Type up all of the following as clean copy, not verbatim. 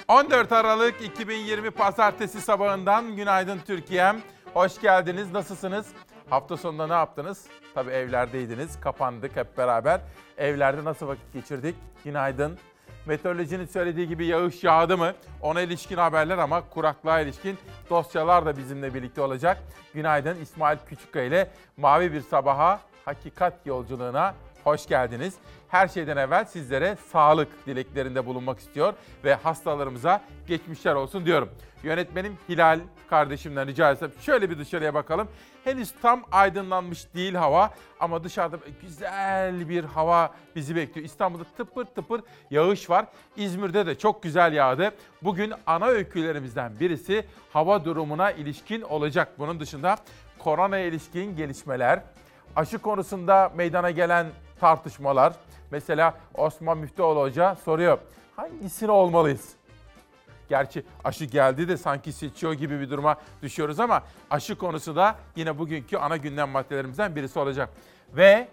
14 Aralık 2020 Pazartesi sabahından günaydın Türkiye'm. Hoş geldiniz. Nasılsınız? Hafta sonunda ne yaptınız? Tabii evlerdeydiniz. Kapandık hep beraber. Evlerde nasıl vakit geçirdik? Günaydın. Meteorolojinin söylediği gibi yağış yağdı mı? Ona ilişkin haberler ama kuraklığa ilişkin dosyalar da bizimle birlikte olacak. Günaydın İsmail Küçükkaya ile Mavi Bir Sabaha Hakikat Yolculuğuna hoş geldiniz. Her şeyden evvel sizlere sağlık dileklerinde bulunmak istiyor ve hastalarımıza geçmişler olsun diyorum. Yönetmenim Hilal kardeşimden rica etsem şöyle bir dışarıya bakalım. Henüz tam aydınlanmış değil hava ama dışarıda güzel bir hava bizi bekliyor. İstanbul'da tıpır tıpır yağış var. İzmir'de de çok güzel yağdı. Bugün ana öykülerimizden birisi hava durumuna ilişkin olacak. Bunun dışında koronaya ilişkin gelişmeler, aşı konusunda meydana gelen tartışmalar. Mesela Osman Müftüoğlu Hoca soruyor, hangisini olmalıyız? Gerçi aşı geldi de sanki seçiyor gibi bir duruma düşüyoruz ama aşı konusu da yine bugünkü ana gündem maddelerimizden birisi olacak. Ve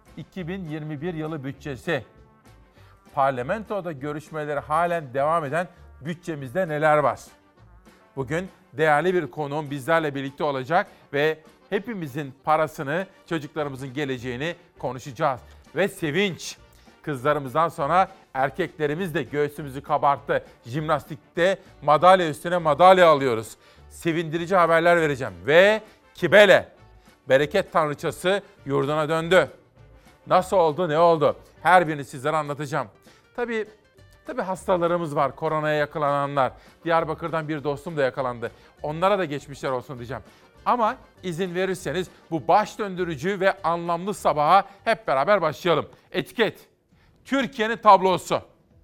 2021 yılı bütçesi. Parlamentoda görüşmeleri halen devam eden bütçemizde neler var? Bugün değerli bir konuğum bizlerle birlikte olacak ve hepimizin parasını, çocuklarımızın geleceğini konuşacağız. Ve sevinç. Kızlarımızdan sonra erkeklerimiz de göğsümüzü kabarttı. Jimnastikte madalya üstüne madalya alıyoruz. Sevindirici haberler vereceğim. Ve Kibele, bereket tanrıçası yurduna döndü. Nasıl oldu, ne oldu? Her birini sizlere anlatacağım. Tabii hastalarımız var, koronaya yakalananlar. Diyarbakır'dan bir dostum da yakalandı. Onlara da geçmişler olsun diyeceğim. Ama izin verirseniz bu baş döndürücü ve anlamlı sabaha hep beraber başlayalım. Etiket, Türkiye'nin tablosu.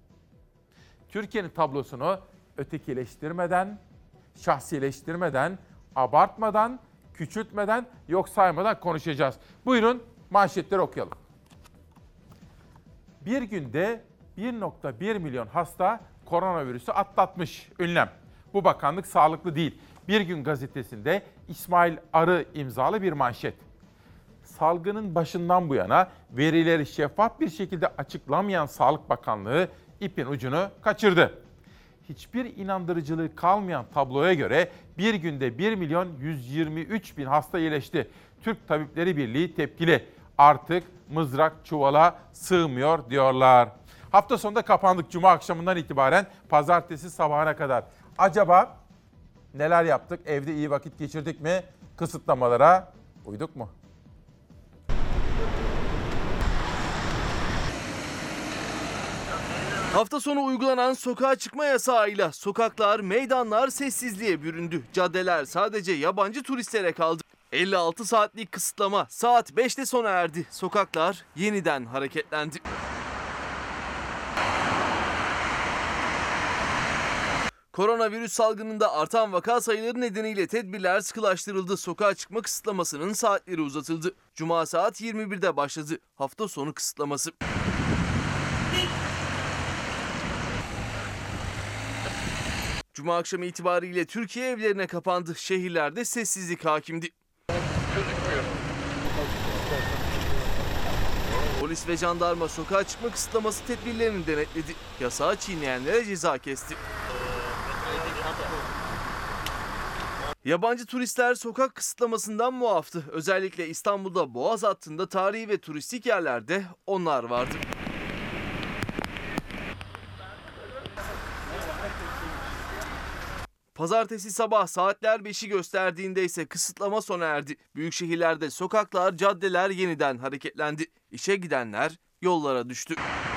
Türkiye'nin tablosunu ötekileştirmeden, şahsileştirmeden, abartmadan, küçültmeden, yok saymadan konuşacağız. Buyurun manşetleri okuyalım. Bir günde 1,1 milyon hasta koronavirüsü atlatmış. Ünlem. Bu bakanlık sağlıklı değil. Bir Gün gazetesinde İsmail Arı imzalı bir manşet. Salgının başından bu yana verileri şeffaf bir şekilde açıklamayan Sağlık Bakanlığı ipin ucunu kaçırdı. Hiçbir inandırıcılığı kalmayan tabloya göre bir günde 1 milyon 123 bin hasta iyileşti. Türk Tabipleri Birliği tepkili. Artık mızrak çuvala sığmıyor diyorlar. Hafta sonunda kapandık Cuma akşamından itibaren pazartesi sabahına kadar. Acaba neler yaptık? Evde iyi vakit geçirdik mi? Kısıtlamalara uyduk mu? Hafta sonu uygulanan sokağa çıkma yasağıyla sokaklar, meydanlar sessizliğe büründü. Caddeler sadece yabancı turistlere kaldı. 56 saatlik kısıtlama saat 5'te sona erdi. Sokaklar yeniden hareketlendi. Koronavirüs salgınında artan vaka sayıları nedeniyle tedbirler sıkılaştırıldı. Sokağa çıkma kısıtlamasının saatleri uzatıldı. Cuma saat 21'de başladı. Hafta sonu kısıtlaması. Cuma akşamı itibariyle Türkiye evlerine kapandı. Şehirlerde sessizlik hakimdi. Polis ve jandarma sokağa çıkma kısıtlaması tedbirlerini denetledi. Yasağı çiğneyenlere ceza kesti. Yabancı turistler sokak kısıtlamasından muaftı. Özellikle İstanbul'da Boğaz hattında tarihi ve turistik yerlerde onlar vardı. Pazartesi sabah saatler 5'i gösterdiğinde ise kısıtlama sona erdi. Büyük şehirlerde sokaklar, caddeler yeniden hareketlendi. İşe gidenler yollara düştü.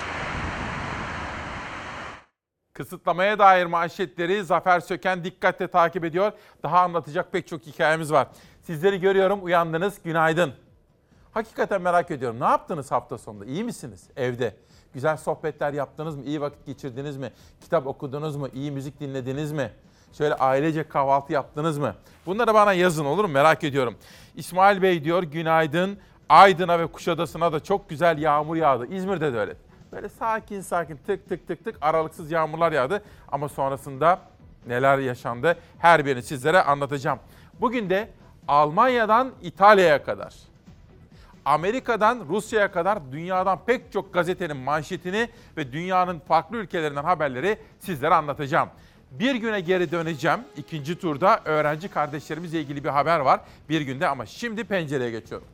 Kısıtlamaya dair manşetleri Zafer Söken dikkatle takip ediyor. Daha anlatacak pek çok hikayemiz var. Sizleri görüyorum, uyandınız, günaydın. Hakikaten merak ediyorum. Ne yaptınız hafta sonunda? İyi misiniz evde? Güzel sohbetler yaptınız mı? İyi vakit geçirdiniz mi? Kitap okudunuz mu? İyi müzik dinlediniz mi? Şöyle ailece kahvaltı yaptınız mı? Bunları bana yazın, olur mu? Merak ediyorum. İsmail Bey diyor, günaydın. Aydın'a ve Kuşadası'na da çok güzel yağmur yağdı. İzmir'de de öyle. Böyle sakin sakin tık tık tık tık aralıksız yağmurlar yağdı. Ama sonrasında neler yaşandı her birini sizlere anlatacağım. Bugün de Almanya'dan İtalya'ya kadar Amerika'dan Rusya'ya kadar dünyadan pek çok gazetenin manşetini ve dünyanın farklı ülkelerinden haberleri sizlere anlatacağım. Bir güne geri döneceğim. İkinci turda öğrenci kardeşlerimizle ilgili bir haber var bir günde ama şimdi pencereye geçiyorum.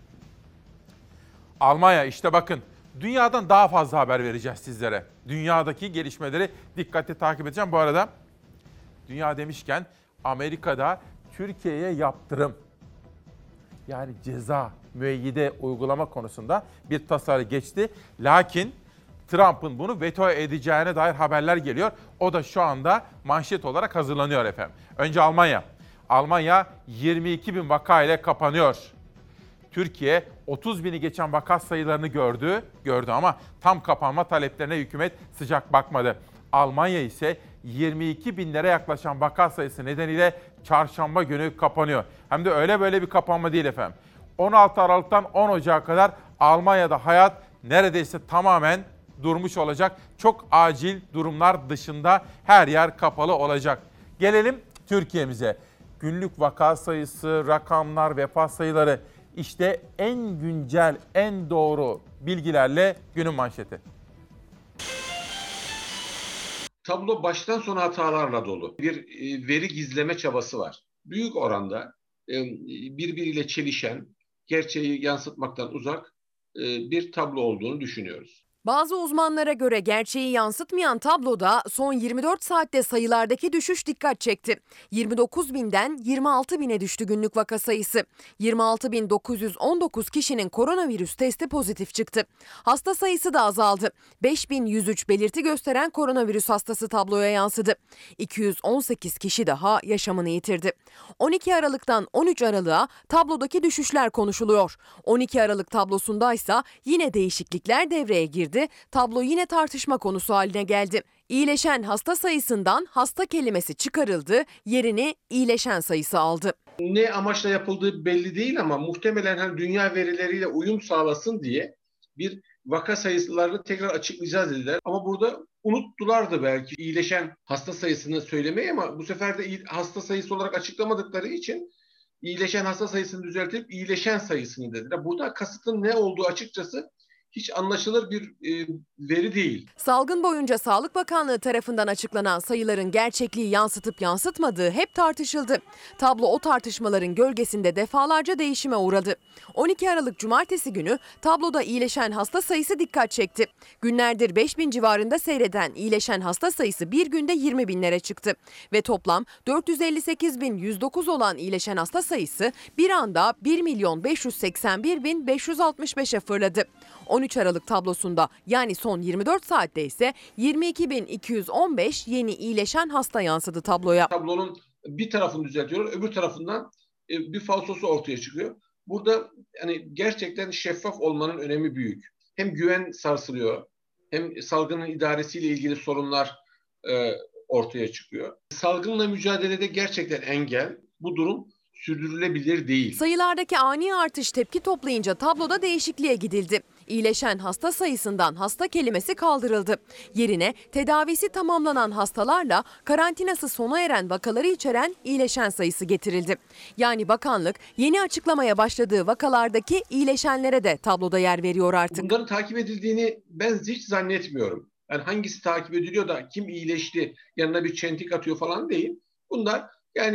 Almanya işte bakın dünyadan daha fazla haber vereceğiz sizlere. Dünyadaki gelişmeleri dikkatli takip edeceğim. Bu arada dünya demişken Amerika'da Türkiye'ye yaptırım yani ceza, müeyyide uygulama konusunda bir tasarı geçti. Lakin Trump'ın bunu veto edeceğine dair haberler geliyor. O da şu anda manşet olarak hazırlanıyor efendim. Önce Almanya. Almanya 22 bin vaka ile kapanıyor. Türkiye 30 bini geçen vaka sayılarını gördü ama tam kapanma taleplerine hükümet sıcak bakmadı. Almanya ise 22 binlere yaklaşan vaka sayısı nedeniyle çarşamba günü kapanıyor. Hem de öyle böyle bir kapanma değil efendim. 16 Aralık'tan 10 Ocak'a kadar Almanya'da hayat neredeyse tamamen durmuş olacak. Çok acil durumlar dışında her yer kapalı olacak. Gelelim Türkiye'mize. Günlük vaka sayısı, rakamlar, vefat sayıları işte en güncel, en doğru bilgilerle günün manşeti. Tablo baştan sona hatalarla dolu. Bir veri gizleme çabası var. Büyük oranda birbiriyle çelişen, gerçeği yansıtmaktan uzak bir tablo olduğunu düşünüyoruz. Bazı uzmanlara göre gerçeği yansıtmayan tabloda son 24 saatte sayılardaki düşüş dikkat çekti. 29 binden 26 bine düştü günlük vaka sayısı. 26.919 kişinin koronavirüs testi pozitif çıktı. Hasta sayısı da azaldı. 5.103 belirti gösteren koronavirüs hastası tabloya yansıdı. 218 kişi daha yaşamını yitirdi. 12 Aralık'tan 13 Aralık'a tablodaki düşüşler konuşuluyor. 12 Aralık tablosundaysa yine değişiklikler devreye girdi. Tablo yine tartışma konusu haline geldi. İyileşen hasta sayısından hasta kelimesi çıkarıldı, yerini iyileşen sayısı aldı. Ne amaçla yapıldığı belli değil ama muhtemelen dünya verileriyle uyum sağlasın diye bir vaka sayılarını tekrar açıklayacağız dediler. Ama burada unuttular da belki iyileşen hasta sayısını söylemeyi ama bu sefer de hasta sayısı olarak açıklamadıkları için iyileşen hasta sayısını düzeltip iyileşen sayısını dediler. Burada kasıtın ne olduğu açıkçası hiç anlaşılır bir veri değil. Salgın boyunca Sağlık Bakanlığı tarafından açıklanan sayıların gerçekliği yansıtıp yansıtmadığı hep tartışıldı. Tablo o tartışmaların gölgesinde defalarca değişime uğradı. 12 Aralık Cumartesi günü tabloda iyileşen hasta sayısı dikkat çekti. Günlerdir 5 bin civarında seyreden iyileşen hasta sayısı bir günde 20 binlere çıktı. Ve toplam 458.109 olan iyileşen hasta sayısı bir anda 1.581.565'e fırladı. 13 Aralık tablosunda yani son 24 saatte ise 22.215 yeni iyileşen hasta yansıdı tabloya. Tablonun bir tarafını düzeltiyorlar, öbür tarafından bir falsosu ortaya çıkıyor. Burada gerçekten şeffaf olmanın önemi büyük. Hem güven sarsılıyor, hem salgının idaresiyle ilgili sorunlar ortaya çıkıyor. Salgınla mücadelede gerçekten engel, bu durum sürdürülebilir değil. Sayılardaki ani artış tepki toplayınca tabloda değişikliğe gidildi. İyileşen hasta sayısından hasta kelimesi kaldırıldı. Yerine tedavisi tamamlanan hastalarla karantinası sona eren vakaları içeren iyileşen sayısı getirildi. Yani bakanlık yeni açıklamaya başladığı vakalardaki iyileşenlere de tabloda yer veriyor artık. Bunların takip edildiğini ben hiç zannetmiyorum. Yani hangisi takip ediliyor da kim iyileşti yanına bir çentik atıyor falan değil. Bunlar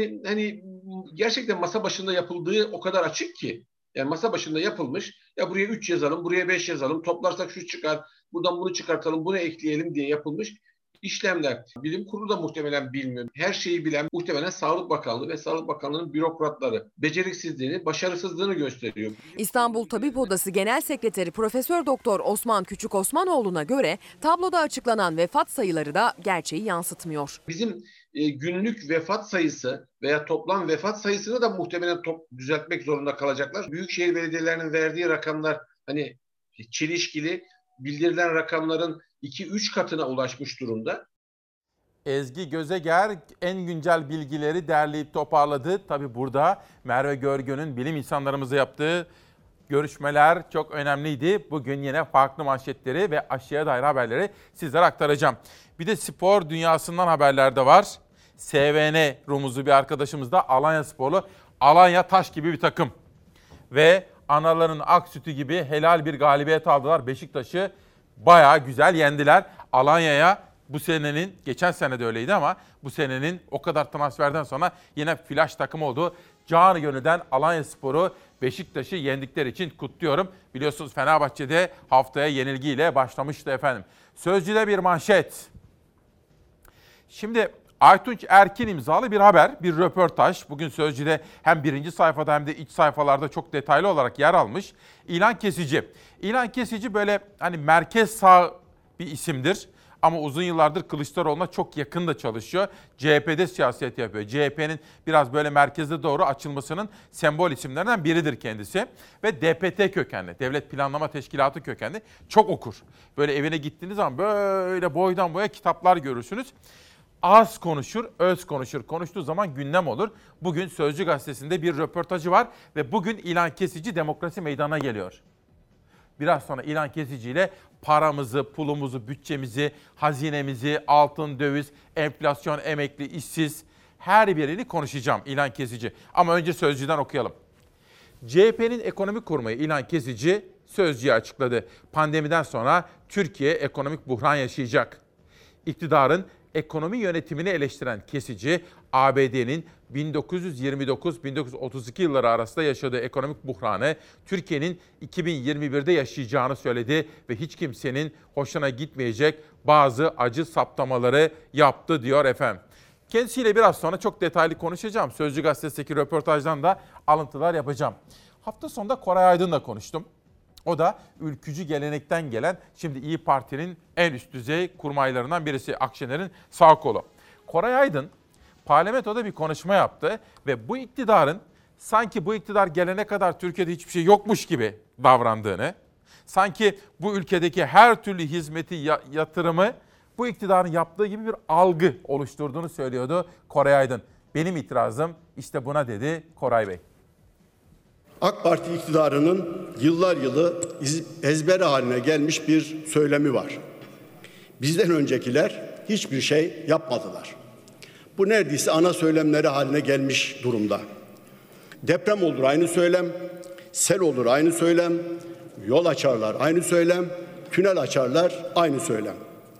gerçekten masa başında yapıldığı o kadar açık ki. Yani masa başında yapılmış. Ya buraya 3 yazalım, buraya 5 yazalım. Toplarsak şu çıkar, buradan bunu çıkartalım, bunu ekleyelim diye yapılmış işlemler. Bilim kurulu da muhtemelen bilmiyor. Her şeyi bilen muhtemelen Sağlık Bakanlığı ve Sağlık Bakanlığı'nın bürokratları beceriksizliğini, başarısızlığını gösteriyor. İstanbul Tabip Odası Genel Sekreteri Profesör Doktor Osman Küçük Osmanoğlu'na göre tabloda açıklanan vefat sayıları da gerçeği yansıtmıyor. Bizim günlük vefat sayısı veya toplam vefat sayısını da muhtemelen düzeltmek zorunda kalacaklar. Büyükşehir belediyelerinin verdiği rakamlar çelişkili, bildirilen rakamların 2-3 katına ulaşmış durumda. Ezgi Gözeger en güncel bilgileri derleyip toparladı. Tabii burada Merve Görgün'ün bilim insanlarımızla yaptığı görüşmeler çok önemliydi. Bugün yine farklı manşetleri ve aşıya dair haberleri sizlere aktaracağım. Bir de spor dünyasından haberler de var. SVN Rumuzlu bir arkadaşımız da Alanya sporlu. Alanya taş gibi bir takım. Ve Anaların ak sütü gibi helal bir galibiyet aldılar. Beşiktaş'ı bayağı güzel yendiler. Alanya'ya bu senenin, geçen sene de öyleydi ama bu senenin o kadar transferden sonra yine flash takım oldu. Canı gönülden Alanyaspor'u, Beşiktaş'ı yendikleri için kutluyorum. Biliyorsunuz Fenerbahçe'de haftaya yenilgiyle başlamıştı efendim. Sözcü'de bir manşet. Şimdi Aytunç Erkin imzalı bir haber, bir röportaj. Bugün Sözcü'de hem birinci sayfada hem de iç sayfalarda çok detaylı olarak yer almış. İlhan Kesici. İlhan Kesici böyle hani merkez sağ bir isimdir. Ama uzun yıllardır Kılıçdaroğlu'na çok yakın da çalışıyor. CHP'de siyaset yapıyor. CHP'nin biraz böyle merkezde doğru açılmasının sembol isimlerinden biridir kendisi. Ve DPT kökenli, Devlet Planlama Teşkilatı kökenli. Çok okur. Böyle evine gittiğiniz zaman böyle boydan boya kitaplar görürsünüz. Az konuşur, öz konuşur. Konuştuğu zaman gündem olur. Bugün Sözcü Gazetesi'nde bir röportajı var ve bugün İlhan Kesici Demokrasi Meydanı'na geliyor. Biraz sonra İlhan Kesici ile paramızı, pulumuzu, bütçemizi, hazinemizi, altın, döviz, enflasyon, emekli, işsiz her birini konuşacağım İlhan Kesici. Ama önce Sözcü'den okuyalım. CHP'nin ekonomik kurmayı İlhan Kesici Sözcü'ye açıkladı. Pandemiden sonra Türkiye ekonomik buhran yaşayacak. İktidarın ekonomi yönetimini eleştiren Kesici, ABD'nin 1929-1932 yılları arasında yaşadığı ekonomik buhranı Türkiye'nin 2021'de yaşayacağını söyledi ve hiç kimsenin hoşuna gitmeyecek bazı acı saptamaları yaptı diyor efendim. Kendisiyle biraz sonra çok detaylı konuşacağım. Sözcü Gazetesi'ndeki röportajdan da alıntılar yapacağım. Hafta sonunda Koray Aydın'la konuştum. O da ülkücü gelenekten gelen, şimdi İYİ Parti'nin en üst düzey kurmaylarından birisi, Akşener'in sağ kolu. Koray Aydın parlamentoda bir konuşma yaptı ve bu iktidarın sanki bu iktidar gelene kadar Türkiye'de hiçbir şey yokmuş gibi davrandığını, sanki bu ülkedeki her türlü hizmeti, yatırımı bu iktidarın yaptığı gibi bir algı oluşturduğunu söylüyordu Koray Aydın. Benim itirazım işte buna dedi Koray Bey. AK Parti iktidarının yıllar yılı ezber haline gelmiş bir söylemi var. Bizden öncekiler hiçbir şey yapmadılar. Bu neredeyse ana söylemleri haline gelmiş durumda. Deprem olur aynı söylem, sel olur aynı söylem, yol açarlar aynı söylem, tünel açarlar aynı söylem.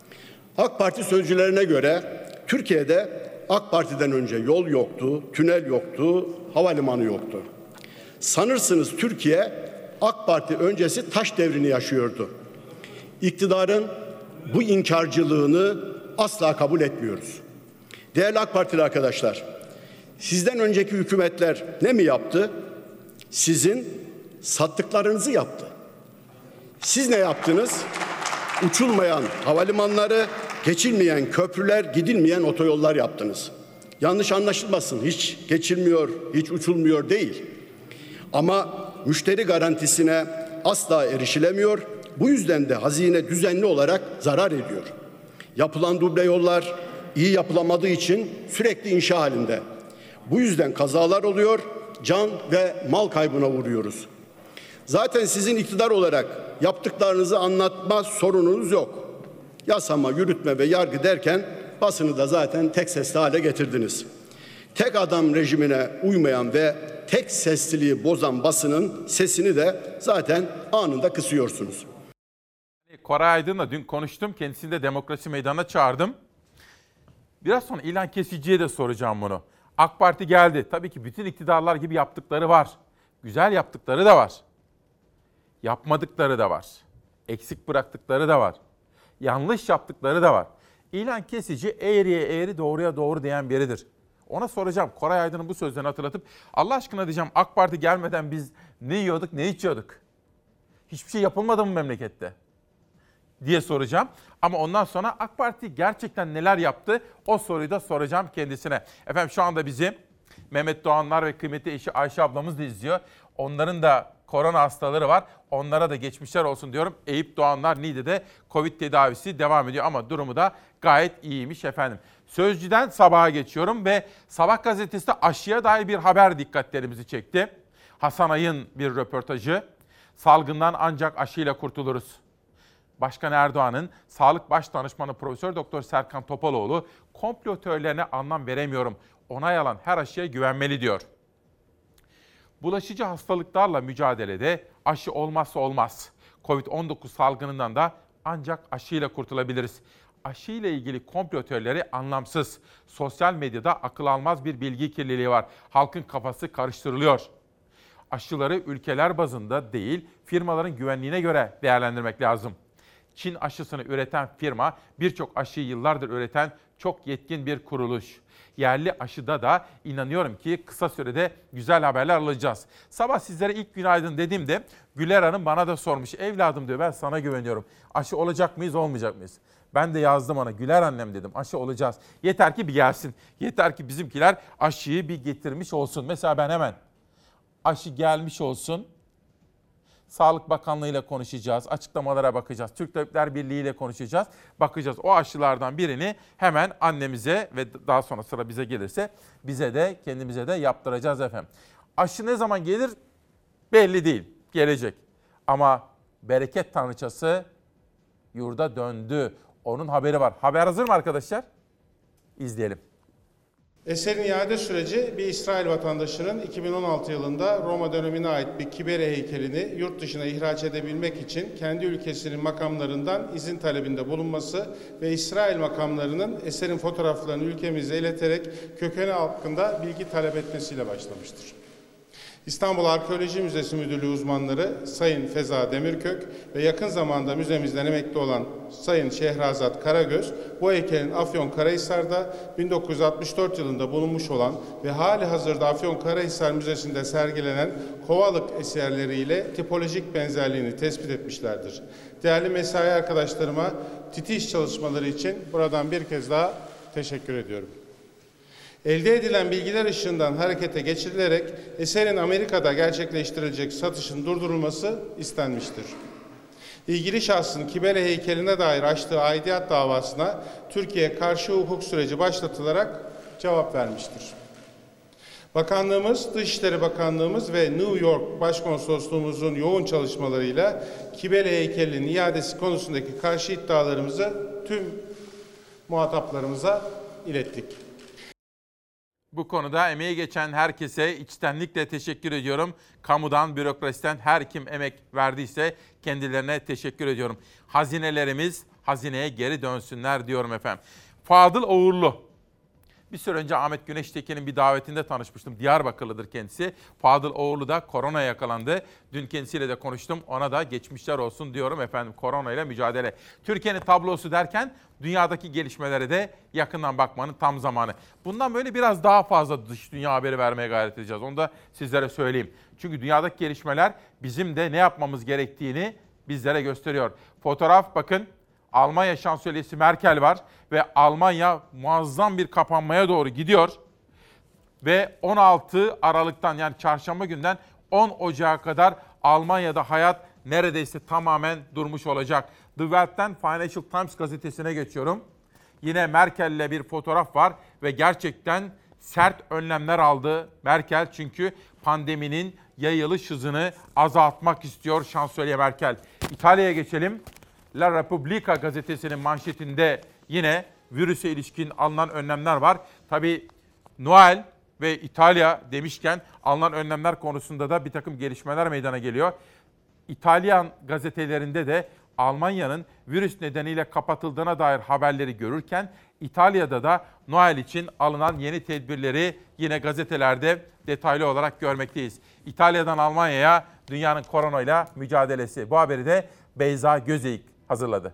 AK Parti sözcülerine göre Türkiye'de AK Parti'den önce yol yoktu, tünel yoktu, havalimanı yoktu. Sanırsınız Türkiye AK Parti öncesi taş devrini yaşıyordu. İktidarın bu inkarcılığını asla kabul etmiyoruz. Değerli AK Partili arkadaşlar, sizden önceki hükümetler ne mi yaptı? Sizin sattıklarınızı yaptı. Siz ne yaptınız? Uçulmayan havalimanları, geçilmeyen köprüler, gidilmeyen otoyollar yaptınız. Yanlış anlaşılmasın, hiç geçilmiyor, hiç uçulmuyor değil. Ama müşteri garantisine asla erişilemiyor. Bu yüzden de hazine düzenli olarak zarar ediyor. Yapılan duble yollar iyi yapılamadığı için sürekli inşa halinde. Bu yüzden kazalar oluyor, can ve mal kaybına uğruyoruz. Zaten sizin iktidar olarak yaptıklarınızı anlatma sorununuz yok. Yasama, yürütme ve yargı derken basını da zaten tek sesli hale getirdiniz. Tek adam rejimine uymayan ve tek sesliliği bozan basının sesini de zaten anında kısıyorsunuz. Koray Aydın'la dün konuştum. Kendisini de Demokrasi Meydanı'na çağırdım. Biraz sonra İlhan Kesici'ye de soracağım bunu. AK Parti geldi. Tabii ki bütün iktidarlar gibi yaptıkları var. Güzel yaptıkları da var. Yapmadıkları da var. Eksik bıraktıkları da var. Yanlış yaptıkları da var. İlhan Kesici eğriye eğri, doğruya doğru diyen biridir. Ona soracağım. Koray Aydın'ın bu sözlerini hatırlatıp Allah aşkına diyeceğim, AK Parti gelmeden biz ne yiyorduk, ne içiyorduk? Hiçbir şey yapılmadı mı memlekette diye soracağım. Ama ondan sonra AK Parti gerçekten neler yaptı, o soruyu da soracağım kendisine. Efendim şu anda bizi Mehmet Doğanlar ve kıymetli eşi Ayşe ablamız da izliyor. Onların da korona hastaları var. Onlara da geçmişler olsun diyorum. Eyüp Doğanlar Niğde'de Covid tedavisi devam ediyor ama durumu da gayet iyiymiş efendim. Sözcü'den Sabah'a geçiyorum ve Sabah gazetesinde aşıya dair bir haber dikkatlerimizi çekti. Hasan Ay'ın bir röportajı. Salgından ancak aşıyla kurtuluruz. Başkan Erdoğan'ın Sağlık Baş Danışmanı Profesör Doktor Serkan Topaloğlu, komplo teorilerine anlam veremiyorum. Onay alan her aşıya güvenmeli diyor. Bulaşıcı hastalıklarla mücadelede aşı olmazsa olmaz. Covid-19 salgınından da ancak aşıyla kurtulabiliriz. Aşıyla ilgili komplo teorileri anlamsız. Sosyal medyada akıl almaz bir bilgi kirliliği var. Halkın kafası karıştırılıyor. Aşıları ülkeler bazında değil, firmaların güvenliğine göre değerlendirmek lazım. Çin aşısını üreten firma, birçok aşıyı yıllardır üreten çok yetkin bir kuruluş. Yerli aşıda da inanıyorum ki kısa sürede güzel haberler alacağız. Sabah sizlere ilk günaydın dediğimde Güler Hanım bana da sormuş. Evladım diyor, ben sana güveniyorum. Aşı olacak mıyız, olmayacak mıyız? Ben de yazdım ona, Güler annem dedim, aşı olacağız. Yeter ki bir gelsin. Yeter ki bizimkiler aşıyı bir getirmiş olsun. Mesela ben hemen aşı gelmiş olsun. Sağlık Bakanlığı ile konuşacağız, açıklamalara bakacağız, Türk Tabipler Birliği ile konuşacağız, bakacağız. O aşılardan birini hemen annemize ve daha sonra sıra bize gelirse bize de kendimize de yaptıracağız efendim. Aşı ne zaman gelir belli değil, gelecek. Ama bereket tanrıçası yurda döndü. Onun haberi var. Haber hazır mı arkadaşlar? İzleyelim. Eserin iade süreci bir İsrail vatandaşının 2016 yılında Roma dönemine ait bir Kibele heykelini yurt dışına ihraç edebilmek için kendi ülkesinin makamlarından izin talebinde bulunması ve İsrail makamlarının eserin fotoğraflarını ülkemize ileterek kökeni hakkında bilgi talep etmesiyle başlamıştır. İstanbul Arkeoloji Müzesi Müdürlüğü uzmanları Sayın Feza Demirkök ve yakın zamanda müzemizden emekli olan Sayın Şehrazat Karagöz, bu heykelin Afyonkarahisar'da 1964 yılında bulunmuş olan ve hali hazırda Afyonkarahisar Müzesi'nde sergilenen Kovalık eserleriyle tipolojik benzerliğini tespit etmişlerdir. Değerli mesai arkadaşlarıma titiz çalışmaları için buradan bir kez daha teşekkür ediyorum. Elde edilen bilgiler ışığından harekete geçirilerek eserin Amerika'da gerçekleştirilecek satışın durdurulması istenmiştir. İlgili şahsın Kibele heykeline dair açtığı aidiyet davasına Türkiye karşı hukuk süreci başlatılarak cevap vermiştir. Bakanlığımız, Dışişleri Bakanlığımız ve New York Başkonsolosluğumuzun yoğun çalışmalarıyla Kibele heykelinin iadesi konusundaki karşı iddialarımızı tüm muhataplarımıza ilettik. Bu konuda emeği geçen herkese içtenlikle teşekkür ediyorum. Kamudan, bürokrasiden her kim emek verdiyse kendilerine teşekkür ediyorum. Hazinelerimiz hazineye geri dönsünler diyorum efendim. Fadıl Oğurlu. Bir süre önce Ahmet Güneştekin'in bir davetinde tanışmıştım. Diyarbakırlıdır kendisi. Fadıl Oğurlu da koronaya yakalandı. Dün kendisiyle de konuştum. Ona da geçmişler olsun diyorum efendim. Koronayla mücadele. Türkiye'nin tablosu derken dünyadaki gelişmelere de yakından bakmanın tam zamanı. Bundan böyle biraz daha fazla dış dünya haberi vermeye gayret edeceğiz. Onu da sizlere söyleyeyim. Çünkü dünyadaki gelişmeler bizim de ne yapmamız gerektiğini bizlere gösteriyor. Fotoğraf bakın. Almanya Şansölyesi Merkel var ve Almanya muazzam bir kapanmaya doğru gidiyor. Ve 16 Aralık'tan yani çarşamba günden 10 Ocak'a kadar Almanya'da hayat neredeyse tamamen durmuş olacak. The Welt'ten Financial Times gazetesine geçiyorum. Yine Merkel'le bir fotoğraf var ve gerçekten sert önlemler aldı Merkel. Çünkü pandeminin yayılış hızını azaltmak istiyor Şansölye Merkel. İtalya'ya geçelim. La Repubblica gazetesinin manşetinde yine virüse ilişkin alınan önlemler var. Tabii Noel ve İtalya demişken alınan önlemler konusunda da bir takım gelişmeler meydana geliyor. İtalyan gazetelerinde de Almanya'nın virüs nedeniyle kapatıldığına dair haberleri görürken İtalya'da da Noel için alınan yeni tedbirleri yine gazetelerde detaylı olarak görmekteyiz. İtalya'dan Almanya'ya dünyanın koronayla mücadelesi. Bu haberi de Beyza Gözeyik hazırladı.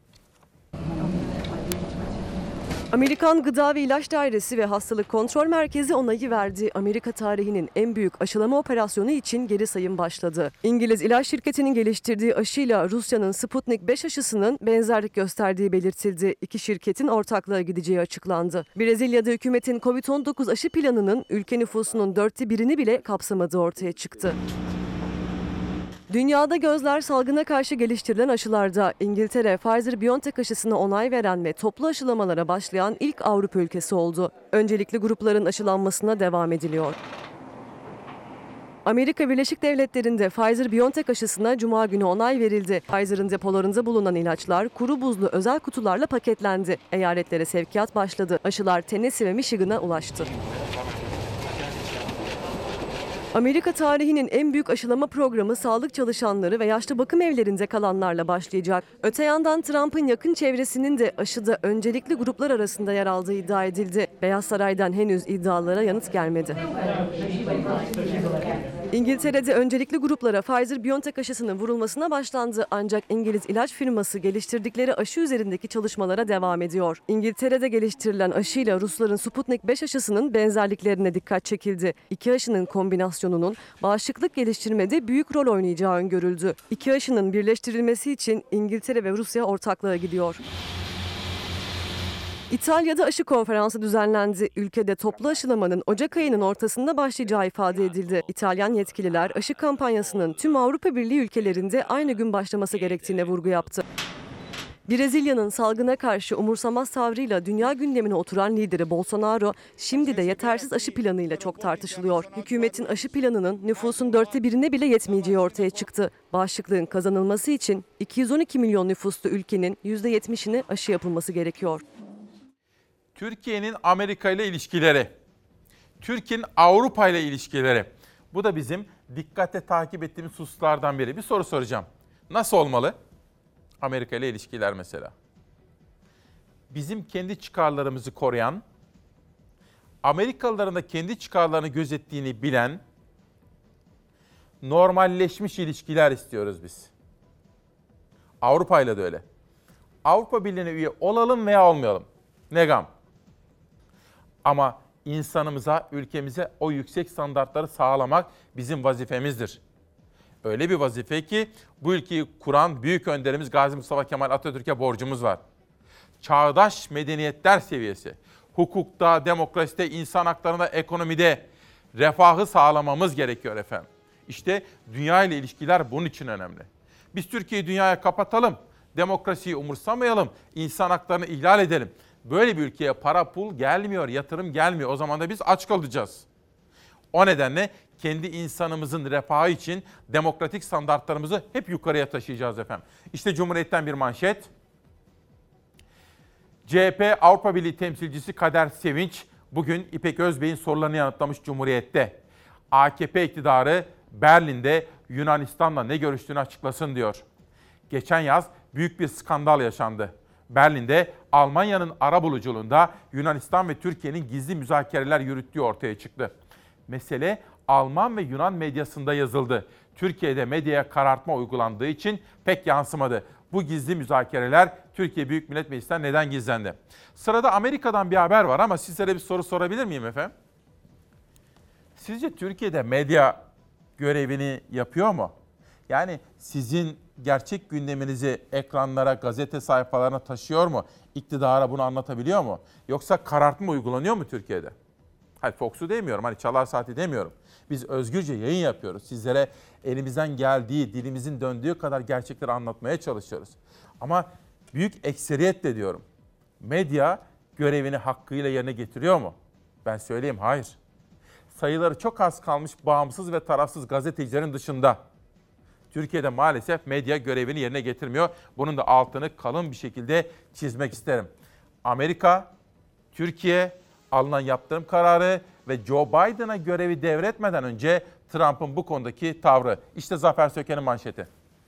Amerikan Gıda ve İlaç Dairesi ve Hastalık Kontrol Merkezi onayı verdi. Amerika tarihinin en büyük aşılama operasyonu için geri sayım başladı. İngiliz ilaç şirketinin geliştirdiği aşıyla Rusya'nın Sputnik 5 aşısının benzerlik gösterdiği belirtildi. İki şirketin ortaklığa gideceği açıklandı. Brezilya'da hükümetin Covid-19 aşı planının ülke nüfusunun 1/4'ünü bile kapsamadığı ortaya çıktı. Dünyada gözler salgına karşı geliştirilen aşılarda. İngiltere, Pfizer-BioNTech aşısına onay veren ve toplu aşılamalara başlayan ilk Avrupa ülkesi oldu. Öncelikli grupların aşılanmasına devam ediliyor. Amerika Birleşik Devletleri'nde Pfizer-BioNTech aşısına Cuma günü onay verildi. Pfizer'ın depolarında bulunan ilaçlar kuru buzlu özel kutularla paketlendi. Eyaletlere sevkiyat başladı. Aşılar Tennessee ve Michigan'a ulaştı. Amerika tarihinin en büyük aşılama programı sağlık çalışanları ve yaşlı bakım evlerinde kalanlarla başlayacak. Öte yandan Trump'ın yakın çevresinin de aşıda öncelikli gruplar arasında yer aldığı iddia edildi. Beyaz Saray'dan henüz iddialara yanıt gelmedi. İngiltere'de öncelikli gruplara Pfizer-BioNTech aşısının vurulmasına başlandı. Ancak İngiliz ilaç firması geliştirdikleri aşı üzerindeki çalışmalara devam ediyor. İngiltere'de geliştirilen aşıyla Rusların Sputnik 5 aşısının benzerliklerine dikkat çekildi. İki aşının kombinasyonunun bağışıklık geliştirmede büyük rol oynayacağı öngörüldü. İki aşının birleştirilmesi için İngiltere ve Rusya ortaklığa gidiyor. İtalya'da aşı konferansı düzenlendi. Ülkede toplu aşılamanın Ocak ayının ortasında başlayacağı ifade edildi. İtalyan yetkililer aşı kampanyasının tüm Avrupa Birliği ülkelerinde aynı gün başlaması gerektiğine vurgu yaptı. Brezilya'nın salgına karşı umursamaz tavrıyla dünya gündemine oturan lideri Bolsonaro şimdi de yetersiz aşı planıyla çok tartışılıyor. Hükümetin aşı planının nüfusun 1/4'ine bile yetmeyeceği ortaya çıktı. Bağışıklığın kazanılması için 212 milyon nüfuslu ülkenin %70'ine aşı yapılması gerekiyor. Türkiye'nin Amerika ile ilişkileri, Türkiye'nin Avrupa ile ilişkileri. Bu da bizim dikkatle takip ettiğimiz hususlardan biri. Bir soru soracağım. Nasıl olmalı? Amerika ile ilişkiler mesela. Bizim kendi çıkarlarımızı koruyan, Amerikalıların da kendi çıkarlarını gözettiğini bilen, normalleşmiş ilişkiler istiyoruz biz. Avrupa ile de öyle. Avrupa Birliği'ne üye olalım veya olmayalım. Ne gam. Ama insanımıza, ülkemize o yüksek standartları sağlamak bizim vazifemizdir. Öyle bir vazife ki bu ülkeyi kuran büyük önderimiz Gazi Mustafa Kemal Atatürk'e borcumuz var. Çağdaş medeniyetler seviyesi, hukukta, demokraside, insan haklarında, ekonomide refahı sağlamamız gerekiyor efendim. İşte dünya ile ilişkiler bunun için önemli. Biz Türkiye'yi dünyaya kapatalım, demokrasiyi umursamayalım, insan haklarını ihlal edelim. Böyle bir ülkeye para pul gelmiyor, yatırım gelmiyor. O zaman da biz aç kalacağız. O nedenle kendi insanımızın refahı için demokratik standartlarımızı hep yukarıya taşıyacağız efendim. İşte Cumhuriyet'ten bir manşet. CHP Avrupa Birliği temsilcisi Kader Sevinç bugün İpek Özbey'in sorularını yanıtlamış Cumhuriyet'te. AKP iktidarı Berlin'de Yunanistan'la ne görüştüğünü açıklasın diyor. Geçen yaz büyük bir skandal yaşandı. Berlin'de Almanya'nın arabuluculuğunda Yunanistan ve Türkiye'nin gizli müzakereler yürüttüğü ortaya çıktı. Mesele Alman ve Yunan medyasında yazıldı. Türkiye'de medyaya karartma uygulandığı için pek yansımadı. Bu gizli müzakereler Türkiye Büyük Millet Meclisi'nden neden gizlendi? Sırada Amerika'dan bir haber var ama sizlere bir soru sorabilir miyim efendim? Sizce Türkiye'de medya görevini yapıyor mu? Yani sizin gerçek gündeminizi ekranlara, gazete sayfalarına taşıyor mu? İktidara bunu anlatabiliyor mu? Yoksa karartma uygulanıyor mu Türkiye'de? Hayır, Fox'u demiyorum, hani Çalar Saat'i demiyorum. Biz özgürce yayın yapıyoruz. Sizlere elimizden geldiği, dilimizin döndüğü kadar gerçekleri anlatmaya çalışıyoruz. Ama büyük ekseriyetle diyorum, medya görevini hakkıyla yerine getiriyor mu? Ben söyleyeyim, hayır. Sayıları çok az kalmış bağımsız ve tarafsız gazetecilerin dışında Türkiye'de maalesef medya görevini yerine getirmiyor. Bunun da altını kalın bir şekilde çizmek isterim. Amerika, Türkiye, alınan yaptırım kararı ve Joe Biden'a görevi devretmeden önce Trump'ın bu konudaki tavrı. İşte Zafer Söken'in manşeti.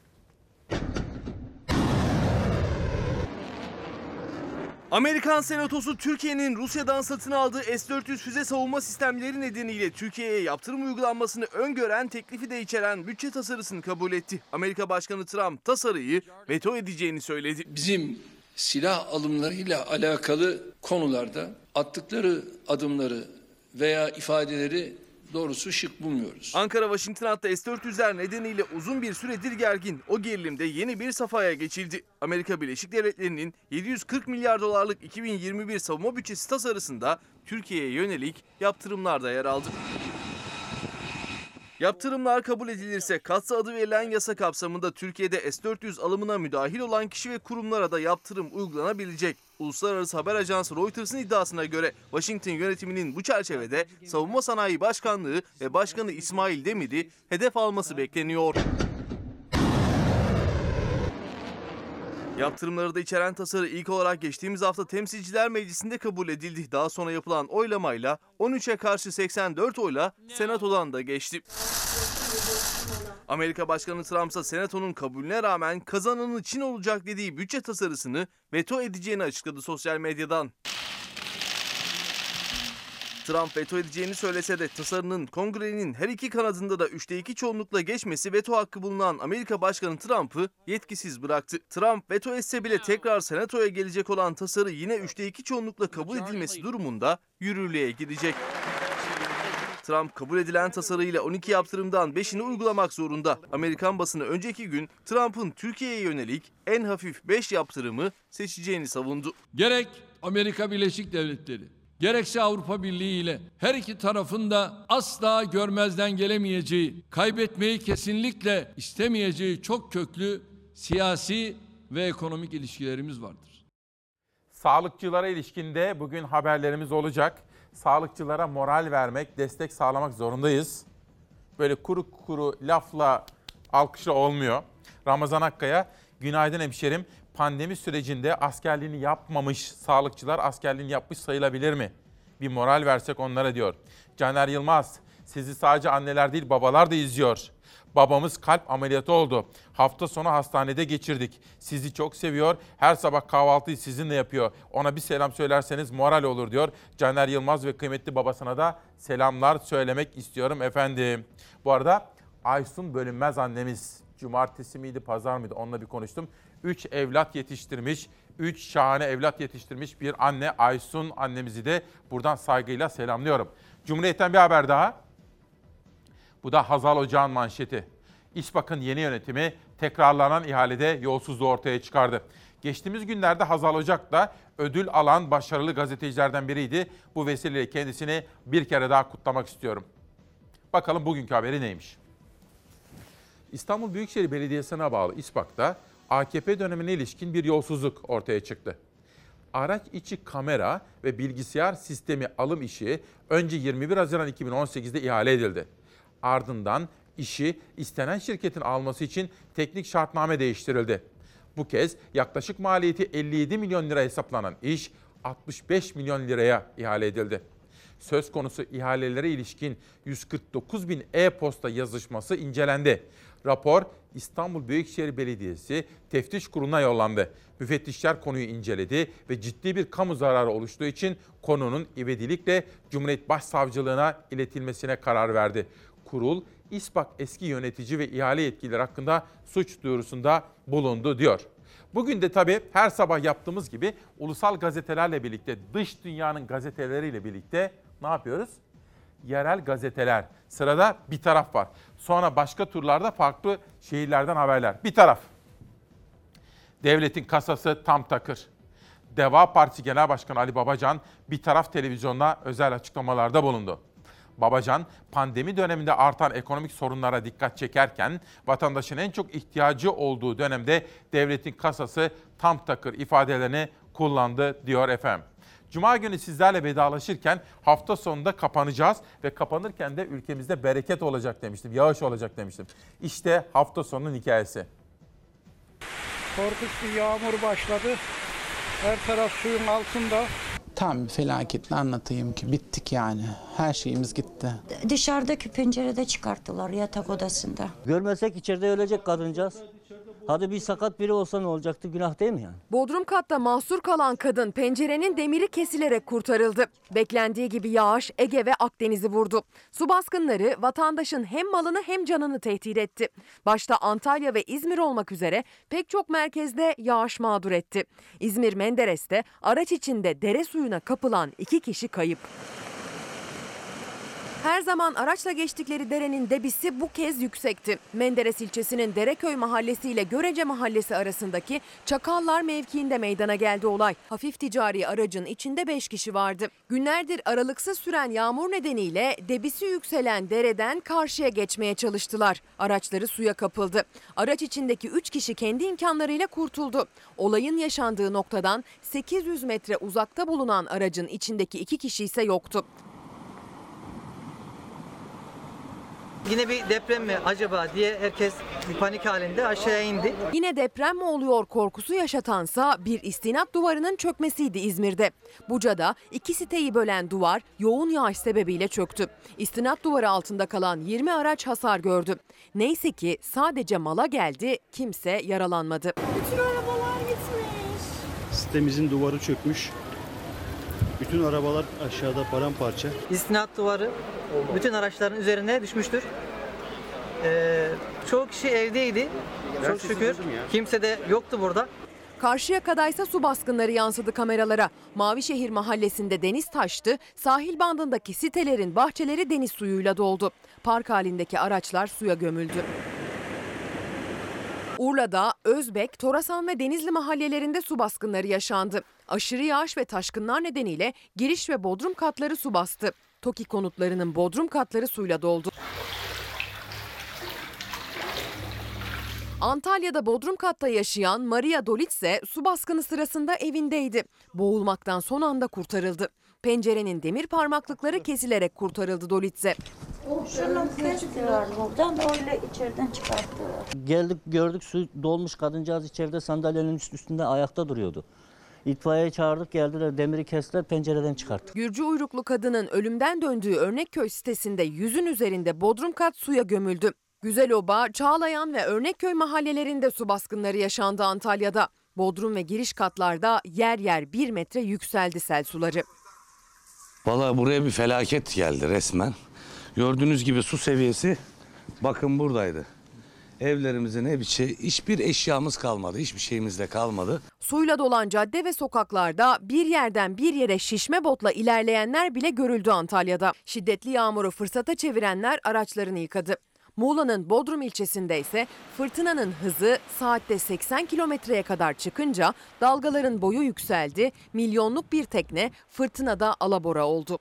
Amerikan Senatosu Türkiye'nin Rusya'dan satın aldığı S-400 füze savunma sistemleri nedeniyle Türkiye'ye yaptırım uygulanmasını öngören teklifi de içeren bütçe tasarısını kabul etti. Amerika Başkanı Trump tasarıyı veto edeceğini söyledi. Bizim silah alımlarıyla alakalı konularda attıkları adımları veya ifadeleri doğrusu şık bulmuyoruz. Ankara-Washington hattı S-400'ler nedeniyle uzun bir süredir gergin. O gerilimde yeni bir safhaya geçildi. Amerika Birleşik Devletleri'nin 740 milyar dolarlık 2021 savunma bütçesi tasarısında Türkiye'ye yönelik yaptırımlar da yer aldı. Yaptırımlar kabul edilirse Katsa adı verilen yasa kapsamında Türkiye'de S-400 alımına müdahil olan kişi ve kurumlara da yaptırım uygulanabilecek. Uluslararası haber ajansı Reuters'ın iddiasına göre Washington yönetiminin bu çerçevede Savunma Sanayi Başkanlığı ve Başkanı İsmail Demir'i hedef alması bekleniyor. Yaptırımları da içeren tasarı ilk olarak geçtiğimiz hafta Temsilciler Meclisi'nde kabul edildi. Daha sonra yapılan oylamayla 13'e karşı 84 oyla Senato'dan da geçti. Amerika Başkanı Trump ise Senato'nun kabulüne rağmen kazananı Çin olacak dediği bütçe tasarısını veto edeceğini açıkladı sosyal medyadan. Trump veto edeceğini söylese de tasarının kongrenin her iki kanadında da 3'te 2 çoğunlukla geçmesi veto hakkı bulunan Amerika Başkanı Trump'ı yetkisiz bıraktı. Trump veto etse bile tekrar Senato'ya gelecek olan tasarı yine 3'te 2 çoğunlukla kabul edilmesi durumunda yürürlüğe girecek. Trump kabul edilen tasarıyla 12 yaptırımdan 5'ini uygulamak zorunda. Amerikan basını önceki gün Trump'ın Türkiye'ye yönelik en hafif 5 yaptırımı seçeceğini savundu. Gerek Amerika Birleşik Devletleri, gerekse Avrupa Birliği ile her iki tarafın da asla görmezden gelemeyeceği, kaybetmeyi kesinlikle istemeyeceği çok köklü siyasi ve ekonomik ilişkilerimiz vardır. Sağlıkçılara ilişkinde bugün haberlerimiz olacak. Sağlıkçılara moral vermek, destek sağlamak zorundayız. Böyle kuru kuru lafla, alkışla olmuyor. Ramazan Akkaya, günaydın hemşerim. Pandemi sürecinde askerliğini yapmamış sağlıkçılar askerliğini yapmış sayılabilir mi? Bir moral versek onlara diyor. Caner Yılmaz, sizi sadece anneler değil babalar da izliyor. Babamız kalp ameliyatı oldu. Hafta sonu hastanede geçirdik. Sizi çok seviyor. Her sabah kahvaltıyı sizinle yapıyor. Ona bir selam söylerseniz moral olur diyor. Caner Yılmaz ve kıymetli babasına da selamlar söylemek istiyorum efendim. Bu arada Aysun Bölünmez annemiz cumartesi miydi pazar mıydı onunla bir konuştum. 3 evlat yetiştirmiş, 3 şahane evlat yetiştirmiş bir anne Aysun annemizi de buradan saygıyla selamlıyorum. Cumhuriyet'ten bir haber daha. Bu da Hazal Ocak'ın manşeti. İSPAK'ın yeni yönetimi tekrarlanan ihalede yolsuzluğu ortaya çıkardı. Geçtiğimiz günlerde Hazal Ocak da ödül alan başarılı gazetecilerden biriydi. Bu vesileyle kendisini bir kere daha kutlamak istiyorum. Bakalım bugünkü haberi neymiş? İstanbul Büyükşehir Belediyesi'ne bağlı İSPAK'ta AKP dönemine ilişkin bir yolsuzluk ortaya çıktı. Araç içi kamera ve bilgisayar sistemi alım işi önce 21 Haziran 2018'de ihale edildi. Ardından işi istenen şirketin alması için teknik şartname değiştirildi. Bu kez yaklaşık maliyeti 57 milyon lira hesaplanan iş 65 milyon liraya ihale edildi. Söz konusu ihalelere ilişkin 149 bin e-posta yazışması incelendi. Rapor İstanbul Büyükşehir Belediyesi Teftiş Kurulu'na yollandı. Müfettişler konuyu inceledi ve ciddi bir kamu zararı oluştuğu için konunun ivedilikle Cumhuriyet Başsavcılığına iletilmesine karar verdi. Kurul, İSPAK eski yönetici ve ihale yetkilileri hakkında suç duyurusunda bulundu diyor. Bugün de tabii her sabah yaptığımız gibi ulusal gazetelerle birlikte, dış dünyanın gazeteleriyle birlikte ne yapıyoruz? Yerel gazeteler. Sırada Bir Taraf var. Sonra başka turlarda farklı şehirlerden haberler. Bir Taraf. Devletin kasası tam takır. Deva Partisi Genel Başkanı Ali Babacan Bir Taraf televizyonuna özel açıklamalarda bulundu. Babacan, pandemi döneminde artan ekonomik sorunlara dikkat çekerken vatandaşın en çok ihtiyacı olduğu dönemde devletin kasası tam takır ifadelerini kullandı diyor efendim. Cuma günü sizlerle vedalaşırken hafta sonunda kapanacağız ve kapanırken de ülkemizde bereket olacak demiştim, yağış olacak demiştim. İşte hafta sonunun hikayesi. Korkunç bir yağmur başladı. Her taraf suyun altında. Tam bir felaketle anlatayım ki bittik yani. Her şeyimiz gitti. Dışarıdaki pencerede çıkarttılar yatak odasında. Görmesek içeride ölecek kadıncağız. Hadi bir sakat biri olsa ne olacaktı? Günah değil mi yani? Bodrum katta mahsur kalan kadın pencerenin demiri kesilerek kurtarıldı. Beklendiği gibi yağış Ege ve Akdeniz'i vurdu. Su baskınları vatandaşın hem malını hem canını tehdit etti. Başta Antalya ve İzmir olmak üzere pek çok merkezde yağış mağdur etti. İzmir Menderes'te araç içinde dere suyuna kapılan 2 kişi kayıp. Her zaman araçla geçtikleri derenin debisi bu kez yüksekti. Menderes ilçesinin Dereköy Mahallesi ile Görece Mahallesi arasındaki Çakallar mevkiinde meydana geldi olay. Hafif ticari aracın içinde 5 kişi vardı. Günlerdir aralıksız süren yağmur nedeniyle debisi yükselen dereden karşıya geçmeye çalıştılar. Araçları suya kapıldı. Araç içindeki 3 kişi kendi imkanlarıyla kurtuldu. Olayın yaşandığı noktadan 800 metre uzakta bulunan aracın içindeki 2 kişi ise yoktu. Yine bir deprem mi acaba diye herkes bir panik halinde aşağıya indi. Yine deprem mi oluyor korkusu yaşatansa bir istinat duvarının çökmesiydi İzmir'de. Buca'da 2 siteyi bölen duvar yoğun yağış sebebiyle çöktü. İstinat duvarı altında kalan 20 araç hasar gördü. Neyse ki sadece mala geldi, kimse yaralanmadı. Bütün arabalar gitmiş. Sitemizin duvarı çökmüş. Bütün arabalar aşağıda paramparça. İstinat duvarı bütün araçların üzerine düşmüştür. Çoğu kişi evdeydi. Çok şükür. Kimse de yoktu burada. Karşıyaka'daysa su baskınları yansıdı kameralara. Mavişehir mahallesinde deniz taştı, sahil bandındaki sitelerin bahçeleri deniz suyuyla doldu. Park halindeki araçlar suya gömüldü. Urla'da Özbek, Torasan ve Denizli mahallelerinde su baskınları yaşandı. Aşırı yağış ve taşkınlar nedeniyle giriş ve bodrum katları su bastı. TOKİ konutlarının bodrum katları suyla doldu. Antalya'da bodrum katta yaşayan Maria Dolitse su baskını sırasında evindeydi. Boğulmaktan son anda kurtarıldı. Pencerenin demir parmaklıkları kesilerek kurtarıldı Dolitse. Şunu kestiler buradan öyle içeriden çıkarttılar. Geldik gördük su dolmuş, kadıncağız içeride sandalyenin üstünde ayakta duruyordu. İtfaiye çağırdık, geldiler, demiri kestiler, pencereden çıkarttık. Gürcü uyruklu kadının ölümden döndüğü Örnekköy sitesinde 100'ün üzerinde bodrum kat suya gömüldü. Güzeloba, Çağlayan ve Örnekköy mahallelerinde su baskınları yaşandı Antalya'da. Bodrum ve giriş katlarda yer yer 1 metre yükseldi sel suları. Vallahi buraya bir felaket geldi resmen. Gördüğünüz gibi su seviyesi bakın buradaydı. Evlerimizin hiçbir eşyamız kalmadı, hiçbir şeyimiz de kalmadı. Suyla dolan cadde ve sokaklarda bir yerden bir yere şişme botla ilerleyenler bile görüldü Antalya'da. Şiddetli yağmuru fırsata çevirenler araçlarını yıkadı. Muğla'nın Bodrum ilçesinde ise fırtınanın hızı saatte 80 kilometreye kadar çıkınca dalgaların boyu yükseldi. Milyonluk bir tekne fırtınada alabora oldu.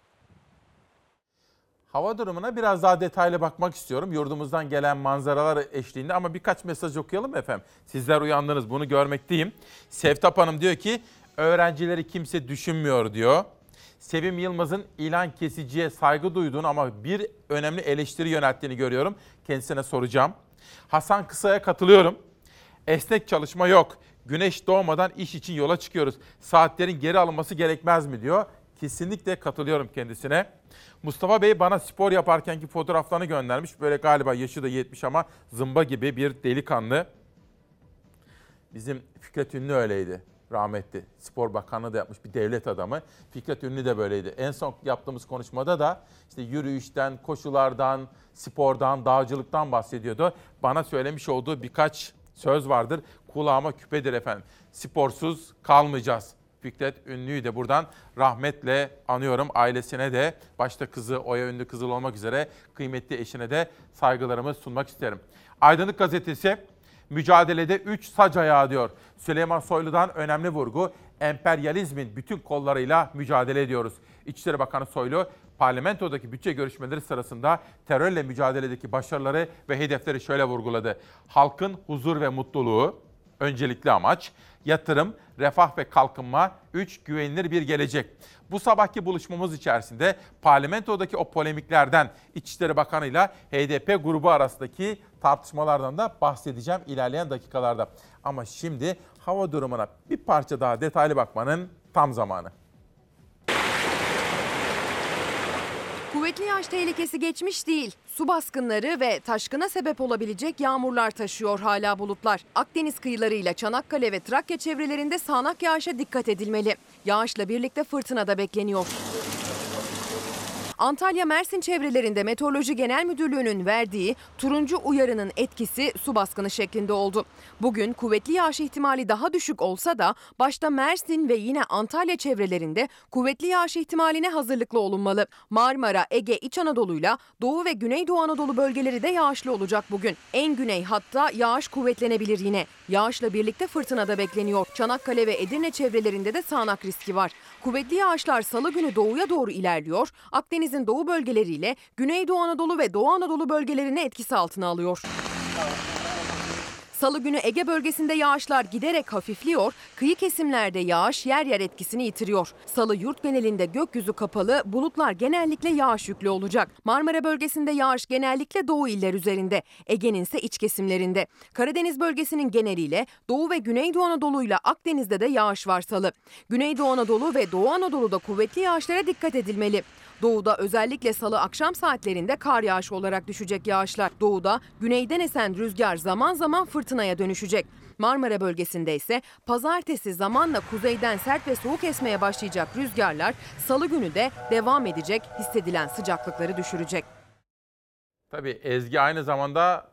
Hava durumuna biraz daha detaylı bakmak istiyorum. Yurdumuzdan gelen manzaralar eşliğinde ama birkaç mesaj okuyalım mı efendim? Sizler uyandınız, bunu görmekteyim. Sevtap Hanım diyor ki öğrencileri kimse düşünmüyor diyor. Sevim Yılmaz'ın ilan kesiciye saygı duyduğunu ama bir önemli eleştiri yönelttiğini görüyorum. Kendisine soracağım. Hasan Kısa'ya katılıyorum. Esnek çalışma yok. Güneş doğmadan iş için yola çıkıyoruz. Saatlerin geri alınması gerekmez mi diyor. Kesinlikle katılıyorum kendisine. Mustafa Bey bana spor yaparkenki fotoğraflarını göndermiş. Böyle galiba yaşı da 70 ama zımba gibi bir delikanlı. Bizim Fikret Ünlü öyleydi. Rahmetli. Spor Bakanlığı da yapmış bir devlet adamı. Fikret Ünlü de böyleydi. En son yaptığımız konuşmada da işte yürüyüşten, koşulardan, spordan, dağcılıktan bahsediyordu. Bana söylemiş olduğu birkaç söz vardır. Kulağıma küpedir efendim. Sporsuz kalmayacağız. Fikret Ünlü'yü de buradan rahmetle anıyorum. Ailesine de başta kızı Oya Ünlü Kızıl olmak üzere kıymetli eşine de saygılarımı sunmak isterim. Aydınlık Gazetesi mücadelede 3 sac ayağı diyor. Süleyman Soylu'dan önemli vurgu. Emperyalizmin bütün kollarıyla mücadele ediyoruz. İçişleri Bakanı Soylu parlamentodaki bütçe görüşmeleri sırasında terörle mücadeledeki başarıları ve hedefleri şöyle vurguladı. Halkın huzur ve mutluluğu öncelikli amaç. Yatırım, refah ve kalkınma, 3 güvenilir bir gelecek. Bu sabahki buluşmamız içerisinde parlamentodaki o polemiklerden İçişleri Bakanı ile HDP grubu arasındaki tartışmalardan da bahsedeceğim ilerleyen dakikalarda. Ama şimdi hava durumuna bir parça daha detaylı bakmanın tam zamanı. Kuvvetli yağış tehlikesi geçmiş değil. Su baskınları ve taşkına sebep olabilecek yağmurlar taşıyor hala bulutlar. Akdeniz kıyılarıyla Çanakkale ve Trakya çevrelerinde sağanak yağışa dikkat edilmeli. Yağışla birlikte fırtına da bekleniyor. Antalya, Mersin çevrelerinde Meteoroloji Genel Müdürlüğü'nün verdiği turuncu uyarının etkisi su baskını şeklinde oldu. Bugün kuvvetli yağış ihtimali daha düşük olsa da başta Mersin ve yine Antalya çevrelerinde kuvvetli yağış ihtimaline hazırlıklı olunmalı. Marmara, Ege, İç Anadolu'yla Doğu ve Güneydoğu Anadolu bölgeleri de yağışlı olacak bugün. En güney hatta yağış kuvvetlenebilir yine. Yağışla birlikte fırtına da bekleniyor. Çanakkale ve Edirne çevrelerinde de sağanak riski var. Kuvvetli yağışlar salı günü doğuya doğru ilerliyor. Akdeniz'in doğu bölgeleriyle Güneydoğu Anadolu ve Doğu Anadolu bölgelerini etkisi altına alıyor. Salı günü Ege bölgesinde yağışlar giderek hafifliyor, kıyı kesimlerde yağış yer yer etkisini yitiriyor. Salı yurt genelinde gökyüzü kapalı, bulutlar genellikle yağış yüklü olacak. Marmara bölgesinde yağış genellikle doğu iller üzerinde, Ege'nin ise iç kesimlerinde. Karadeniz bölgesinin geneliyle Doğu ve Güneydoğu Anadolu'yla Akdeniz'de de yağış var salı. Güneydoğu Anadolu ve Doğu Anadolu'da kuvvetli yağışlara dikkat edilmeli. Doğuda özellikle salı akşam saatlerinde kar yağışı olarak düşecek yağışlar. Doğuda güneyden esen rüzgar zaman zaman fırtınaya dönüşecek. Marmara bölgesinde ise pazartesi zamanla kuzeyden sert ve soğuk esmeye başlayacak rüzgarlar salı günü de devam edecek, hissedilen sıcaklıkları düşürecek. Tabii Ezgi aynı zamanda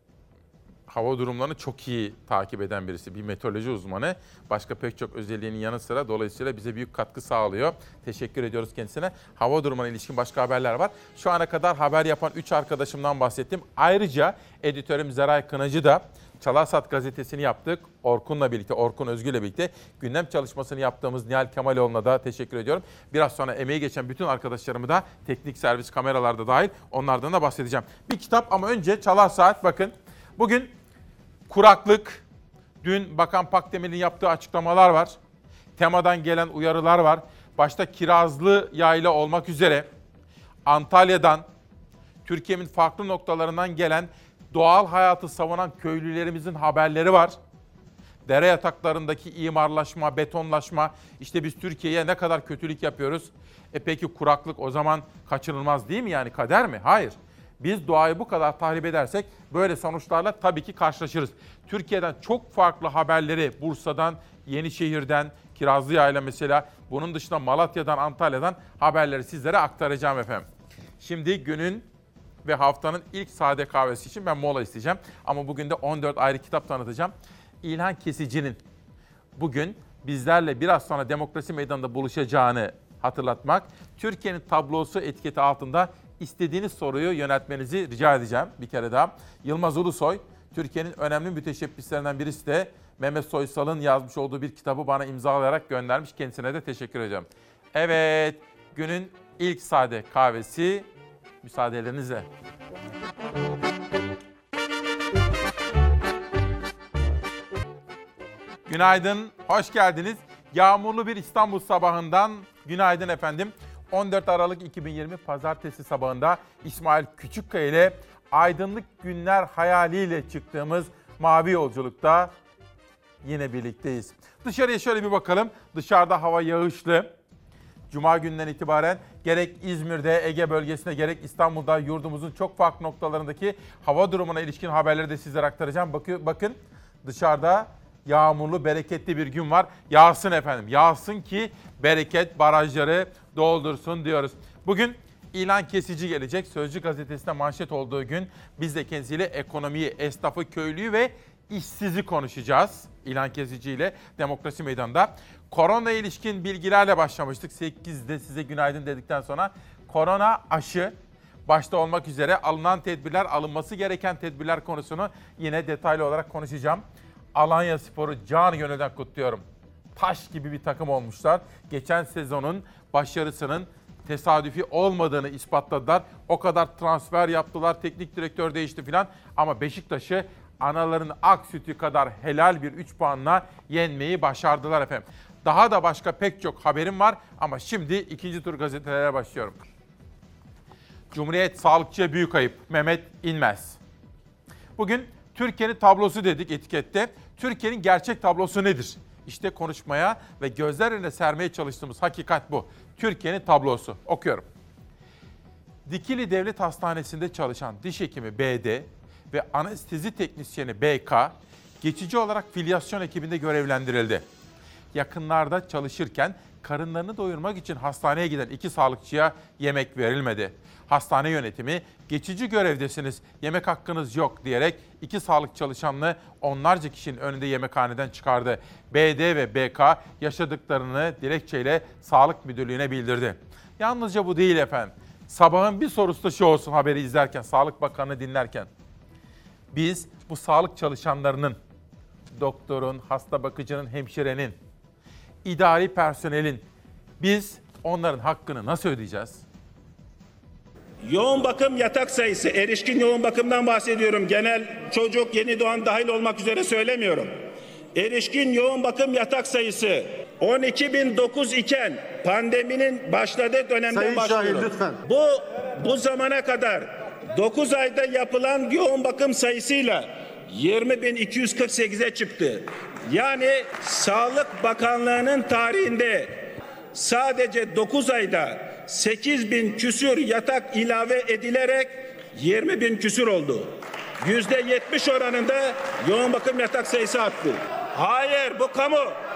hava durumlarını çok iyi takip eden birisi. Bir meteoroloji uzmanı. Başka pek çok özelliğinin yanı sıra dolayısıyla bize büyük katkı sağlıyor. Teşekkür ediyoruz kendisine. Hava durumuna ilişkin başka haberler var. Şu ana kadar haber yapan 3 arkadaşımdan bahsettim. Ayrıca editörüm Zeray Kınacı da Çalarsat gazetesini yaptık. Orkun'la birlikte, Orkun Özgür'le birlikte gündem çalışmasını yaptığımız Nihal Kemaloğlu'na da teşekkür ediyorum. Biraz sonra emeği geçen bütün arkadaşlarımı da teknik servis kameralarda dahil onlardan da bahsedeceğim. Bir kitap ama önce Çalarsat bakın. Bugün kuraklık, dün Bakan Pakdemir'in yaptığı açıklamalar var. Tema'dan gelen uyarılar var. Başta Kirazlı Yayla olmak üzere Antalya'dan, Türkiye'nin farklı noktalarından gelen doğal hayatı savunan köylülerimizin haberleri var. Dere yataklarındaki imarlaşma, betonlaşma, işte biz Türkiye'ye ne kadar kötülük yapıyoruz. Peki kuraklık o zaman kaçınılmaz değil mi, yani kader mi? Hayır. Biz doğayı bu kadar tahrip edersek böyle sonuçlarla tabii ki karşılaşırız. Türkiye'den çok farklı haberleri, Bursa'dan, Yenişehir'den, Kirazlıyayla mesela, bunun dışında Malatya'dan, Antalya'dan haberleri sizlere aktaracağım efendim. Şimdi günün ve haftanın ilk sade kahvesi için ben mola isteyeceğim. Ama bugün de 14 ayrı kitap tanıtacağım. İlhan Kesici'nin bugün bizlerle biraz sonra Demokrasi Meydanı'nda buluşacağını hatırlatmak, Türkiye'nin tablosu etiketi altında istediğiniz soruyu yöneltmenizi rica edeceğim bir kere daha. Yılmaz Ulusoy, Türkiye'nin önemli müteşebbislerinden birisi de Mehmet Soysal'ın yazmış olduğu bir kitabı bana imzalayarak göndermiş. Kendisine de teşekkür ediyorum. Evet, günün ilk sade kahvesi müsaadelerinizle. Günaydın, hoş geldiniz. Yağmurlu bir İstanbul sabahından günaydın efendim. 14 Aralık 2020 Pazartesi sabahında İsmail Küçükkaya ile aydınlık günler hayaliyle çıktığımız mavi yolculukta yine birlikteyiz. Dışarıya şöyle bir bakalım. Dışarıda hava yağışlı. Cuma gününden itibaren gerek İzmir'de, Ege bölgesinde, gerek İstanbul'da yurdumuzun çok farklı noktalarındaki hava durumuna ilişkin haberleri de sizlere aktaracağım. Bakın dışarıda yağmurlu, bereketli bir gün var. Yağsın efendim, yağsın ki bereket barajları doldursun diyoruz. Bugün İlhan Kesici gelecek. Sözcü gazetesinde manşet olduğu gün biz de kendisiyle ekonomiyi, esnafı, köylüyü ve işsizi konuşacağız. İlhan Kesici ile Demokrasi Meydanı'nda. Korona ilişkin bilgilerle başlamıştık. 8'de size günaydın dedikten sonra korona aşı başta olmak üzere alınan tedbirler, alınması gereken tedbirler konusunu yine detaylı olarak konuşacağım. Alanyaspor'u canı gönülden kutluyorum. Taş gibi bir takım olmuşlar. Geçen sezonun başarısının tesadüfi olmadığını ispatladılar. O kadar transfer yaptılar, teknik direktör değişti filan. Ama Beşiktaş'ı anaların ak sütü kadar helal bir 3 puanla yenmeyi başardılar efendim. Daha da başka pek çok haberim var ama şimdi ikinci tur gazetelere başlıyorum. Cumhuriyet sağlıkçıya büyük ayıp. Mehmet İnmez. Bugün Türkiye'nin tablosu dedik etikette. Türkiye'nin gerçek tablosu nedir? İşte konuşmaya ve gözler önüne sermeye çalıştığımız hakikat bu. Türkiye'nin tablosu. Okuyorum. Dikili Devlet Hastanesi'nde çalışan diş hekimi BD ve anestezi teknisyeni BK geçici olarak filyasyon ekibinde görevlendirildi. Yakınlarda çalışırken karınlarını doyurmak için hastaneye giden 2 sağlıkçıya yemek verilmedi. Hastane yönetimi geçici görevdesiniz, yemek hakkınız yok diyerek 2 sağlık çalışanını onlarca kişinin önünde yemekhaneden çıkardı. BD ve BK yaşadıklarını dilekçeyle Sağlık Müdürlüğü'ne bildirdi. Yalnızca bu değil efendim. Sabahın bir sorusu da şu olsun haberi izlerken, Sağlık Bakanı'nı dinlerken. Biz bu sağlık çalışanlarının, doktorun, hasta bakıcının, hemşirenin, idari personelin, biz onların hakkını nasıl ödeyeceğiz? Yoğun bakım yatak sayısı, erişkin yoğun bakımdan bahsediyorum. Genel çocuk, yeni doğan dahil olmak üzere söylemiyorum. Erişkin yoğun bakım yatak sayısı 12.009 iken pandeminin başladığı dönemden başlıyorum. Lütfen. Bu zamana kadar 9 ayda yapılan yoğun bakım sayısıyla 20.248'e çıktı. Yani Sağlık Bakanlığı'nın tarihinde sadece 9 ayda 8.000 küsür yatak ilave edilerek 20.000 küsür oldu. %70 oranında yoğun bakım yatak sayısı arttı. Hayır, bu kamu.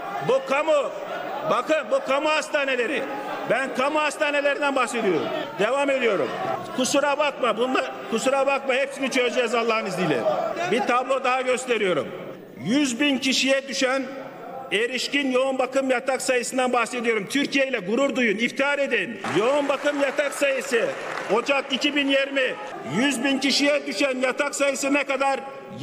Bakın, bu kamu hastaneleri. Ben kamu hastanelerinden bahsediyorum. Devam ediyorum. Kusura bakma hepsini çözeceğiz Allah'ın izniyle. Bir tablo daha gösteriyorum. 100.000 kişiye düşen erişkin yoğun bakım yatak sayısından bahsediyorum. Türkiye ile gurur duyun, iftihar edin. Yoğun bakım yatak sayısı Ocak 2020 100.000 kişiye düşen yatak sayısı ne kadar?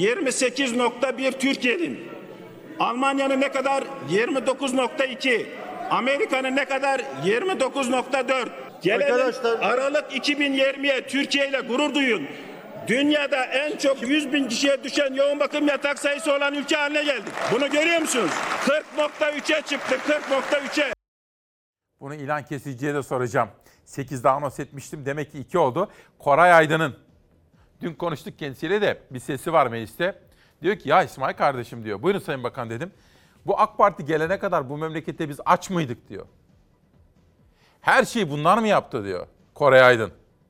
28.1 Türkiye'nin. Almanya'nın ne kadar? 29.2. Amerika'nın ne kadar? 29.4. Gelelim Aralık 2020'ye Türkiye ile gurur duyun. Dünyada en çok 100.000 kişiye düşen yoğun bakım yatak sayısı olan ülke haline geldik. Bunu görüyor musunuz? 40.3'e çıktı, 40.3'e. Bunu ilan kesiciye de soracağım. 8'de anons etmiştim. Demek ki 2 oldu. Koray Aydın'ın. Dün konuştuk kendisiyle de bir sesi var mecliste. Diyor ki ya İsmail kardeşim diyor. Buyurun Sayın Bakan dedim. Bu AK Parti gelene kadar bu memlekette biz aç mıydık diyor. Her şeyi bunlar mı yaptı diyor Koray Aydın.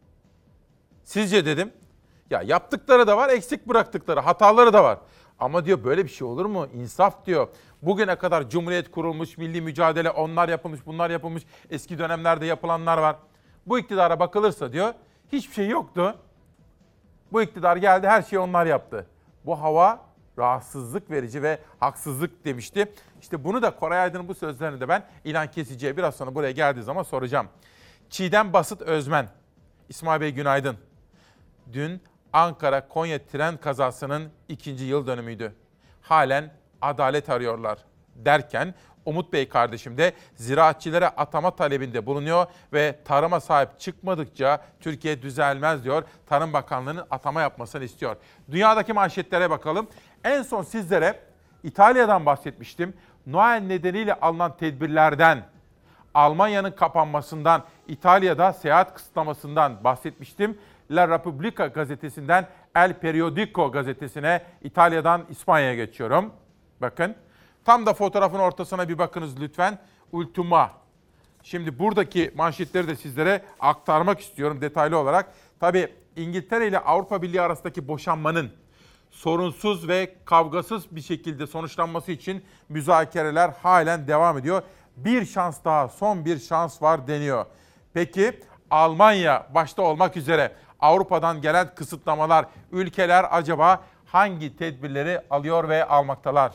Sizce dedim. Ya yaptıkları da var, eksik bıraktıkları, hataları da var. Ama diyor böyle bir şey olur mu? İnsaf diyor. Bugüne kadar Cumhuriyet kurulmuş, milli mücadele, onlar yapılmış, bunlar yapılmış. Eski dönemlerde yapılanlar var. Bu iktidara bakılırsa diyor, hiçbir şey yoktu. Bu iktidar geldi, her şeyi onlar yaptı. Bu hava rahatsızlık verici ve haksızlık demişti. İşte bunu da Koray Aydın'ın bu sözlerini de ben ilan kesiciye biraz sonra buraya geldiği zaman soracağım. Çiğdem Basıt Özmen, İsmail Bey günaydın. Dün Ankara-Konya tren kazasının 2. yıl dönümüydü. Halen adalet arıyorlar derken Umut Bey kardeşim de ziraatçilere atama talebinde bulunuyor ve tarıma sahip çıkmadıkça Türkiye düzelmez diyor. Tarım Bakanlığı'nın atama yapmasını istiyor. Dünyadaki manşetlere bakalım. En son sizlere İtalya'dan bahsetmiştim. Noel nedeniyle alınan tedbirlerden, Almanya'nın kapanmasından, İtalya'da seyahat kısıtlamasından bahsetmiştim. La Repubblica gazetesinden El Periodico gazetesine, İtalya'dan İspanya'ya geçiyorum. Bakın, tam da fotoğrafın ortasına bir bakınız lütfen. Ultima. Şimdi buradaki manşetleri de sizlere aktarmak istiyorum detaylı olarak. Tabii İngiltere ile Avrupa Birliği arasındaki boşanmanın sorunsuz ve kavgasız bir şekilde sonuçlanması için müzakereler halen devam ediyor. Bir şans daha, son bir şans var deniyor. Peki Almanya başta olmak üzere Avrupa'dan gelen kısıtlamalar, ülkeler acaba hangi tedbirleri alıyor ve almaktalar?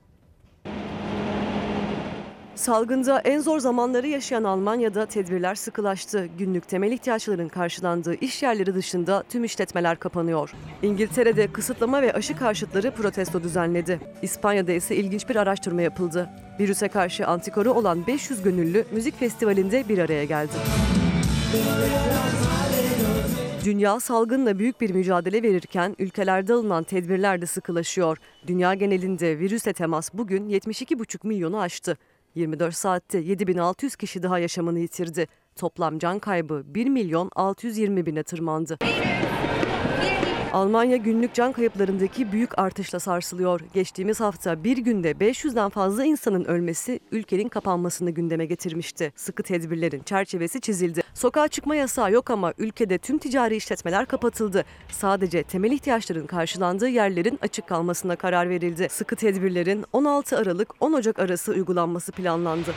Salgında en zor zamanları yaşayan Almanya'da tedbirler sıkılaştı. Günlük temel ihtiyaçların karşılandığı iş yerleri dışında tüm işletmeler kapanıyor. İngiltere'de kısıtlama ve aşı karşıtları protesto düzenledi. İspanya'da ise ilginç bir araştırma yapıldı. Virüse karşı antikoru olan 500 gönüllü müzik festivalinde bir araya geldi. Dünya salgınla büyük bir mücadele verirken ülkelerde alınan tedbirler de sıkılaşıyor. Dünya genelinde virüse temas bugün 72,5 milyonu aştı. 24 saatte 7.600 kişi daha yaşamını yitirdi. Toplam can kaybı 1.620.000'e tırmandı. Almanya günlük can kayıplarındaki büyük artışla sarsılıyor. Geçtiğimiz hafta bir günde 500'den fazla insanın ölmesi ülkenin kapanmasını gündeme getirmişti. Sıkı tedbirlerin çerçevesi çizildi. Sokağa çıkma yasağı yok ama ülkede tüm ticari işletmeler kapatıldı. Sadece temel ihtiyaçların karşılandığı yerlerin açık kalmasına karar verildi. Sıkı tedbirlerin 16 Aralık-10 Ocak arası uygulanması planlandı.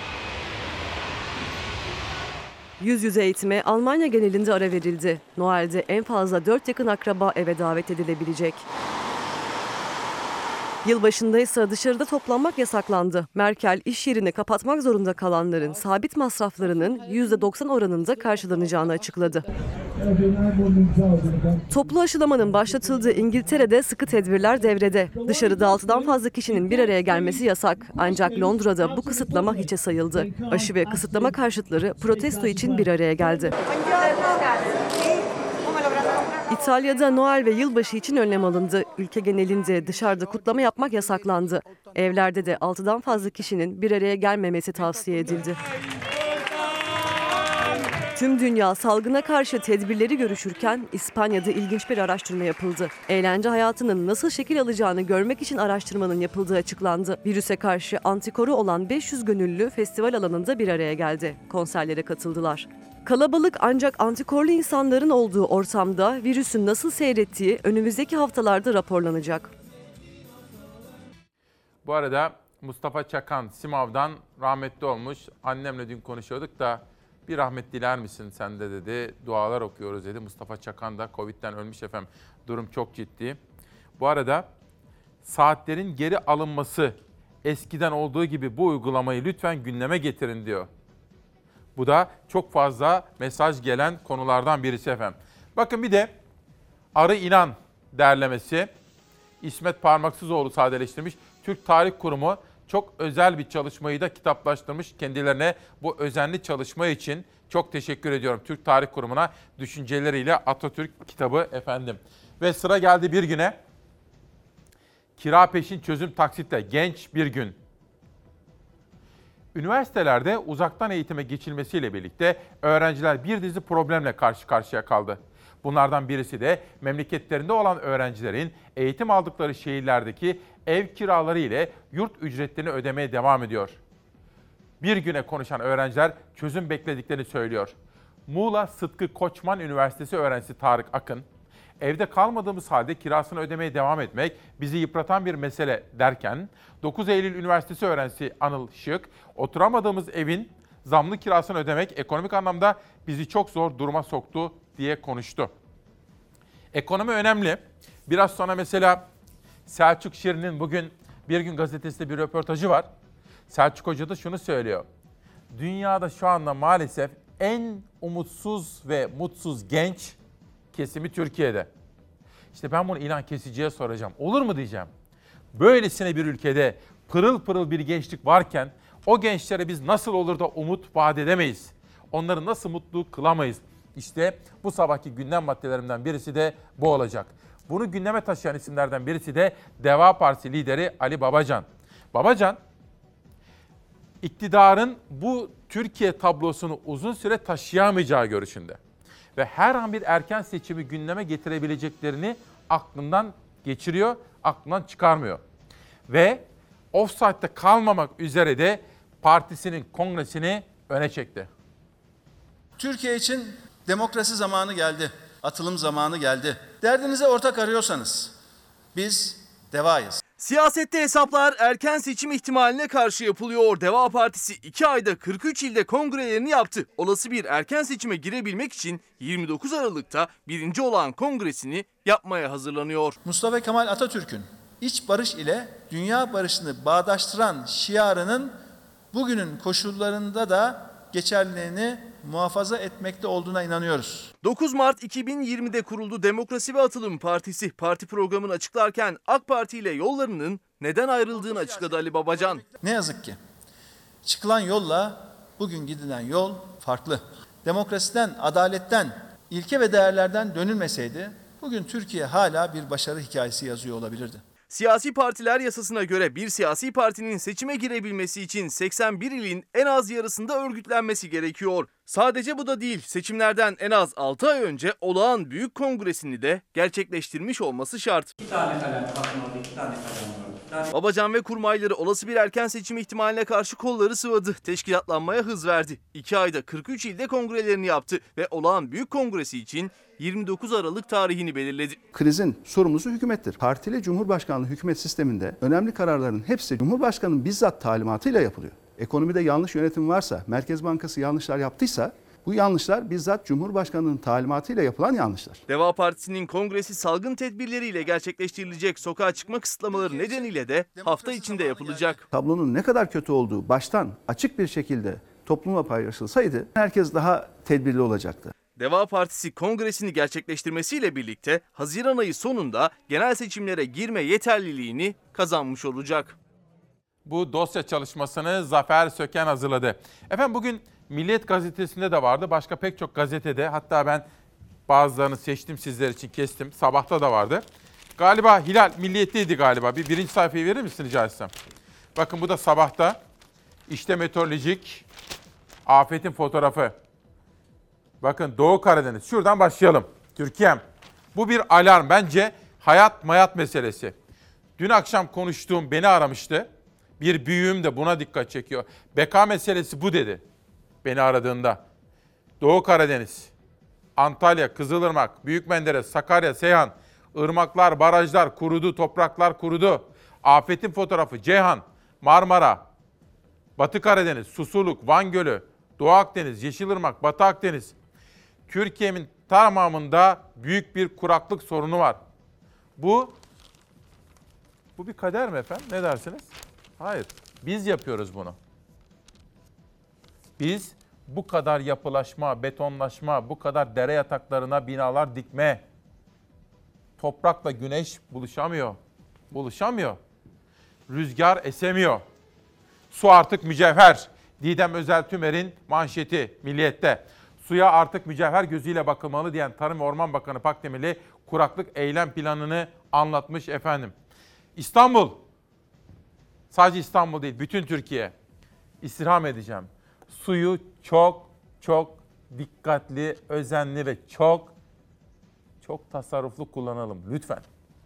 Yüz yüze eğitime Almanya genelinde ara verildi. Noel'de en fazla 4 yakın akraba eve davet edilebilecek. Yılbaşında ise dışarıda toplanmak yasaklandı. Merkel iş yerini kapatmak zorunda kalanların sabit masraflarının %90 oranında karşılanacağını açıkladı. Toplu aşılamanın başlatıldığı İngiltere'de sıkı tedbirler devrede. Dışarıda 6'dan fazla kişinin bir araya gelmesi yasak. Ancak Londra'da bu kısıtlama hiçe sayıldı. Aşı ve kısıtlama karşıtları protesto için bir araya geldi. İtalya'da Noel ve yılbaşı için önlem alındı. Ülke genelinde dışarıda kutlama yapmak yasaklandı. Evlerde de 6'dan fazla kişinin bir araya gelmemesi tavsiye edildi. Tüm dünya salgına karşı tedbirleri görüşürken İspanya'da ilginç bir araştırma yapıldı. Eğlence hayatının nasıl şekil alacağını görmek için araştırmanın yapıldığı açıklandı. Virüse karşı antikoru olan 500 gönüllü festival alanında bir araya geldi. Konserlere katıldılar. Kalabalık ancak antikorlu insanların olduğu ortamda virüsün nasıl seyrettiği önümüzdeki haftalarda raporlanacak. Bu arada Mustafa Çakan Simav'dan rahmetli olmuş. Annemle dün konuşuyorduk da bir rahmet diler misin sen de dedi. Dualar okuyoruz dedi. Mustafa Çakan da Covid'den ölmüş efendim. Durum çok ciddi. Bu arada saatlerin geri alınması eskiden olduğu gibi bu uygulamayı lütfen gündeme getirin diyor. Bu da çok fazla mesaj gelen konulardan birisi efendim. Bakın bir de Arı İnan derlemesi İsmet Parmaksızoğlu sadeleştirmiş. Türk Tarih Kurumu çok özel bir çalışmayı da kitaplaştırmış. Kendilerine bu özenli çalışma için çok teşekkür ediyorum. Türk Tarih Kurumu'na düşünceleriyle Atatürk kitabı efendim. Ve sıra geldi bir güne. Kira peşin çözüm taksitle genç bir gün. Üniversitelerde uzaktan eğitime geçilmesiyle birlikte öğrenciler bir dizi problemle karşı karşıya kaldı. Bunlardan birisi de memleketlerinde olan öğrencilerin eğitim aldıkları şehirlerdeki ev kiraları ile yurt ücretlerini ödemeye devam ediyor. Bir güne konuşan öğrenciler çözüm beklediklerini söylüyor. Muğla Sıtkı Koçman Üniversitesi öğrencisi Tarık Akın, evde kalmadığımız halde kirasını ödemeye devam etmek bizi yıpratan bir mesele derken, 9 Eylül Üniversitesi öğrencisi Anıl Şık, oturamadığımız evin zamlı kirasını ödemek ekonomik anlamda bizi çok zor duruma soktu diye konuştu. Ekonomi önemli. Biraz sonra mesela Selçuk Şirin'in bugün Bir Gün Gazetesi'nde bir röportajı var. Selçuk Hoca da şunu söylüyor. Dünyada şu anda maalesef en umutsuz ve mutsuz genç kesimi Türkiye'de. İşte ben bunu İlhan Kesici'ye soracağım. Olur mu diyeceğim. Böylesine bir ülkede pırıl pırıl bir gençlik varken o gençlere biz nasıl olur da umut vaat edemeyiz? Onları nasıl mutlu kılamayız? İşte bu sabahki gündem maddelerimden birisi de bu olacak. Bunu gündeme taşıyan isimlerden birisi de Deva Partisi lideri Ali Babacan. Babacan, iktidarın bu Türkiye tablosunu uzun süre taşıyamayacağı görüşünde. Ve her an bir erken seçimi gündeme getirebileceklerini aklından geçiriyor, aklından çıkarmıyor. Ve ofsaytta kalmamak üzere de partisinin kongresini öne çekti. Türkiye için demokrasi zamanı geldi, atılım zamanı geldi. Derdinize ortak arıyorsanız biz Deva'yız. Siyasette hesaplar erken seçim ihtimaline karşı yapılıyor. Deva Partisi 2 ayda 43 ilde kongrelerini yaptı. Olası bir erken seçime girebilmek için 29 Aralık'ta 1. olağan kongresini yapmaya hazırlanıyor. Mustafa Kemal Atatürk'ün iç barış ile dünya barışını bağdaştıran şiarının bugünün koşullarında da geçerliliğini muhafaza etmekte olduğuna inanıyoruz. 9 Mart 2020'de kuruldu Demokrasi ve Atılım Partisi. Parti programını açıklarken AK Parti ile yollarının neden ayrıldığını açıkladı Ali Babacan. Ne yazık ki çıkılan yolla bugün gidilen yol farklı. Demokrasiden, adaletten, ilke ve değerlerden dönülmeseydi bugün Türkiye hala bir başarı hikayesi yazıyor olabilirdi. Siyasi partiler yasasına göre bir siyasi partinin seçime girebilmesi için 81 ilin en az yarısında örgütlenmesi gerekiyor. Sadece bu da değil, seçimlerden en az 6 ay önce olağan büyük kongresini de gerçekleştirmiş olması şart. 2 tane kalem takmalı, 2 tane kalem var. Babacan ve kurmayları olası bir erken seçim ihtimaline karşı kolları sıvadı. Teşkilatlanmaya hız verdi. 2 ayda 43 ilde kongrelerini yaptı ve olağan büyük kongresi için 29 Aralık tarihini belirledi. Krizin sorumlusu hükümettir. Partili Cumhurbaşkanlığı hükümet sisteminde önemli kararların hepsi Cumhurbaşkanı'nın bizzat talimatıyla yapılıyor. Ekonomide yanlış yönetim varsa, Merkez Bankası yanlışlar yaptıysa bu yanlışlar bizzat Cumhurbaşkanı'nın talimatıyla yapılan yanlışlar. Deva Partisi'nin kongresi salgın tedbirleriyle gerçekleştirilecek. Sokağa çıkma kısıtlamaları nedeniyle de hafta içinde yapılacak. Tablonun ne kadar kötü olduğu baştan açık bir şekilde toplumla paylaşılsaydı herkes daha tedbirli olacaktı. Deva Partisi kongresini gerçekleştirmesiyle birlikte Haziran ayı sonunda genel seçimlere girme yeterliliğini kazanmış olacak. Bu dosya çalışmasını Zafer Söken hazırladı. Efendim bugün Milliyet Gazetesi'nde de vardı. Başka pek çok gazetede, hatta ben Bazılarını seçtim sizler için, kestim. Sabahta da vardı. Galiba Hilal Milliyet'teydi galiba. Birinci sayfayı verir misin rica etsem? Bakın bu da Sabah'ta. İşte meteorolojik afetin fotoğrafı. Bakın Doğu Karadeniz. Şuradan başlayalım. Türkiye'm. Bu bir alarm. Bence hayat mayat meselesi. Dün akşam konuştuğum beni aramıştı. Bir büyüğüm de buna dikkat çekiyor. Beka meselesi bu dedi. Beni aradığında. Doğu Karadeniz, Antalya, Kızılırmak, Büyük Menderes, Sakarya, Seyhan, ırmaklar, barajlar kurudu, topraklar kurudu. Afetin fotoğrafı Ceyhan, Marmara, Batı Karadeniz, Susurluk, Van Gölü, Doğu Akdeniz, Yeşilırmak, Batı Akdeniz. Türkiye'nin tamamında büyük bir kuraklık sorunu var. Bu bir kader mi efendim? Ne dersiniz? Hayır. Biz yapıyoruz bunu. Biz bu kadar yapılaşma, betonlaşma, bu kadar dere yataklarına binalar dikme. Toprakla güneş buluşamıyor. Rüzgar esemiyor. Su artık mücevher. Didem Özel Tümer'in manşeti Milliyet'te. Suya artık mücevher gözüyle bakılmalı diyen Tarım ve Orman Bakanı Pakdemirli kuraklık eylem planını anlatmış efendim. İstanbul, sadece İstanbul değil, bütün Türkiye. İstirham edeceğim. Suyu çok dikkatli, özenli ve çok tasarruflu kullanalım lütfen.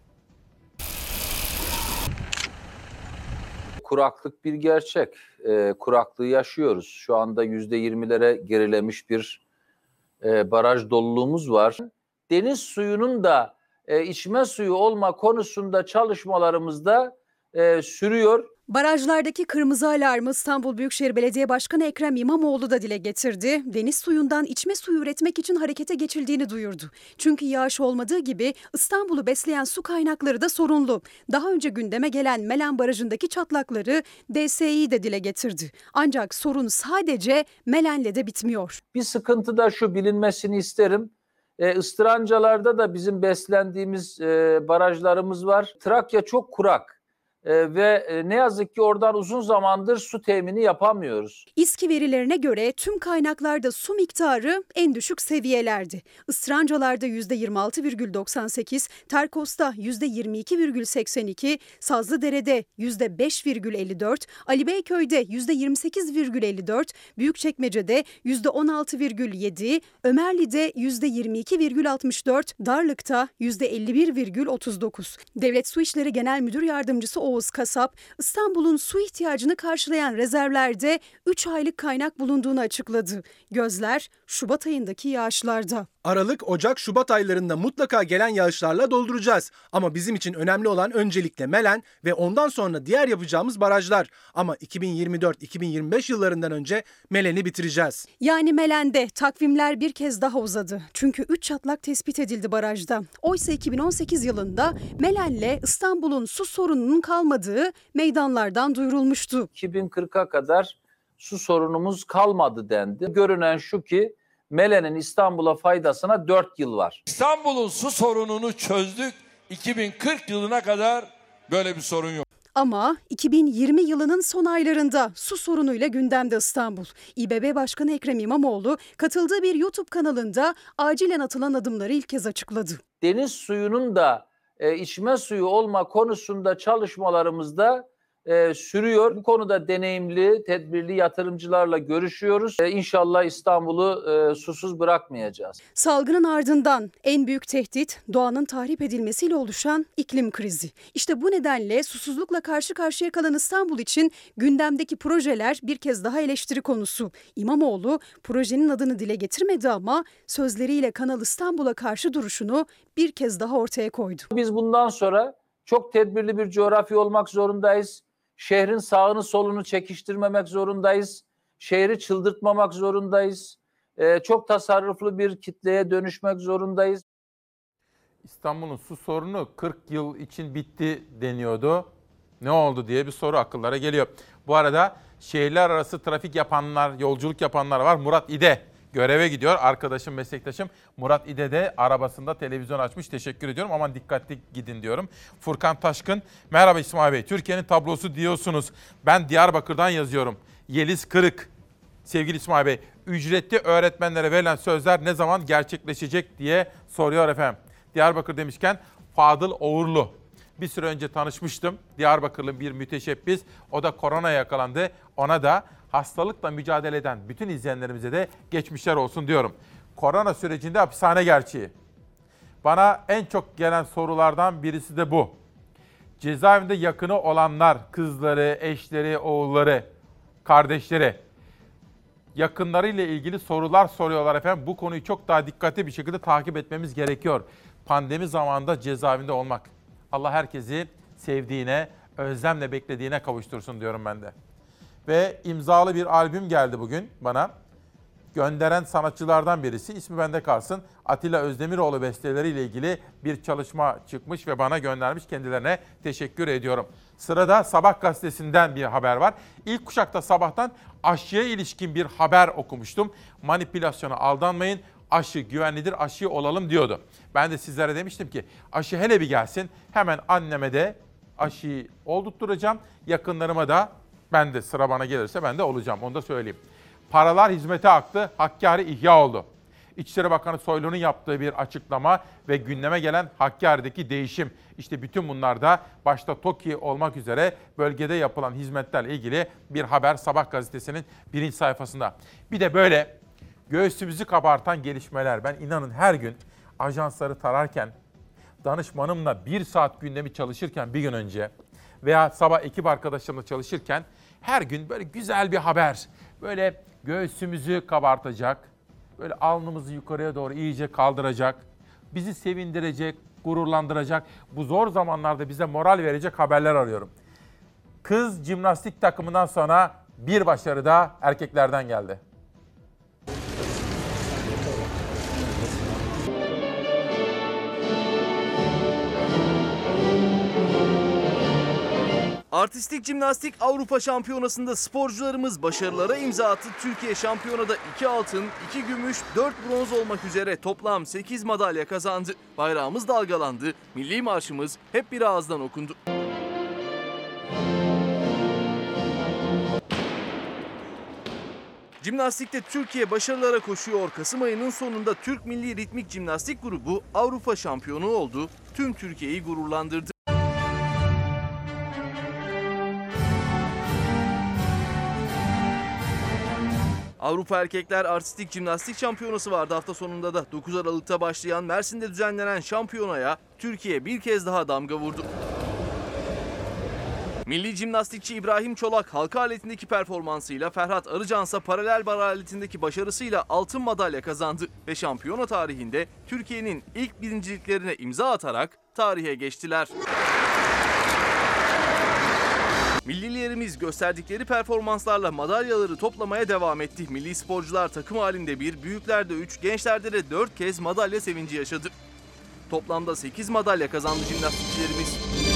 Kuraklık bir gerçek. Kuraklığı yaşıyoruz. Şu anda %20'lere gerilemiş bir baraj doluluğumuz var. Deniz suyunun da içme suyu olma konusunda çalışmalarımızda sürüyor. Barajlardaki kırmızı alarmı İstanbul Büyükşehir Belediye Başkanı Ekrem İmamoğlu da dile getirdi. Deniz suyundan içme suyu üretmek için harekete geçildiğini duyurdu. Çünkü yağış olmadığı gibi İstanbul'u besleyen su kaynakları da sorunlu. Daha önce gündeme gelen Melen Barajı'ndaki çatlakları DSİ de dile getirdi. Ancak sorun sadece Melen'le de bitmiyor. Bir sıkıntı da şu, bilinmesini isterim. Istırancalarda da bizim beslendiğimiz barajlarımız var. Trakya çok kurak. Ve ne yazık ki oradan uzun zamandır su temini yapamıyoruz. İSKİ verilerine göre tüm kaynaklarda su miktarı en düşük seviyelerde. Istırancalarda %26,98, Terkos'ta %22,82, Sazlıdere'de %5,54, Ali Beyköy'de %28,54, Büyükçekmece'de %16,7, Ömerli'de %22,64, Darlık'ta %51,39. Devlet Su İşleri Genel Müdür Yardımcısı Oğuz Kasap, İstanbul'un su ihtiyacını karşılayan rezervlerde 3 aylık kaynak bulunduğunu açıkladı. Gözler Şubat ayındaki yağışlarda. Aralık, Ocak, Şubat aylarında mutlaka gelen yağışlarla dolduracağız. Ama bizim için önemli olan öncelikle Melen ve ondan sonra diğer yapacağımız barajlar. Ama 2024-2025 yıllarından önce Melen'i bitireceğiz. Yani Melen'de takvimler bir kez daha uzadı. Çünkü 3 çatlak tespit edildi barajda. Oysa 2018 yılında Melen'le İstanbul'un su sorununun kalmadığı meydanlardan duyurulmuştu. 2040'a kadar su sorunumuz kalmadı dendi. Görünen şu ki Melen'in İstanbul'a faydasına 4 yıl var. İstanbul'un su sorununu çözdük. 2040 yılına kadar böyle bir sorun yok. Ama 2020 yılının son aylarında su sorunuyla gündemde İstanbul. İBB Başkanı Ekrem İmamoğlu katıldığı bir YouTube kanalında acilen atılan adımları ilk kez açıkladı. Deniz suyunun da içme suyu olma konusunda çalışmalarımızda sürüyor. Bu konuda deneyimli, tedbirli yatırımcılarla görüşüyoruz. İnşallah İstanbul'u susuz bırakmayacağız. Salgının ardından en büyük tehdit doğanın tahrip edilmesiyle oluşan iklim krizi. İşte bu nedenle susuzlukla karşı karşıya kalan İstanbul için gündemdeki projeler bir kez daha eleştiri konusu. İmamoğlu projenin adını dile getirmedi ama sözleriyle Kanal İstanbul'a karşı duruşunu bir kez daha ortaya koydu. Biz bundan sonra çok tedbirli bir coğrafya olmak zorundayız. Şehrin sağını solunu çekiştirmemek zorundayız. Şehri çıldırtmamak zorundayız. Çok tasarruflu bir kitleye dönüşmek zorundayız. İstanbul'un su sorunu 40 yıl için bitti deniyordu. Ne oldu diye bir soru akıllara geliyor. Bu arada şehirler arası trafik yapanlar, yolculuk yapanlar var. Murat İde göreve gidiyor. Arkadaşım, meslektaşım Murat İde de arabasında televizyon açmış. Teşekkür ediyorum. Aman dikkatli gidin diyorum. Furkan Taşkın, merhaba İsmail Bey. Türkiye'nin tablosu diyorsunuz. Ben Diyarbakır'dan yazıyorum. Yeliz Kırık. Sevgili İsmail Bey, ücretli öğretmenlere verilen sözler ne zaman gerçekleşecek diye soruyor efendim. Diyarbakır demişken Fadıl Oğurlu. Bir süre önce tanışmıştım. Diyarbakırlı bir müteşebbis. O da koronaya yakalandı. Ona da hastalıkla mücadele eden bütün izleyenlerimize de geçmişler olsun diyorum. Korona sürecinde hapishane gerçeği. Bana en çok gelen sorulardan birisi de bu. Cezaevinde yakını olanlar, kızları, eşleri, oğulları, kardeşleri, yakınlarıyla ilgili sorular soruyorlar efendim. Bu konuyu çok daha dikkatli bir şekilde takip etmemiz gerekiyor. Pandemi zamanında cezaevinde olmak. Allah herkesi sevdiğine, özlemle beklediğine kavuştursun diyorum ben de. Ve imzalı bir albüm geldi bugün bana. Gönderen sanatçılardan birisi, ismi bende kalsın. Atilla Özdemiroğlu besteleriyle ilgili bir çalışma çıkmış ve bana göndermiş. Kendilerine teşekkür ediyorum. Sırada Sabah gazetesinden bir haber var. İlk Kuşak'ta sabahtan aşıya ilişkin bir haber okumuştum. Manipülasyona aldanmayın, aşı güvenlidir, aşı olalım diyordu. Ben de sizlere demiştim ki aşı hele bir gelsin, hemen anneme de aşıyı oldurtturacağım. Yakınlarıma da, ben de sıra bana gelirse ben de olacağım, onu da söyleyeyim. Paralar hizmete aktı, Hakkari ihya oldu. İçişleri Bakanı Soylu'nun yaptığı bir açıklama ve gündeme gelen Hakkari'deki değişim. İşte bütün bunlar da başta TOKİ olmak üzere bölgede yapılan hizmetlerle ilgili bir haber Sabah gazetesinin birinci sayfasında. Bir de böyle göğsümüzü kabartan gelişmeler. Ben inanın her gün ajansları tararken, danışmanımla 1 saat gündemi çalışırken bir gün önce veya sabah ekip arkadaşlarımla çalışırken her gün böyle güzel bir haber, böyle göğsümüzü kabartacak, böyle alnımızı yukarıya doğru iyice kaldıracak, bizi sevindirecek, gururlandıracak, bu zor zamanlarda bize moral verecek haberler arıyorum. Kız jimnastik takımından sonra bir başarı da erkeklerden geldi. Artistik jimnastik Avrupa Şampiyonası'nda sporcularımız başarılara imza attı. Türkiye şampiyonada 2 altın, 2 gümüş, 4 bronz olmak üzere toplam 8 madalya kazandı. Bayrağımız dalgalandı, milli marşımız hep bir ağızdan okundu. Jimnastikte Türkiye başarılara koşuyor. Kasım ayının sonunda Türk Milli Ritmik Jimnastik Grubu Avrupa şampiyonu oldu. Tüm Türkiye'yi gururlandırdı. Avrupa Erkekler Artistik Jimnastik Şampiyonası vardı hafta sonunda da. 9 Aralık'ta başlayan Mersin'de düzenlenen şampiyonaya Türkiye bir kez daha damga vurdu. Milli jimnastikçi İbrahim Çolak halka aletindeki performansıyla, Ferhat Arıcansa paralel bar aletindeki başarısıyla altın madalya kazandı ve şampiyona tarihinde Türkiye'nin ilk birinciliklerine imza atarak tarihe geçtiler. Millilerimiz gösterdikleri performanslarla madalyaları toplamaya devam etti. Milli sporcular takım halinde 1, büyüklerde 3, gençlerde de 4 kez madalya sevinci yaşadı. Toplamda 8 madalya kazandı jimnastikçilerimiz.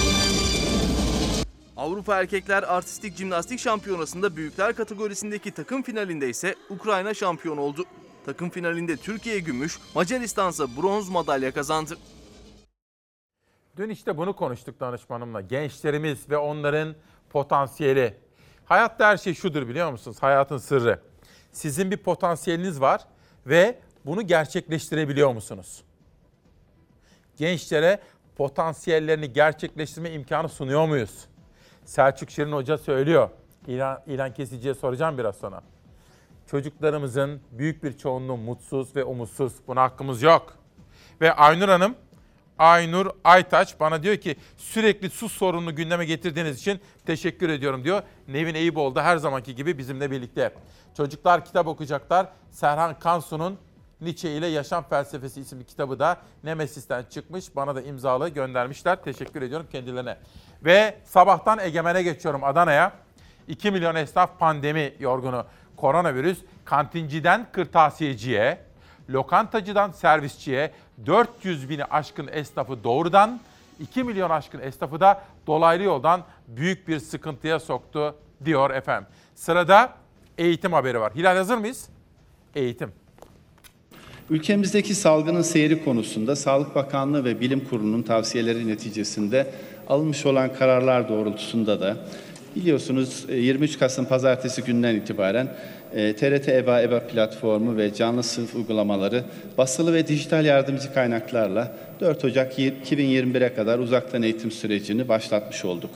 Avrupa Erkekler Artistik Jimnastik Şampiyonası'nda büyükler kategorisindeki takım finalinde ise Ukrayna şampiyon oldu. Takım finalinde Türkiye gümüş, Macaristan ise bronz madalya kazandı. Dün işte bunu konuştuk danışmanımla. Gençlerimiz ve onların potansiyeli. Hayatta her şey şudur biliyor musunuz? Hayatın sırrı. Sizin bir potansiyeliniz var ve bunu gerçekleştirebiliyor musunuz? Gençlere potansiyellerini gerçekleştirme imkanı sunuyor muyuz? Selçuk Şirin Hoca söylüyor. İlhan Kesici'ye soracağım biraz sonra. Çocuklarımızın büyük bir çoğunluğu mutsuz ve umutsuz. Buna hakkımız yok. Ve Aynur Aytaç bana diyor ki sürekli su sorununu gündeme getirdiğiniz için teşekkür ediyorum diyor. Nevin Eyüboğlu da her zamanki gibi bizimle birlikte. Çocuklar kitap okuyacaklar. Serhan Kansu'nun Nietzsche ile Yaşam Felsefesi isimli kitabı da Nemesis'ten çıkmış. Bana da imzalı göndermişler. Teşekkür ediyorum kendilerine. Ve sabahtan Egemen'e geçiyorum Adana'ya. 2 milyon esnaf pandemi yorgunu. Koronavirüs kantinciden kırtasiyeciye, lokantacıdan servisçiye 400 bini aşkın esnafı doğrudan, 2 milyon aşkın esnafı da dolaylı yoldan büyük bir sıkıntıya soktu diyor efendim. Sırada eğitim haberi var. Hilal hazır mıyız? Eğitim. Ülkemizdeki salgının seyri konusunda Sağlık Bakanlığı ve Bilim Kurulu'nun tavsiyeleri neticesinde alınmış olan kararlar doğrultusunda da Biliyorsunuz 23 Kasım Pazartesi günden itibaren TRT EBA platformu ve canlı sınıf uygulamaları basılı ve dijital yardımcı kaynaklarla 4 Ocak 2021'e kadar uzaktan eğitim sürecini başlatmış olduk.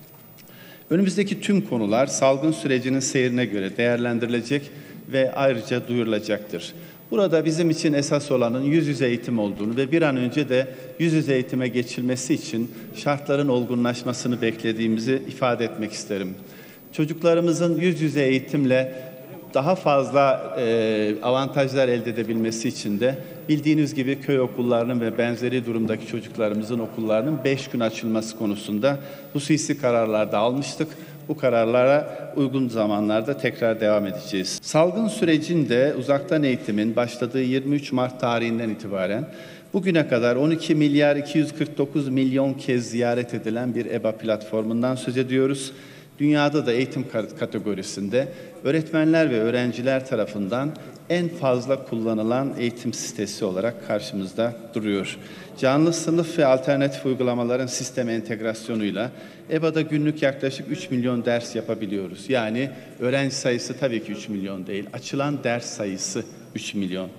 Önümüzdeki tüm konular salgın sürecinin seyrine göre değerlendirilecek ve ayrıca duyurulacaktır. Burada bizim için esas olanın yüz yüze eğitim olduğunu ve bir an önce de yüz yüze eğitime geçilmesi için şartların olgunlaşmasını beklediğimizi ifade etmek isterim. Çocuklarımızın yüz yüze eğitimle daha fazla avantajlar elde edebilmesi için de bildiğiniz gibi köy okullarının ve benzeri durumdaki çocuklarımızın okullarının 5 gün açılması konusunda hususi kararlar da almıştık. Bu kararlara uygun zamanlarda tekrar devam edeceğiz. Salgın sürecinde uzaktan eğitimin başladığı 23 Mart tarihinden itibaren bugüne kadar 12 milyar 249 milyon kez ziyaret edilen bir EBA platformundan söz ediyoruz. Dünyada da eğitim kategorisinde öğretmenler ve öğrenciler tarafından en fazla kullanılan eğitim sitesi olarak karşımızda duruyor. Canlı sınıf ve alternatif uygulamaların sisteme entegrasyonuyla EBA'da günlük yaklaşık 3 milyon ders yapabiliyoruz. Yani öğrenci sayısı tabii ki 3 milyon değil, açılan ders sayısı 3 milyon.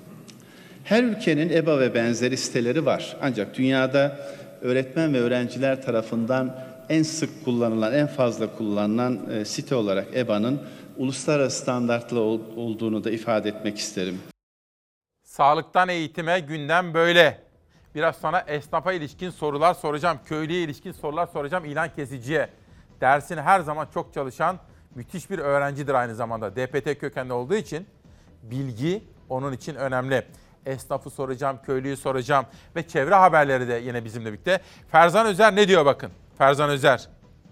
Her ülkenin EBA ve benzeri siteleri var. Ancak dünyada öğretmen ve öğrenciler tarafından en sık kullanılan, en fazla kullanılan site olarak EBA'nın uluslararası standartlı olduğunu da ifade etmek isterim. Sağlıktan eğitime gündem böyle. Biraz sonra esnafa ilişkin sorular soracağım. Köylüye ilişkin sorular soracağım İlhan Kesici'ye. Dersini her zaman çok çalışan müthiş bir öğrencidir aynı zamanda. DPT kökenli olduğu için bilgi onun için önemli. Esnafı soracağım, köylüyü soracağım ve çevre haberleri de yine bizimle birlikte. Ferzan Özer ne diyor bakın? Ferzan Özer.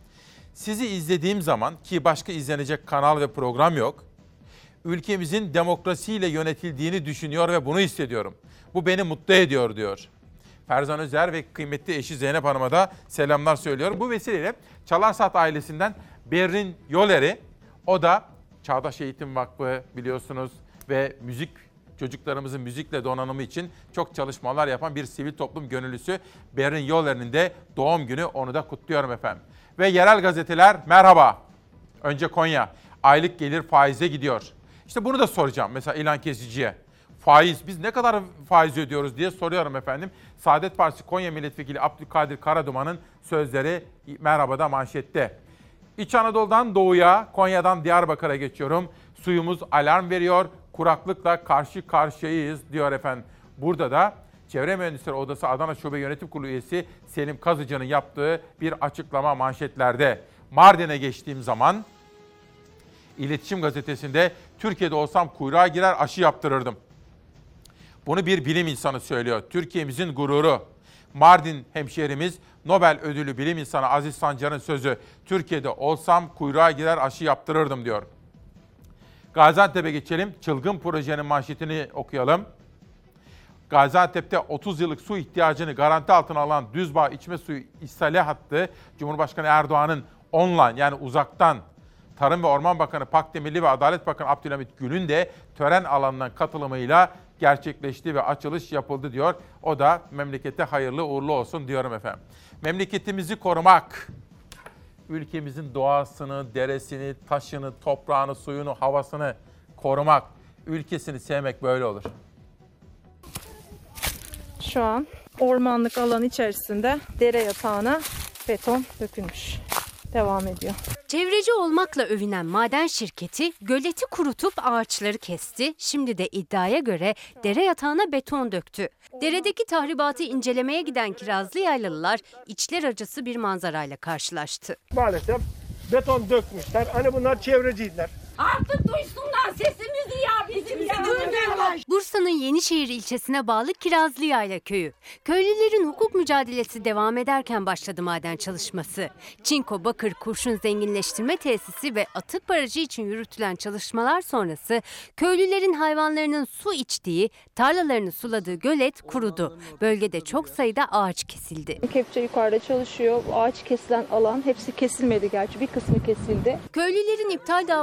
Sizi izlediğim zaman ki başka izlenecek kanal ve program yok. Ülkemizin demokrasiyle yönetildiğini düşünüyor ve bunu hissediyorum. Bu beni mutlu ediyor diyor. Ferzan Özer ve kıymetli eşi Zeynep Hanım'a da selamlar söylüyorum. Bu vesileyle Çalarsat ailesinden Berrin Yoler'i, o da Çağdaş Eğitim Vakfı biliyorsunuz ve çocuklarımızın müzikle donanımı için çok çalışmalar yapan bir sivil toplum gönüllüsü Berrin Yoler'in de doğum günü, onu da kutluyorum efendim. Ve yerel gazeteler merhaba. Önce Konya. Aylık gelir faize gidiyor. İşte bunu da soracağım mesela İlhan Kesici'ye. Faiz, biz ne kadar faiz ödüyoruz diye soruyorum efendim. Saadet Partisi Konya Milletvekili Abdülkadir Karaduman'ın sözleri merhabada manşette. İç Anadolu'dan doğuya, Konya'dan Diyarbakır'a geçiyorum. Suyumuz alarm veriyor. Kuraklıkla karşı karşıyayız diyor efendim. Burada da Çevre Mühendisleri Odası Adana Şube Yönetim Kurulu üyesi Selim Kazıcı'nın yaptığı bir açıklama manşetlerde. Mardin'e geçtiğim zaman İletişim Gazetesi'nde Türkiye'de olsam kuyruğa girer aşı yaptırırdım. Bunu bir bilim insanı söylüyor. Türkiye'mizin gururu. Mardin hemşehrimiz Nobel ödüllü bilim insanı Aziz Sancar'ın sözü. Türkiye'de olsam kuyruğa girer aşı yaptırırdım diyor. Gaziantep'e geçelim. Çılgın projenin manşetini okuyalım. Gaziantep'te 30 yıllık su ihtiyacını garanti altına alan Düzbağ içme suyu ishale hattı Cumhurbaşkanı Erdoğan'ın online yani uzaktan Tarım ve Orman Bakanı Pakdemirli ve Adalet Bakanı Abdülhamit Gül'ün de tören alanından katılımıyla gerçekleşti ve açılış yapıldı diyor. O da memlekete hayırlı uğurlu olsun diyorum efendim. Memleketimizi korumak, ülkemizin doğasını, deresini, taşını, toprağını, suyunu, havasını korumak, ülkesini sevmek böyle olur. Şu an ormanlık alan içerisinde dere yatağına beton dökülmüş. Devam ediyor. Çevreci olmakla övünen maden şirketi göleti kurutup ağaçları kesti. Şimdi de iddiaya göre dere yatağına beton döktü. Deredeki tahribatı incelemeye giden Kirazlı Yaylalılar içler acısı bir manzarayla karşılaştı. Maalesef beton dökmüşler. Hani bunlar çevreciydiler. Artık duysunlar sesimizi ya bizim ya. Bursa'nın Yenişehir ilçesine bağlı Kirazlıyayla köyü. Köylülerin hukuk mücadelesi devam ederken başladı maden çalışması. Çinko Bakır Kurşun Zenginleştirme Tesisi ve atık barajı için yürütülen çalışmalar sonrası köylülerin hayvanlarının su içtiği, tarlalarını suladığı gölet kurudu. Bölgede çok sayıda ağaç kesildi. Kepçe yukarıda çalışıyor. Ağaç kesilen alan hepsi kesilmedi gerçi. Bir kısmı kesildi. Köylülerin iptal davası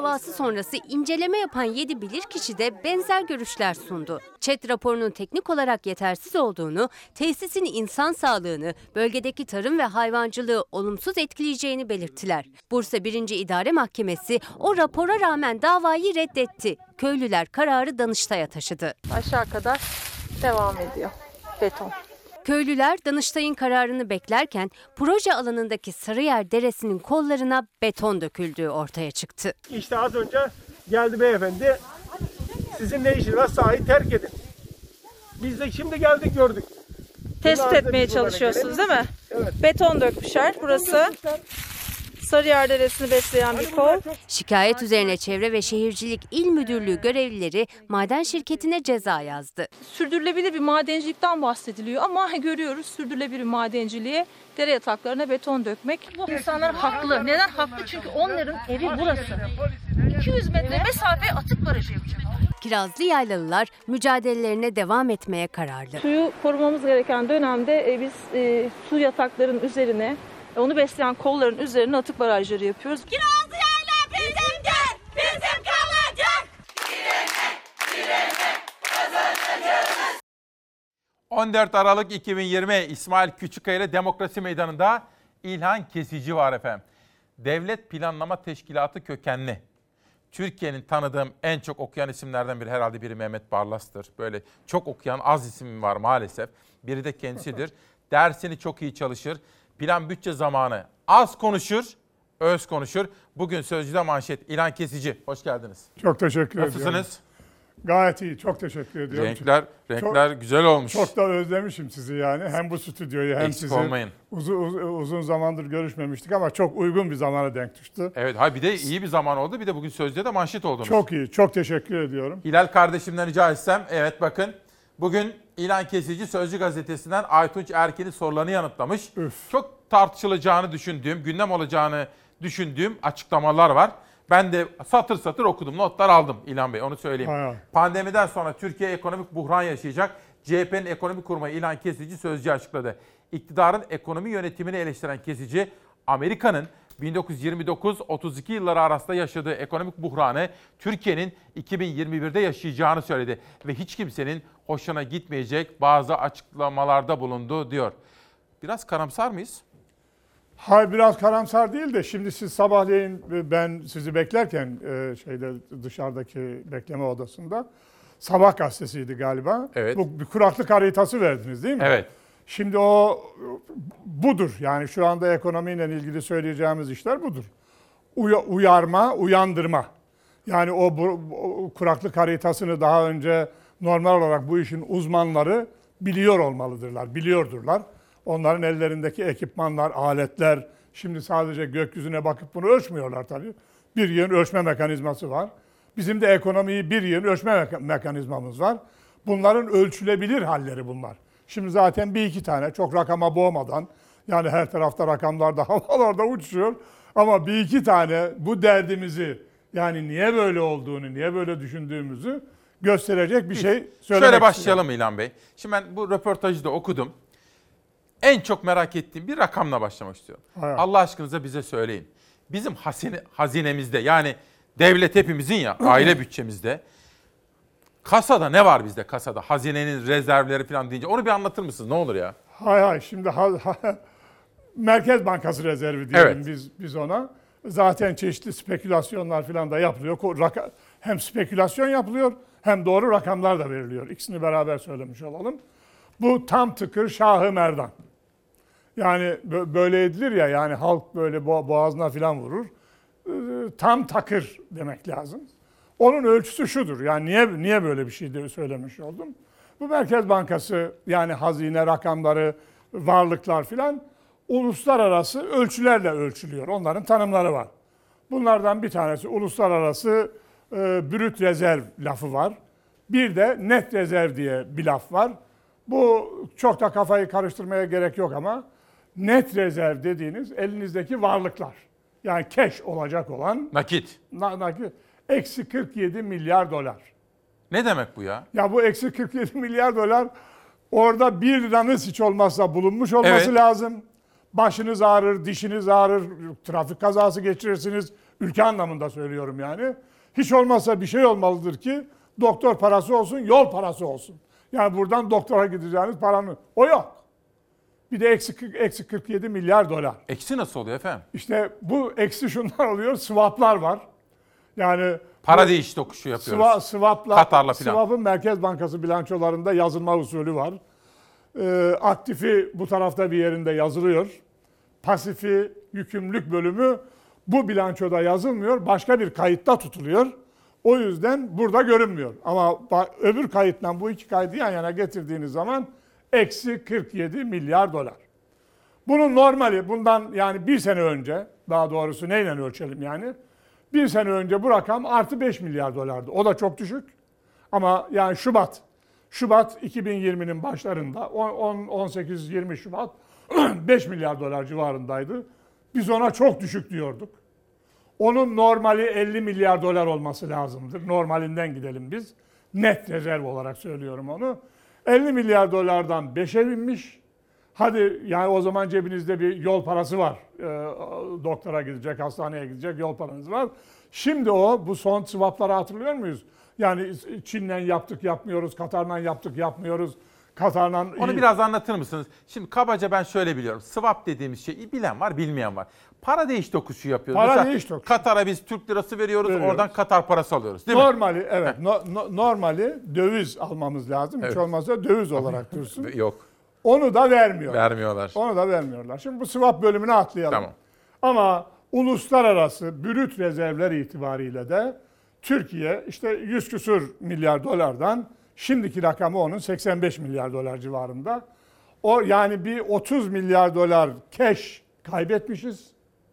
sonrası inceleme yapan 7 bilirkişi de benzer görüşler sundu. ÇED raporunun teknik olarak yetersiz olduğunu, tesisin insan sağlığını, bölgedeki tarım ve hayvancılığı olumsuz etkileyeceğini belirttiler. Bursa 1. İdare Mahkemesi o rapora rağmen davayı reddetti. Köylüler kararı Danıştay'a taşıdı. Aşağı kadar devam ediyor beton. Köylüler Danıştay'ın kararını beklerken proje alanındaki Sarıyer Deresi'nin kollarına beton döküldüğü ortaya çıktı. İşte az önce geldi beyefendi. Sizin ne işiniz var? Sahayı terk edin. Biz de şimdi geldik gördük. Tespit etmeye çalışıyorsunuz değil mi? Evet. Beton dökmüşler. Burası Sarıyer Deresi'ni besleyen bir kol. Şikayet üzerine Çevre ve Şehircilik İl Müdürlüğü görevlileri maden şirketine ceza yazdı. Sürdürülebilir bir madencilikten bahsediliyor ama görüyoruz sürdürülebilir bir madenciliğe dere yataklarına beton dökmek. Bu insanlar haklı. Neden haklı? Çünkü onların evi burası. 200 metre mesafeye atık barajı yapacak. Kirazlı Yaylalılar mücadelelerine devam etmeye kararlı. Suyu korumamız gereken dönemde biz su yataklarının üzerine, onu besleyen kolların üzerine atık barajları yapıyoruz. Kirazlı Yayla bizim gel, bizim kalacak. Direne kazanacağız. 14 Aralık 2020 İsmail Küçükkaya ile Demokrasi Meydanı'nda İlhan Kesici var efendim. Devlet Planlama Teşkilatı kökenli. Türkiye'nin tanıdığım en çok okuyan isimlerden biri herhalde biri Mehmet Barlas'tır. Böyle çok okuyan az isim var maalesef. Biri de kendisidir. Dersini çok iyi çalışır. Plan bütçe zamanı az konuşur, öz konuşur. Bugün Sözcü'de manşet. İlhan Kesici, hoş geldiniz. Çok teşekkür ediyorum. Nasılsınız? Gayet iyi, çok teşekkür ediyorum. Renkler güzel olmuş. Çok da özlemişim sizi yani. Hem bu stüdyoyu hem Eksik sizi. olmayın. Uzun zamandır görüşmemiştik ama çok uygun bir zamana denk düştü. Evet, bir de iyi bir zaman oldu. Bir de bugün Sözcü'de de manşet oldunuz. Çok iyi, çok teşekkür ediyorum. Hilal kardeşimden rica etsem, evet bakın. Bugün İlhan Kesici Sözcü gazetesinden Aytunç Erkin'in sorularını yanıtlamış. Çok tartışılacağını düşündüğüm, gündem olacağını düşündüğüm açıklamalar var. Ben de satır satır okudum, notlar aldım İlhan Bey, onu söyleyeyim. Hay. Pandemiden sonra Türkiye ekonomik buhran yaşayacak. CHP'nin ekonomi kurmayı İlhan Kesici Sözcü açıkladı. İktidarın ekonomi yönetimini eleştiren Kesici, Amerika'nın 1929-32 yılları arasında yaşadığı ekonomik buhranı Türkiye'nin 2021'de yaşayacağını söyledi. Ve hiç kimsenin hoşuna gitmeyecek bazı açıklamalarda bulundu diyor. Biraz karamsar mıyız? Hayır, biraz karamsar değil de şimdi siz sabahleyin ben sizi beklerken dışarıdaki bekleme odasında Sabah gazetesiydi galiba. Evet. Bu bir kuraklık haritası verdiniz değil mi? Evet. Şimdi o budur. Yani şu anda ekonomiyle ilgili söyleyeceğimiz işler budur. Uyarma, uyandırma. Yani o kuraklık haritasını daha önce normal olarak bu işin uzmanları biliyor olmalıdırlar, biliyordurlar. Onların ellerindeki ekipmanlar, aletler, şimdi sadece gökyüzüne bakıp bunu ölçmüyorlar tabii. Bir yığın ölçme mekanizması var. Bizim de ekonomiyi bir yığın ölçme mekanizmamız var. Bunların ölçülebilir halleri bunlar. Şimdi zaten bir iki tane çok rakama boğmadan, yani her tarafta rakamlar da havalarda uçuyor. Ama bir iki tane bu derdimizi, yani niye böyle olduğunu, niye böyle düşündüğümüzü gösterecek bir şey söylemek Şöyle başlayalım İlhan Bey. Şimdi ben bu röportajı da okudum. En çok merak ettiğim bir rakamla başlamak istiyorum. Hayır. Allah aşkınıza bize söyleyin. Bizim hazinemizde, yani devlet hepimizin ya, aile bütçemizde kasada ne var bizde kasada? Hazinenin rezervleri falan deyince onu bir anlatır mısınız? Ne olur ya? Hay şimdi Merkez Bankası rezervi diyelim biz ona. Zaten çeşitli spekülasyonlar falan da yapılıyor. Hem spekülasyon yapılıyor hem doğru rakamlar da veriliyor. İkisini beraber söylemiş olalım. Bu tam tıkır Şah-ı Merdan. Yani böyle edilir ya, yani halk böyle boğazına falan vurur. Tam takır demek lazım. Onun ölçüsü şudur. Yani niye böyle bir şey söylemiş oldum? Bu Merkez Bankası, yani hazine rakamları, varlıklar filan uluslararası ölçülerle ölçülüyor. Onların tanımları var. Bunlardan bir tanesi uluslararası brüt rezerv lafı var. Bir de net rezerv diye bir laf var. Bu çok da kafayı karıştırmaya gerek yok ama net rezerv dediğiniz elinizdeki varlıklar. Yani cash olacak olan. Nakit. Nakit. Eksi 47 milyar dolar. Ne demek bu ya? Ya bu eksi 47 milyar dolar orada 1 liranız hiç olmazsa bulunmuş olması lazım. Başınız ağrır, dişiniz ağrır, trafik kazası geçirirsiniz. Ülke anlamında söylüyorum yani. Hiç olmazsa bir şey olmalıdır ki doktor parası olsun, yol parası olsun. Yani buradan doktora gideceğiniz paranın. O yok. Bir de eksi 47 milyar dolar. Eksi nasıl oluyor efendim? İşte bu eksi şunlar oluyor. Swaplar var. Yani para değiş tokuşu yapıyoruz. Katar'la filan. Swap'ın Merkez Bankası bilançolarında yazılma usulü var. Aktifi bu tarafta bir yerinde yazılıyor. Pasifi, yükümlülük bölümü bu bilançoda yazılmıyor. Başka bir kayıtta tutuluyor. O yüzden burada görünmüyor. Ama öbür kayıtla bu iki kaydı yan yana getirdiğiniz zaman eksi 47 milyar dolar. Bunun normali bundan yani bir sene önce, daha doğrusu neyle ölçelim yani? Bir sene önce bu rakam artı 5 milyar dolardı. O da çok düşük. Ama yani Şubat 2020'nin başlarında 18-20 Şubat 5 milyar dolar civarındaydı. Biz ona çok düşük diyorduk. Onun normali 50 milyar dolar olması lazımdır. Normalinden gidelim biz. Net rezerv olarak söylüyorum onu. 50 milyar dolardan 5'e binmiş. Hadi yani o zaman cebinizde bir yol parası var. Doktora gidecek, hastaneye gidecek yol paranız var. Şimdi bu son swapları hatırlıyor muyuz? Yani Çin'le yaptık yapmıyoruz, Katar'la yaptık yapmıyoruz. Katar'la... Onu biraz anlatır mısınız? Şimdi kabaca ben şöyle biliyorum. Swap dediğimiz şey bilen var, bilmeyen var. Para değiş tokuşu yapıyoruz. Para değiş tokuşu. Katar'a biz Türk lirası veriyoruz, oradan Katar parası alıyoruz değil normali, mi? Evet. Normali döviz almamız lazım. Evet. Hiç olmazsa döviz olarak dursun. Yok. Onu da vermiyorlar. Onu da vermiyorlar. Şimdi bu swap bölümüne atlayalım. Tamam. Ama uluslararası brüt rezervler itibariyle de Türkiye işte 100 küsur milyar dolardan şimdiki rakamı onun 85 milyar dolar civarında. O yani bir 30 milyar dolar cash kaybetmişiz.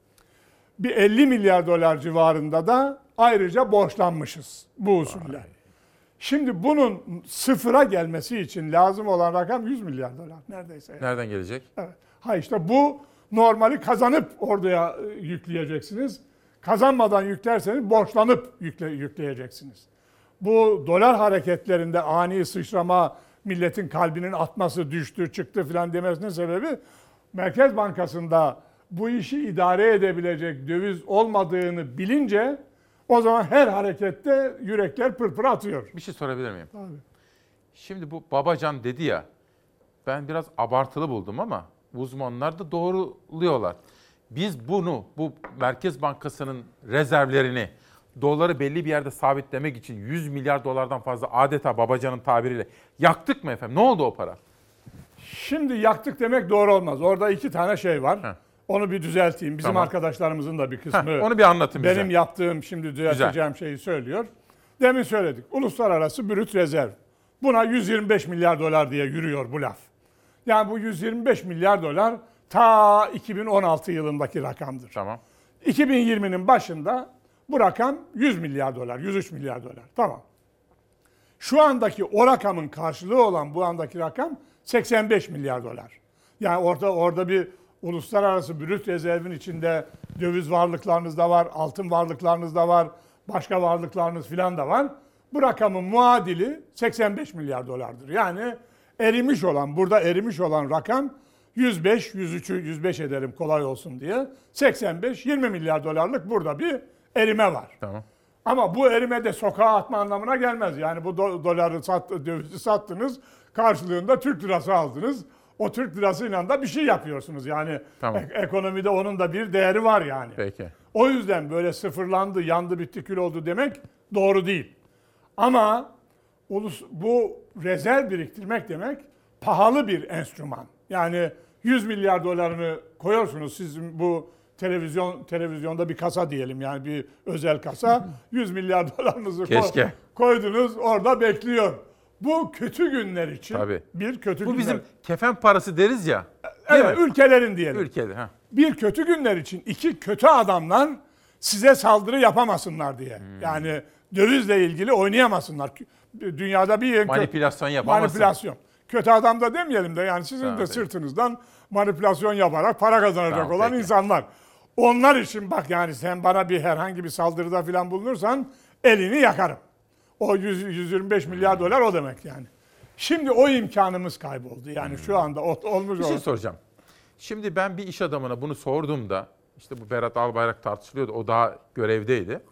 Bir 50 milyar dolar civarında da ayrıca borçlanmışız bu usulle. Şimdi bunun sıfıra gelmesi için lazım olan rakam 100 milyar dolar neredeyse. Yani. Nereden gelecek? Evet. İşte bu normali kazanıp oraya yükleyeceksiniz. Kazanmadan yüklerseniz borçlanıp yükleyeceksiniz. Bu dolar hareketlerinde ani sıçrama, milletin kalbinin atması, düştü, çıktı filan demesinin sebebi Merkez Bankası'nda bu işi idare edebilecek döviz olmadığını bilince o zaman her harekette yürekler pırpır atıyor. Bir şey sorabilir miyim? Tabii. Şimdi bu Babacan dedi ya, ben biraz abartılı buldum ama uzmanlar da doğruluyorlar. Biz bu Merkez Bankası'nın rezervlerini, doları belli bir yerde sabitlemek için 100 milyar dolardan fazla adeta Babacan'ın tabiriyle yaktık mı efendim? Ne oldu o para? Şimdi yaktık demek doğru olmaz. Orada iki tane şey var. Onu bir düzelteyim. Bizim arkadaşlarımızın da bir kısmı onu bir anlatın bize. Benim yaptığım, şimdi düzelteceğim şeyi söylüyor. Demin söyledik. Uluslararası brüt rezerv. Buna 125 milyar dolar diye yürüyor bu laf. Yani bu 125 milyar dolar ta 2016 yılındaki rakamdır. Tamam. 2020'nin başında bu rakam 100 milyar dolar, 103 milyar dolar. Tamam. Şu andaki o rakamın karşılığı olan bu andaki rakam 85 milyar dolar. Yani orada bir uluslararası brüt rezervin içinde döviz varlıklarınız da var, altın varlıklarınız da var, başka varlıklarınız filan da var. Bu rakamın muadili 85 milyar dolardır. Yani burada erimiş olan rakam 105 ederim kolay olsun diye. 20 milyar dolarlık burada bir erime var. Tamam. Ama bu erime de sokağa atma anlamına gelmez. Yani bu dövizi sattınız, karşılığında Türk lirası aldınız. O Türk lirasıyla da bir şey yapıyorsunuz. Yani tamam. Ekonomide onun da bir değeri var yani. Peki. O yüzden böyle sıfırlandı, yandı, bitti, kül oldu demek doğru değil. Ama bu rezerv biriktirmek demek pahalı bir enstrüman. Yani 100 milyar dolarını koyuyorsunuz siz bu televizyonda bir kasa diyelim yani bir özel kasa. 100 milyar dolarınızı koydunuz orada bekliyor. Bu kötü günler için bir kötü günler. Bu bizim kefen parası deriz ya. Evet, ülkelerin diyelim. Ülkeler. Bir kötü günler için iki kötü adamlar size saldırı yapamasınlar diye. Yani dövizle ilgili oynayamasınlar. Dünyada bir manipülasyon yapamasın. Manipülasyon. Kötü adam da demeyelim de yani sizin de sırtınızdan manipülasyon yaparak para kazanacak olan insanlar. Onlar için bak yani sen bana herhangi bir saldırıda falan bulunursan elini yakarım. O 125 milyar dolar o demek yani. Şimdi o imkanımız kayboldu. Yani şu anda olmuş. Bir şey soracağım. Şimdi ben bir iş adamına bunu sorduğumda, işte bu Berat Albayrak tartışılıyordu, o daha görevdeydi.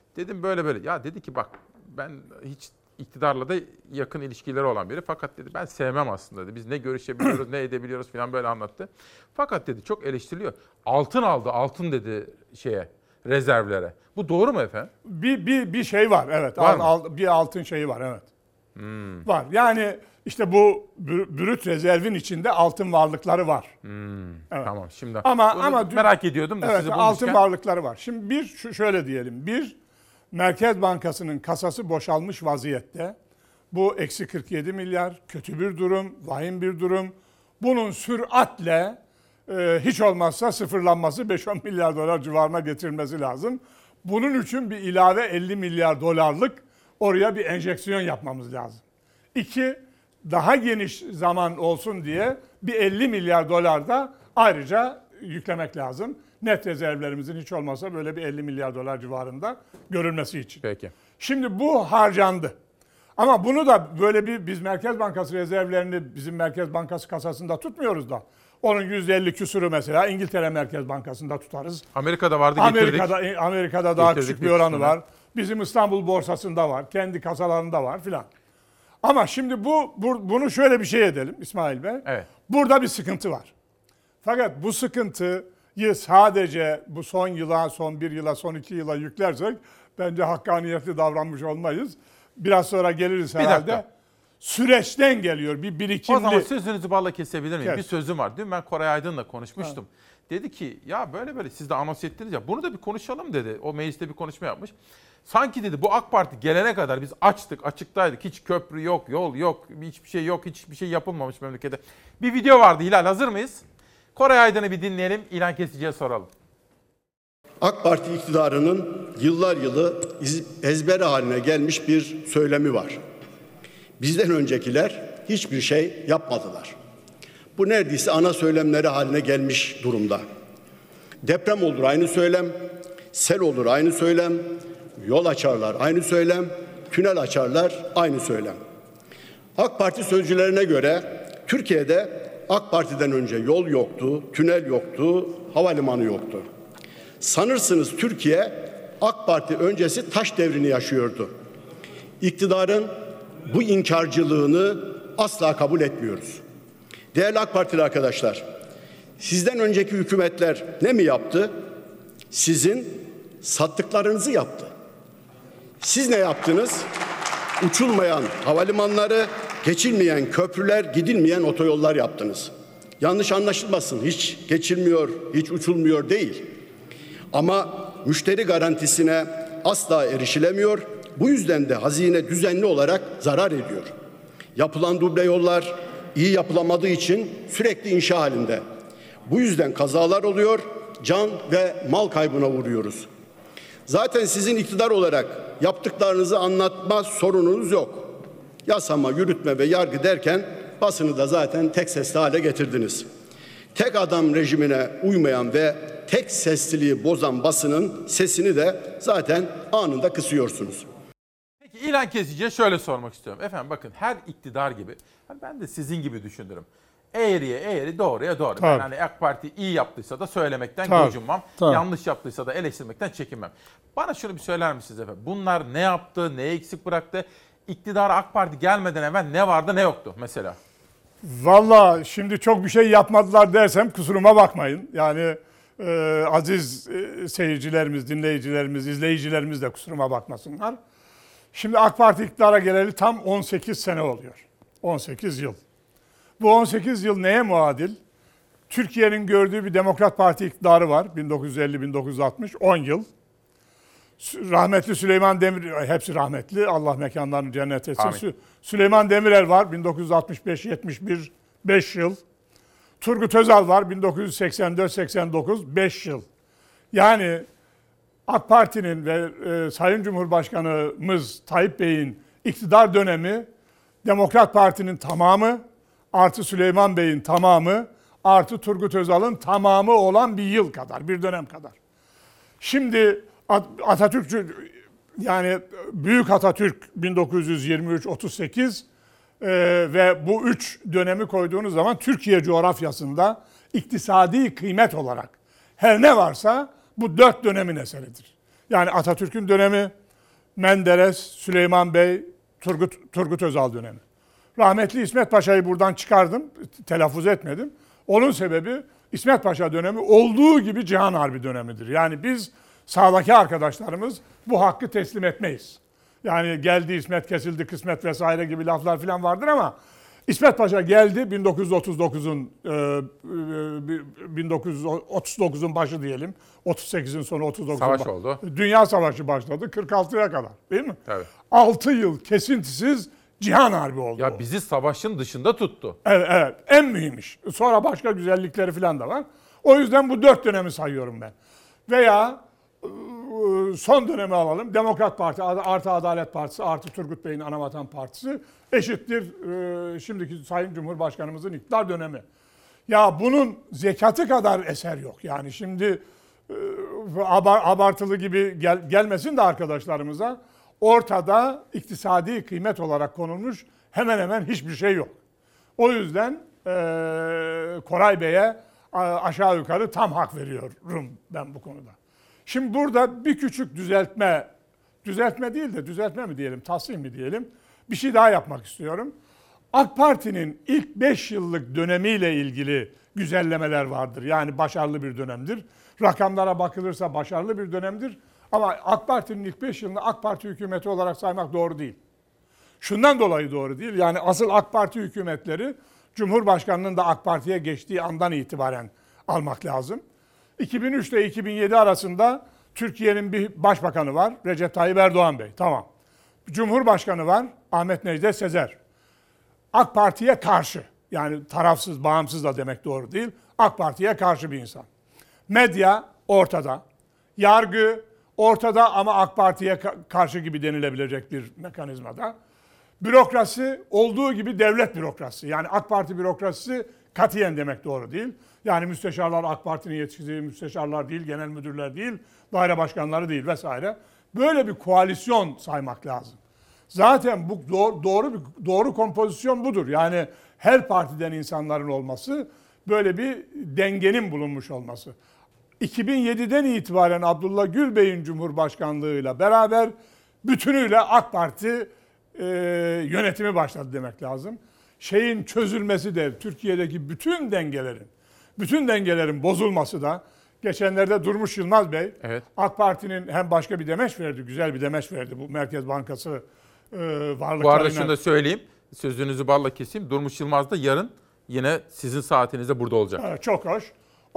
Dedim böyle. Ya dedi ki bak ben hiç iktidarla da yakın ilişkileri olan biri. Fakat dedi ben sevmem aslında dedi. Biz ne görüşebiliyoruz ne edebiliyoruz falan böyle anlattı. Fakat dedi çok eleştiriliyor. Altın aldı altın dedi rezervlere. Bu doğru mu efendim? Bir şey var evet. Var Bir altın şeyi var evet. Var. Yani işte bu brüt rezervin içinde altın varlıkları var. Evet. Tamam şimdi ama merak ediyordum da evet, sizi bulmuşken. altın varlıkları var. Şimdi şöyle diyelim. Merkez Bankası'nın kasası boşalmış vaziyette. Bu eksi 47 milyar, kötü bir durum, vahim bir durum. Bunun süratle hiç olmazsa sıfırlanması 5-10 milyar dolar civarına getirilmesi lazım. Bunun için bir ilave 50 milyar dolarlık oraya bir enjeksiyon yapmamız lazım. 2, daha geniş zaman olsun diye bir 50 milyar dolar da ayrıca yüklemek lazım. Net rezervlerimizin hiç olmazsa böyle bir 50 milyar dolar civarında görülmesi için. Peki. Şimdi bu harcandı. Ama bunu da böyle biz Merkez Bankası rezervlerini bizim Merkez Bankası kasasında tutmuyoruz da. Onun %50 küsürü mesela İngiltere Merkez Bankası'nda tutarız. Amerika'da vardı getirdik. Amerika'da daha küçük bir oranı var. Bizim İstanbul borsasında var. Kendi kasalarında var filan. Ama şimdi bunu şöyle bir şey edelim İsmail Bey. Evet. Burada bir sıkıntı var. Fakat bu sıkıntıyı sadece bu son yıla, son 1 yıla, son 2 yıla yüklersek bence hakkaniyetli davranmış olmayız. Biraz sonra geliriz herhalde. Dakika. Süreçten geliyor bir birikimli. O zaman sözünüzü balla kesebilir miyim? Kes. Bir sözüm var. Dün ben Koray Aydın'la konuşmuştum. Dedi ki ya böyle siz de anons ettiniz ya bunu da bir konuşalım dedi. O mecliste bir konuşma yapmış. Sanki dedi bu AK Parti gelene kadar biz açıktaydık. Hiç köprü yok, yol yok, hiçbir şey yok, hiçbir şey yapılmamış memlekette. Bir video vardı Hilal, hazır mıyız? Koray Aydın'ı bir dinleyelim, İlhan Kesici'ye soralım. AK Parti iktidarının yıllar yılı ezber haline gelmiş bir söylemi var. Bizden öncekiler hiçbir şey yapmadılar. Bu neredeyse ana söylemleri haline gelmiş durumda. Deprem olur aynı söylem, sel olur aynı söylem, yol açarlar aynı söylem, tünel açarlar aynı söylem. AK Parti sözcülerine göre Türkiye'de AK Parti'den önce yol yoktu, tünel yoktu, havalimanı yoktu. Sanırsınız Türkiye AK Parti öncesi taş devrini yaşıyordu. İktidarın bu inkarcılığını asla kabul etmiyoruz. Değerli AK Partili arkadaşlar, sizden önceki hükümetler ne mi yaptı? Sizin sattıklarınızı yaptı. Siz ne yaptınız? Uçulmayan havalimanları, geçilmeyen köprüler, gidilmeyen otoyollar yaptınız. Yanlış anlaşılmasın, hiç geçilmiyor, hiç uçulmuyor değil. Ama müşteri garantisine asla erişilemiyor. Bu yüzden de hazine düzenli olarak zarar ediyor. Yapılan duble yollar iyi yapılamadığı için sürekli inşa halinde. Bu yüzden kazalar oluyor, can ve mal kaybına uğruyoruz. Zaten sizin iktidar olarak yaptıklarınızı anlatma sorununuz yok. Yasama, yürütme ve yargı derken basını da zaten tek sesli hale getirdiniz. Tek adam rejimine uymayan ve tek sesliliği bozan basının sesini de zaten anında kısıyorsunuz. Peki İlhan Kesici'ye şöyle sormak istiyorum. Efendim bakın her iktidar gibi ben de sizin gibi düşünürüm. Eğriye eğri, doğruya doğru. Tabii. Ben hani AK Parti iyi yaptıysa da söylemekten gocunmam. Tabii. Yanlış yaptıysa da eleştirmekten çekinmem. Bana şunu bir söyler misiniz efendim? Bunlar ne yaptı, ne eksik bıraktı? İktidara AK Parti gelmeden evvel ne vardı ne yoktu mesela? Valla şimdi çok bir şey yapmadılar dersem kusuruma bakmayın. Yani aziz seyircilerimiz, dinleyicilerimiz, izleyicilerimiz de kusuruma bakmasınlar. Şimdi AK Parti iktidara geleli tam 18 sene oluyor. 18 yıl. Bu 18 yıl neye muadil? Türkiye'nin gördüğü bir Demokrat Parti iktidarı var. 1950-1960, 10 yıl. Rahmetli Süleyman Demirel, hepsi rahmetli, Allah mekanlarını cennet etsin. Süleyman Demirel var, 1965-71, 5 yıl. Turgut Özal var, 1984-89, 5 yıl. Yani AK Parti'nin ve Sayın Cumhurbaşkanımız Tayyip Bey'in iktidar dönemi, Demokrat Parti'nin tamamı, artı Süleyman Bey'in tamamı, artı Turgut Özal'ın tamamı olan bir yıl kadar, bir dönem kadar. Şimdi Atatürk, yani Büyük Atatürk 1923-38 ve bu 3 dönemi koyduğunuz zaman Türkiye coğrafyasında iktisadi kıymet olarak her ne varsa bu 4 dönemin eseridir. Yani Atatürk'ün dönemi, Menderes, Süleyman Bey, Turgut Özal dönemi. Rahmetli İsmet Paşa'yı buradan çıkardım, telaffuz etmedim. Onun sebebi İsmet Paşa dönemi olduğu gibi Cihan Harbi dönemidir. Yani biz sağdaki arkadaşlarımız bu hakkı teslim etmeyiz. Yani geldi İsmet kesildi kısmet vesaire gibi laflar falan vardır ama İsmet Paşa geldi 1939'un başı diyelim. 38'in sonu 39'un Savaş oldu. Dünya Savaşı başladı 46'ya kadar değil mi? Tabii. 6 yıl kesintisiz Cihan Harbi oldu. Ya bizi savaşın dışında tuttu. Evet. En mühimmiş. Sonra başka güzellikleri falan da var. O yüzden bu 4 dönemi sayıyorum ben. Veya son dönemi alalım. Demokrat Parti artı Adalet Partisi artı Turgut Bey'in Anavatan Partisi eşittir şimdiki Sayın Cumhurbaşkanımızın iktidar dönemi. Ya bunun zekatı kadar eser yok. Yani şimdi abartılı gibi gelmesin de arkadaşlarımıza. Ortada iktisadi kıymet olarak konulmuş hemen hemen hiçbir şey yok. O yüzden Koray Bey'e aşağı yukarı tam hak veriyorum ben bu konuda. Şimdi burada bir küçük düzeltme değil de düzeltme mi diyelim, tasih mi diyelim, bir şey daha yapmak istiyorum. AK Parti'nin ilk 5 yıllık dönemiyle ilgili güzellemeler vardır. Yani başarılı bir dönemdir. Rakamlara bakılırsa başarılı bir dönemdir. Ama AK Parti'nin ilk 5 yılını AK Parti hükümeti olarak saymak doğru değil. Şundan dolayı doğru değil. Yani asıl AK Parti hükümetleri Cumhurbaşkanı'nın da AK Parti'ye geçtiği andan itibaren almak lazım. 2003 ile 2007 arasında Türkiye'nin bir başbakanı var. Recep Tayyip Erdoğan Bey. Tamam. Cumhurbaşkanı var. Ahmet Necdet Sezer. AK Parti'ye karşı. Yani tarafsız, bağımsız da demek doğru değil. AK Parti'ye karşı bir insan. Medya ortada. Yargı ortada ama AK Parti'ye karşı gibi denilebilecek bir mekanizmada. Bürokrasi olduğu gibi devlet bürokrasisi. Yani AK Parti bürokrasisi katiyen demek doğru değil. Yani müsteşarlar AK Parti'nin yetiştirdiği müsteşarlar değil, genel müdürler değil, daire başkanları değil vesaire. Böyle bir koalisyon saymak lazım. Zaten bu doğru kompozisyon budur. Yani her partiden insanların olması, böyle bir dengenin bulunmuş olması. 2007'den itibaren Abdullah Gül Bey'in Cumhurbaşkanlığıyla beraber bütünüyle AK Parti yönetimi başladı demek lazım. Şeyin çözülmesi de Türkiye'deki bütün dengelerin bozulması da geçenlerde Durmuş Yılmaz Bey AK Parti'nin hem başka bir demeç verdi, güzel bir demeç verdi bu Merkez Bankası varlıklarına. Bu arada şunu da söyleyeyim, sözünüzü balla keseyim. Durmuş Yılmaz da yarın yine sizin saatinizde burada olacak. Evet, çok hoş.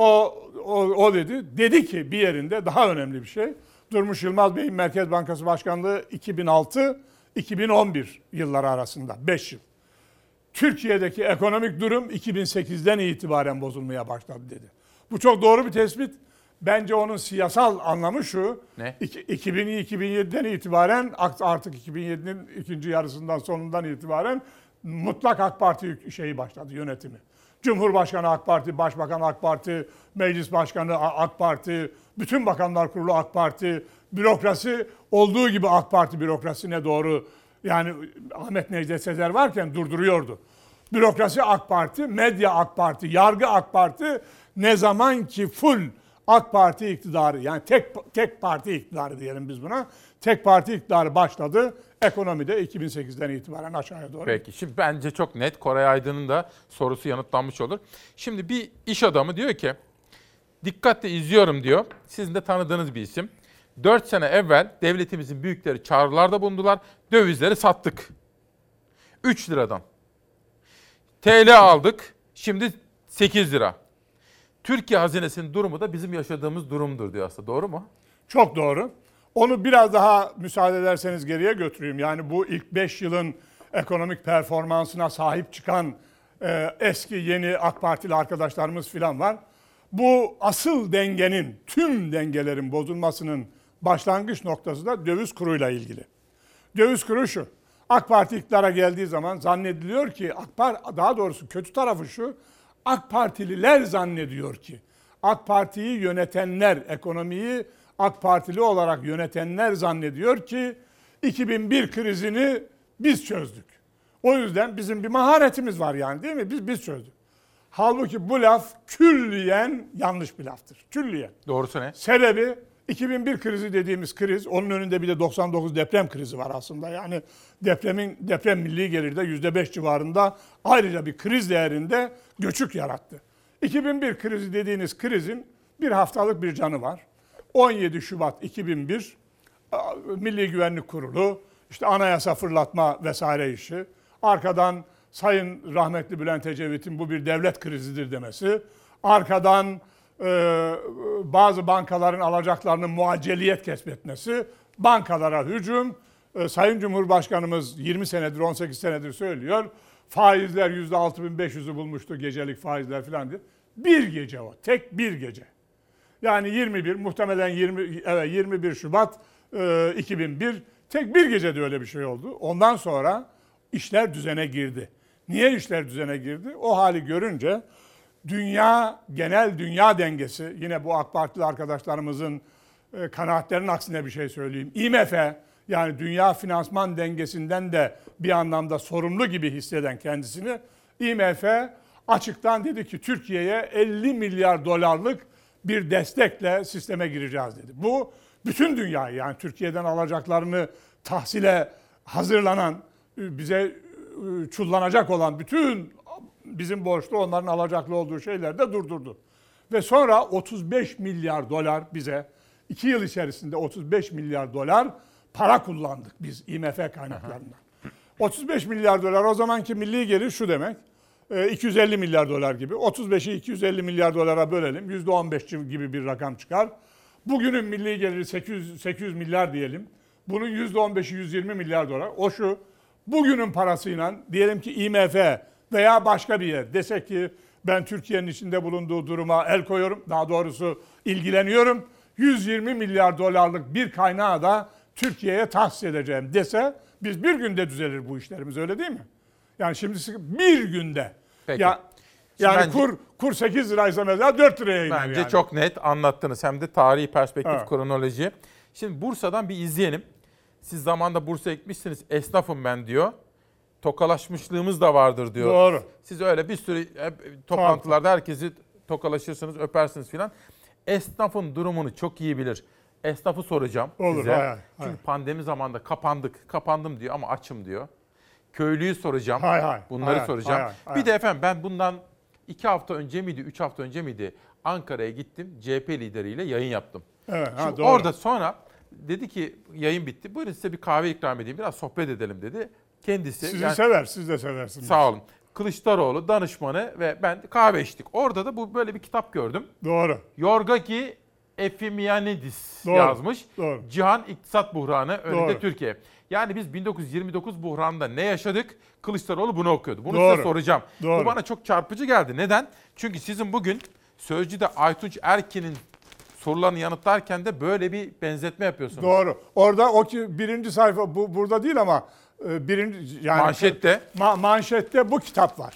O dedi ki bir yerinde daha önemli bir şey. Durmuş Yılmaz Bey'in Merkez Bankası Başkanlığı 2006-2011 yılları arasında 5 yıl. Türkiye'deki ekonomik durum 2008'den itibaren bozulmaya başladı dedi. Bu çok doğru bir tespit. Bence onun siyasal anlamı şu. Ne? 2007'den itibaren artık 2007'nin ikinci yarısından sonundan itibaren mutlak AK Parti şeyi başladı, yönetimi. Cumhurbaşkanı AK Parti, Başbakan AK Parti, Meclis Başkanı AK Parti, bütün Bakanlar Kurulu AK Parti, bürokrasi olduğu gibi AK Parti bürokrasisine doğru, yani Ahmet Necdet Sezer varken durduruyordu. Bürokrasi AK Parti, medya AK Parti, yargı AK Parti, ne zaman ki full AK Parti iktidarı, yani tek parti iktidarı diyelim biz buna, tek parti iktidarı başladı. Ekonomide 2008'den itibaren aşağıya doğru. Peki, şimdi bence çok net. Koray Aydın'ın da sorusu yanıtlanmış olur. Şimdi bir iş adamı diyor ki, dikkatle izliyorum diyor. Sizin de tanıdığınız bir isim. 4 sene evvel devletimizin büyükleri çağrılarda bulundular. Dövizleri sattık. 3 liradan. TL aldık. Şimdi 8 lira. Türkiye hazinesinin durumu da bizim yaşadığımız durumdur diyor aslında. Doğru mu? Çok doğru. Onu biraz daha müsaade ederseniz geriye götüreyim. Yani bu ilk 5 yılın ekonomik performansına sahip çıkan eski yeni AK Partili arkadaşlarımız falan var. Bu asıl dengenin, tüm dengelerin bozulmasının başlangıç noktası da döviz kuruyla ilgili. Döviz kuru şu. AK Parti iktidara geldiği zaman zannediliyor ki, daha doğrusu kötü tarafı şu, AK Partililer zannediyor ki, AK Parti'yi yönetenler, ekonomiyi AK Partili olarak yönetenler zannediyor ki 2001 krizini biz çözdük. O yüzden bizim bir maharetimiz var yani, değil mi? Biz çözdük. Halbuki bu laf külliyen yanlış bir laftır. Külliyen. Doğrusu ne? Sebebi 2001 krizi dediğimiz kriz, onun önünde bir de 99 deprem krizi var aslında. Yani deprem milli gelirde %5 civarında ayrıca bir kriz değerinde göçük yarattı. 2001 krizi dediğiniz krizin bir haftalık bir canı var. 17 Şubat 2001 Milli Güvenlik Kurulu, işte anayasa fırlatma vesaire işi, arkadan Sayın rahmetli Bülent Ecevit'in bu bir devlet krizidir demesi, arkadan bazı bankaların alacaklarının muacceliyet kesbetmesi, bankalara hücum, Sayın Cumhurbaşkanımız 20 senedir, 18 senedir söylüyor, faizler %6.500'ü bulmuştu gecelik faizler falan diye. Bir gece o, tek bir gece. Yani 21, muhtemelen 21 Şubat 2001, tek bir gecede öyle bir şey oldu. Ondan sonra işler düzene girdi. Niye işler düzene girdi? O hali görünce genel dünya dengesi, yine bu AK Partili arkadaşlarımızın kanaatlerinin aksine bir şey söyleyeyim. IMF, yani dünya finansman dengesinden de bir anlamda sorumlu gibi hisseden kendisini, IMF açıktan dedi ki Türkiye'ye 50 milyar dolarlık bir destekle sisteme gireceğiz dedi. Bu bütün dünyayı, yani Türkiye'den alacaklarını tahsile hazırlanan, bize çullanacak olan bütün bizim borçlu onların alacaklı olduğu şeyler de durdurdu. Ve sonra 35 milyar dolar bize 2 yıl içerisinde 35 milyar dolar para kullandık biz IMF kaynaklarından. 35 milyar dolar o zamanki milli gelir şu demek. 250 milyar dolar gibi. 35'i 250 milyar dolara bölelim. %15 gibi bir rakam çıkar. Bugünün milli geliri 800 milyar diyelim. Bunun %15'i 120 milyar dolar. O şu. Bugünün parasıyla diyelim ki IMF veya başka bir yer dese ki ben Türkiye'nin içinde bulunduğu duruma el koyuyorum. Daha doğrusu ilgileniyorum. 120 milyar dolarlık bir kaynağı da Türkiye'ye tahsis edeceğim dese biz bir günde düzelir bu işlerimiz, öyle değil mi? Yani şimdi bir günde. Peki. Yani bence, kur 8 liraysa mesela 4 liraya iner. Bence yani. çok net anlattınız, hem de tarihi perspektif, kronoloji. Şimdi Bursa'dan bir izleyelim. Siz zamanında Bursa'ya gitmişsiniz. Esnafım ben diyor. Tokalaşmışlığımız da vardır diyor. Doğru. Siz öyle bir sürü toplantılarda herkesi tokalaşırsınız, öpersiniz filan. Esnafın durumunu çok iyi bilir. Esnafı soracağım size. Hayır. Çünkü pandemi zamanında kapandım diyor ama açım diyor. Köylüyü soracağım. Bunları soracağım. Bir de efendim ben bundan 2 hafta önce miydi, 3 hafta önce miydi Ankara'ya gittim. CHP lideriyle yayın yaptım. Evet, Şimdi doğru. orada sonra dedi ki yayın bitti. Buyurun size bir kahve ikram edeyim, biraz sohbet edelim dedi. Kendisi. Sizi sever, siz de seversiniz. Sağ olun. Kılıçdaroğlu danışmanı ve ben kahve içtik. Orada da böyle bir kitap gördüm. Doğru. Yorgaki Efimyanidis yazmış. Doğru. Cihan İktisat Buhranı önünde Doğru. Türkiye. Yani biz 1929 buhranında ne yaşadık? Kılıçdaroğlu bunu okuyordu. Bunu Doğru. size soracağım. Doğru. Bu bana çok çarpıcı geldi. Neden? Çünkü sizin bugün Sözcü'de Aytunç Erkin'in sorularını yanıtlarken de böyle bir benzetme yapıyorsunuz. Doğru. Orada o ki birinci sayfa burada değil ama birinci yani manşette manşette bu kitap var.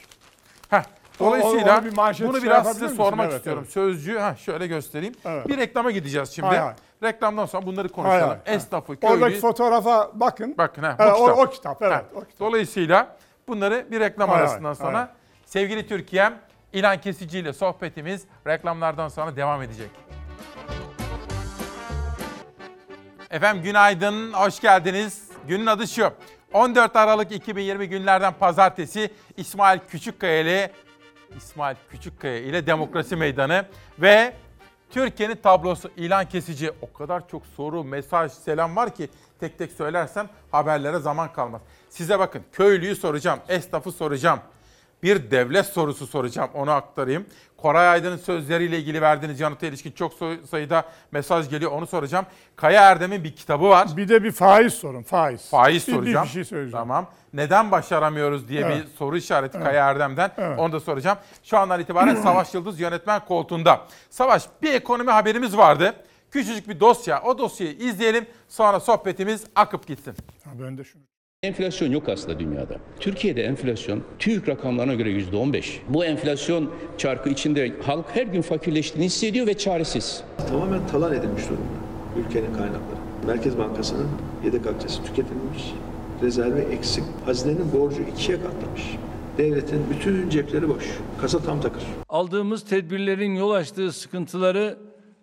Dolayısıyla bunu biraz size sormak evet, istiyorum. Evet. Sözcüğü şöyle göstereyim. Evet. Bir reklama gideceğiz şimdi. Reklamdan sonra bunları konuşalım. Esnafı, köylüyü. Oradaki fotoğrafa bakın. Bakın o kitap. Evet, o kitap. Dolayısıyla bunları bir reklam arasından sonra sevgili Türkiye'm, İlhan Kesici ile sohbetimiz reklamlardan sonra devam edecek. Efendim günaydın, hoş geldiniz. Günün adı şu. 14 Aralık 2020 günlerden pazartesi İsmail Küçükkaya ile Demokrasi Meydanı ve Türkiye'nin tablosu İlhan Kesici. O kadar çok soru, mesaj, selam var ki tek tek söylersem haberlere zaman kalmaz. Size bakın, köylüyü soracağım, esnafı soracağım. Bir devlet sorusu soracağım, onu aktarayım. Koray Aydın'ın sözleriyle ilgili verdiğiniz yanıta ilişkin çok sayıda mesaj geliyor, onu soracağım. Kaya Erdem'in bir kitabı var. Bir de bir faiz sorun, faiz. Faiz soracağım. Bir şey söyleyeceğim. Tamam. Neden başaramıyoruz diye bir soru işareti Kaya Erdem'den. Onu da soracağım. Şu andan itibaren Savaş Yıldız yönetmen koltuğunda. Savaş, bir ekonomi haberimiz vardı. Küçücük bir dosya. O dosyayı izleyelim. Sonra sohbetimiz akıp gitsin. Ben de şunu. Enflasyon yok aslında dünyada. Türkiye'de enflasyon TÜİK rakamlarına göre %15. Bu enflasyon çarkı içinde halk her gün fakirleştiğini hissediyor ve çaresiz. Tamamen talan edilmiş durumda ülkenin kaynakları. Merkez Bankası'nın yedek akçesi tüketilmiş, rezervi eksik. Hazinenin borcu 2'ye katlamış. Devletin bütün cepleri boş. Kasa tam takır. Aldığımız tedbirlerin yol açtığı sıkıntıları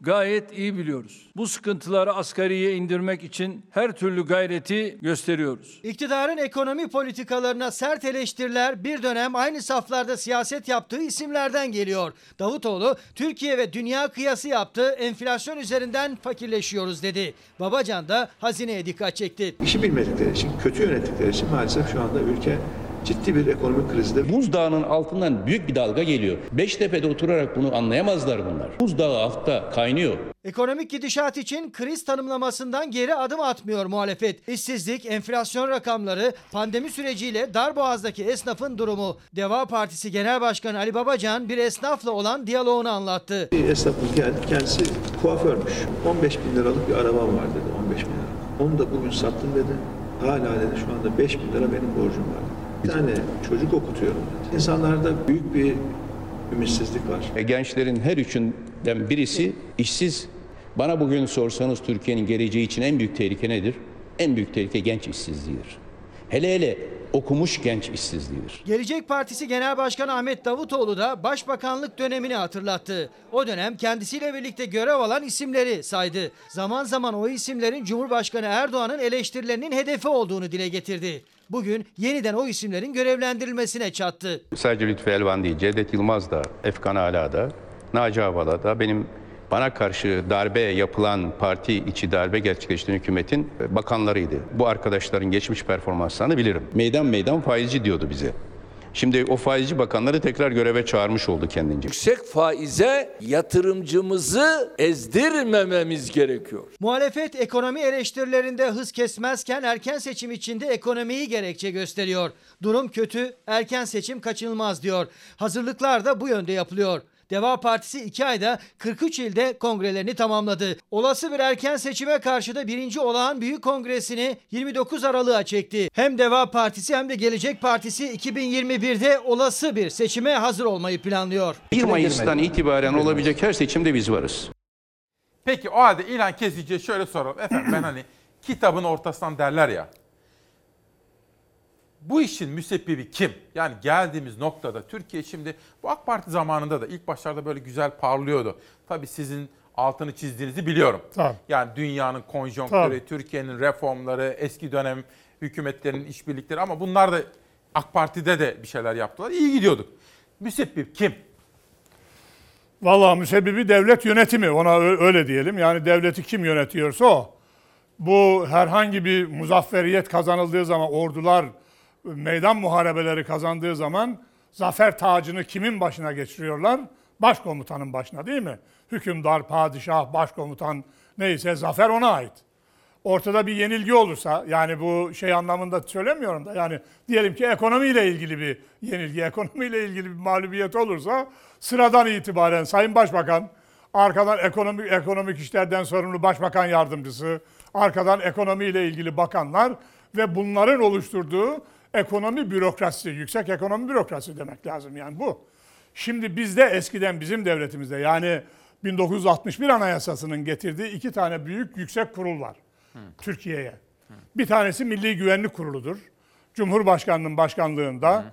gayet iyi biliyoruz. Bu sıkıntıları asgariye indirmek için her türlü gayreti gösteriyoruz. İktidarın ekonomi politikalarına sert eleştiriler bir dönem aynı saflarda siyaset yaptığı isimlerden geliyor. Davutoğlu, Türkiye ve dünya kıyası yaptı, enflasyon üzerinden fakirleşiyoruz dedi. Babacan da hazineye dikkat çekti. İşi bilmedikleri için, kötü yönettikleri için maalesef şu anda ülke ciddi bir ekonomik krizde. Buzdağının altından büyük bir dalga geliyor. Beştepe'de oturarak bunu anlayamazlar bunlar. Buzdağı altta kaynıyor. Ekonomik gidişat için kriz tanımlamasından geri adım atmıyor muhalefet. İşsizlik, enflasyon rakamları, pandemi süreciyle Darboğaz'daki esnafın durumu. Deva Partisi Genel Başkanı Ali Babacan bir esnafla olan diyaloğunu anlattı. Bir esnafımız geldi, kendisi kuaförmüş. 15 bin liralık bir arabam var dedi, 15 bin lira. Onu da bugün sattım dedi. Hala dedi şu anda 5 bin lira benim borcum var. Bir tane çocuk okutuyorum dedi. İnsanlarda büyük bir ümitsizlik var. Gençlerin her üçünden birisi işsiz. Bana bugün sorsanız Türkiye'nin geleceği için en büyük tehlike nedir? En büyük tehlike genç işsizliğidir. Hele okumuş genç işsizliğidir. Gelecek Partisi Genel Başkanı Ahmet Davutoğlu da başbakanlık dönemini hatırlattı. O dönem kendisiyle birlikte görev alan isimleri saydı. Zaman zaman o isimlerin Cumhurbaşkanı Erdoğan'ın eleştirilerinin hedefi olduğunu dile getirdi. Bugün yeniden o isimlerin görevlendirilmesine çattı. Sadece Lütfü Elvan değil, Cevdet Yılmaz da, Efkan Ala da, Naci Ağbal'a da bana karşı darbe yapılan, parti içi darbe gerçekleştiren hükümetin bakanlarıydı. Bu arkadaşların geçmiş performanslarını bilirim. Meydan faizci diyordu bize. Şimdi o faizci bakanları tekrar göreve çağırmış oldu kendince. Yüksek faize yatırımcımızı ezdirmememiz gerekiyor. Muhalefet ekonomi eleştirilerinde hız kesmezken erken seçim içinde ekonomiyi gerekçe gösteriyor. Durum kötü, erken seçim kaçınılmaz diyor. Hazırlıklar da bu yönde yapılıyor. Deva Partisi 2 ayda 43 ilde kongrelerini tamamladı. Olası bir erken seçime karşı da 1. Olağan Büyük Kongresini 29 Aralık'a çekti. Hem Deva Partisi hem de Gelecek Partisi 2021'de olası bir seçime hazır olmayı planlıyor. 1 Mayıs'tan itibaren olabilecek her seçimde biz varız. Peki o halde İlhan Kesici'ye şöyle soralım. Efendim ben hani kitabın ortasından derler ya. Bu işin müsebbibi kim? Yani geldiğimiz noktada Türkiye şimdi bu AK Parti zamanında da ilk başlarda böyle güzel parlıyordu. Tabii sizin altını çizdiğinizi biliyorum. Tabii. Yani dünyanın konjonktürü, Tabii. Türkiye'nin reformları, eski dönem hükümetlerinin işbirlikleri ama bunlar da AK Parti'de de bir şeyler yaptılar. İyi gidiyorduk. Müsebbip kim? Vallahi müsebbibi devlet yönetimi, ona öyle diyelim. Yani devleti kim yönetiyorsa o. Bu herhangi bir muzafferiyet kazanıldığı zaman, ordular meydan muharebeleri kazandığı zaman zafer tacını kimin başına geçiriyorlar? Başkomutanın başına, değil mi? Hükümdar, padişah, başkomutan neyse zafer ona ait. Ortada bir yenilgi olursa, yani bu şey anlamında söylemiyorum da, yani diyelim ki ekonomiyle ilgili bir yenilgi, ekonomiyle ilgili bir mağlubiyet olursa sıradan itibaren Sayın Başbakan, arkadan ekonomik işlerden sorumlu Başbakan Yardımcısı, arkadan ekonomiyle ilgili bakanlar ve bunların oluşturduğu ekonomi bürokrasisi, yüksek ekonomi bürokrasisi demek lazım yani bu. Şimdi bizde eskiden bizim devletimizde yani 1961 Anayasası'nın getirdiği 2 tane büyük yüksek kurul var Türkiye'ye. Bir tanesi Milli Güvenlik Kurulu'dur. Cumhurbaşkanının başkanlığında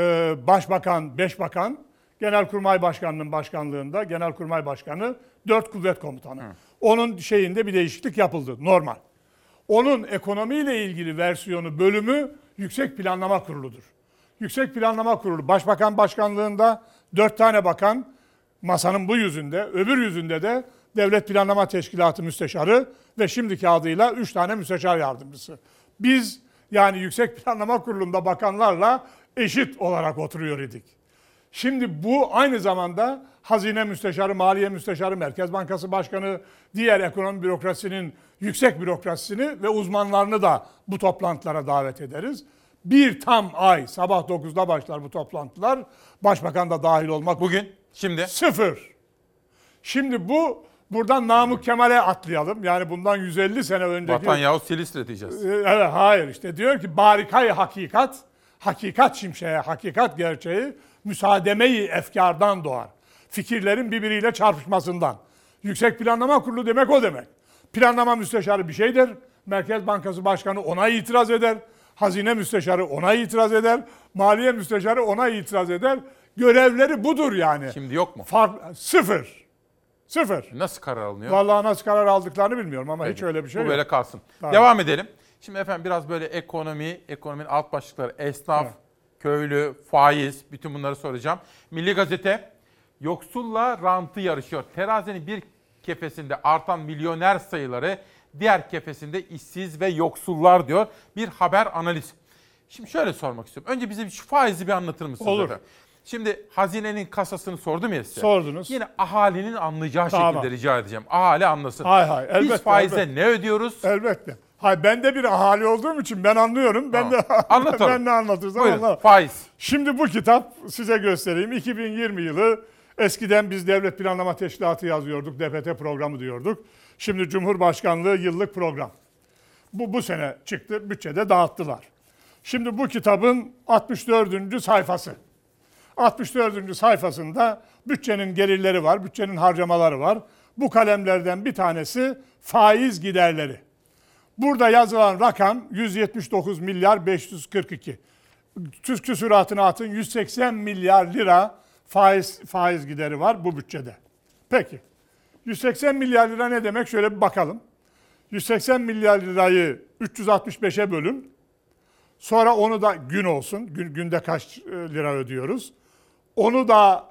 Başbakan, 5 bakan, Genelkurmay Başkanı'nın başkanlığında Genelkurmay Başkanı, 4 kuvvet komutanı. Onun şeyinde bir değişiklik yapıldı, normal. Onun ekonomiyle ilgili versiyonu, bölümü Yüksek Planlama Kurulu'dur. Yüksek Planlama Kurulu Başbakan Başkanlığında 4 tane bakan masanın bu yüzünde, öbür yüzünde de Devlet Planlama Teşkilatı Müsteşarı ve şimdiki adıyla 3 tane Müsteşar Yardımcısı. Biz yani Yüksek Planlama Kurulu'nda bakanlarla eşit olarak oturuyor idik. Şimdi bu aynı zamanda Hazine Müsteşarı, Maliye Müsteşarı, Merkez Bankası Başkanı, diğer ekonomi bürokrasisinin yüksek bürokrasisini ve uzmanlarını da bu toplantılara davet ederiz. Bir tam ay, sabah 9'da başlar bu toplantılar. Başbakan da dahil olmak. Bugün, şimdi? 0. Şimdi buradan Namık Kemal'e atlayalım. Yani bundan 150 sene önceki... Vatan yahut Silistri diyeceğiz. Evet, hayır işte diyor ki barikayı hakikat, hakikat şimşeği, hakikat gerçeği müsaademe-i efkardan doğar. Fikirlerin birbiriyle çarpışmasından. Yüksek Planlama Kurulu demek o demek. Planlama müsteşarı bir şeydir. Merkez Bankası Başkanı ona itiraz eder. Hazine Müsteşarı ona itiraz eder. Maliye Müsteşarı ona itiraz eder. Görevleri budur yani. Şimdi yok mu? 0. Sıfır. Nasıl karar alınıyor? Vallahi nasıl karar aldıklarını bilmiyorum ama Peki, hiç öyle bir şey bu yok. böyle kalsın. Tamam. Devam edelim. Şimdi efendim biraz böyle ekonominin alt başlıkları, esnaf, Evet. köylü, faiz, bütün bunları soracağım. Milli Gazete, yoksulla rantı yarışıyor. Terazinin bir kefesinde artan milyoner sayıları, diğer kefesinde işsiz ve yoksullar diyor. Bir haber analiz. Şimdi şöyle sormak istiyorum. Önce bize şu faizi bir anlatır mısınız? Olur. Efendim? Şimdi hazinenin kasasını sordum ya size. Sordunuz. Yine ahalinin anlayacağı Tamam. şekilde rica edeceğim. Ahali anlasın. Hay elbette. Biz faize elbette. ne ödüyoruz? Elbette. Hay ben de bir ahali olduğum için ben anlıyorum. Ben de Anlatalım. ben ne anlatırsam Buyurun, anlarım. faiz. Şimdi bu kitap size göstereyim. 2020 yılı. Eskiden biz Devlet Planlama Teşkilatı yazıyorduk. DPT programı diyorduk. Şimdi Cumhurbaşkanlığı yıllık program. Bu sene çıktı. Bütçede dağıttılar. Şimdi bu kitabın 64. sayfası. 64. sayfasında bütçenin gelirleri var, bütçenin harcamaları var. Bu kalemlerden bir tanesi faiz giderleri. Burada yazılan rakam 179 milyar 542. Türk küsuratına atın 180 milyar lira faiz gideri var bu bütçede. Peki 180 milyar lira ne demek? Şöyle bir bakalım. 180 milyar lirayı 365'e bölün. Sonra onu da gün olsun. Günde kaç lira ödüyoruz? Onu da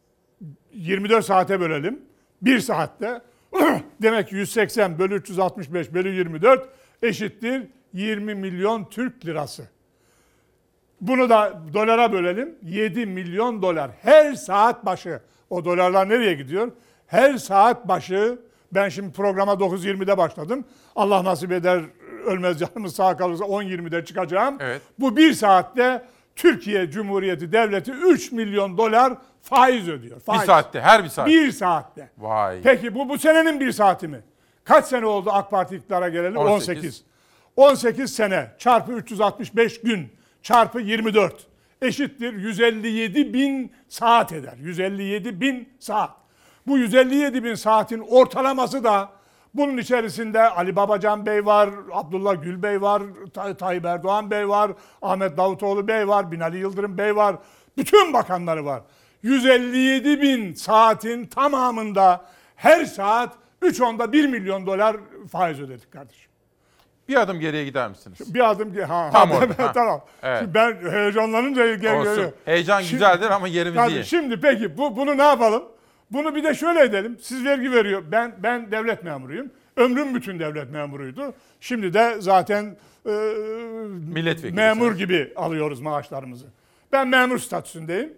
24 saate bölelim. 1 saatte. Demek ki 180 bölü 365 bölü 24 eşittir 20 milyon Türk lirası. Bunu da dolara bölelim. 7 milyon dolar. Her saat başı. O dolarlar nereye gidiyor? Her saat başı. Ben şimdi programa 9.20'de başladım. Allah nasip eder, ölmez canımız sağ kalırsa 10.20'de çıkacağım. Evet. Bu 1 saatte Türkiye Cumhuriyeti Devleti 3 milyon dolar faiz ödüyor. Faiz. Bir saatte, her bir saat. 1 saatte. Vay. Peki bu senenin 1 saati mi? Kaç sene oldu AK Parti iktidara geleli? 18. 18 sene çarpı 365 gün çarpı 24 eşittir 157 bin saat eder. 157 bin saat. Bu 157 bin saatin ortalaması da bunun içerisinde Ali Babacan Bey var, Abdullah Gül Bey var, Tayyip Erdoğan Bey var, Ahmet Davutoğlu Bey var, Binali Yıldırım Bey var. Bütün bakanları var. 157 bin saatin tamamında her saat 1 milyon dolar faiz ödedik kardeşim. Bir adım geriye gider misiniz? Bir adım Tam orada. Tamam. Evet. Şimdi ben heyecanlanınca Olsun. Heyecan güzeldir ama yerimiz iyi. Şimdi peki bunu ne yapalım? Bunu bir de şöyle edelim. Siz vergi veriyor. Ben devlet memuruyum. Ömrüm bütün devlet memuruydu. Şimdi de zaten milletvekili memur gibi alıyoruz maaşlarımızı. Ben memur statüsündeyim.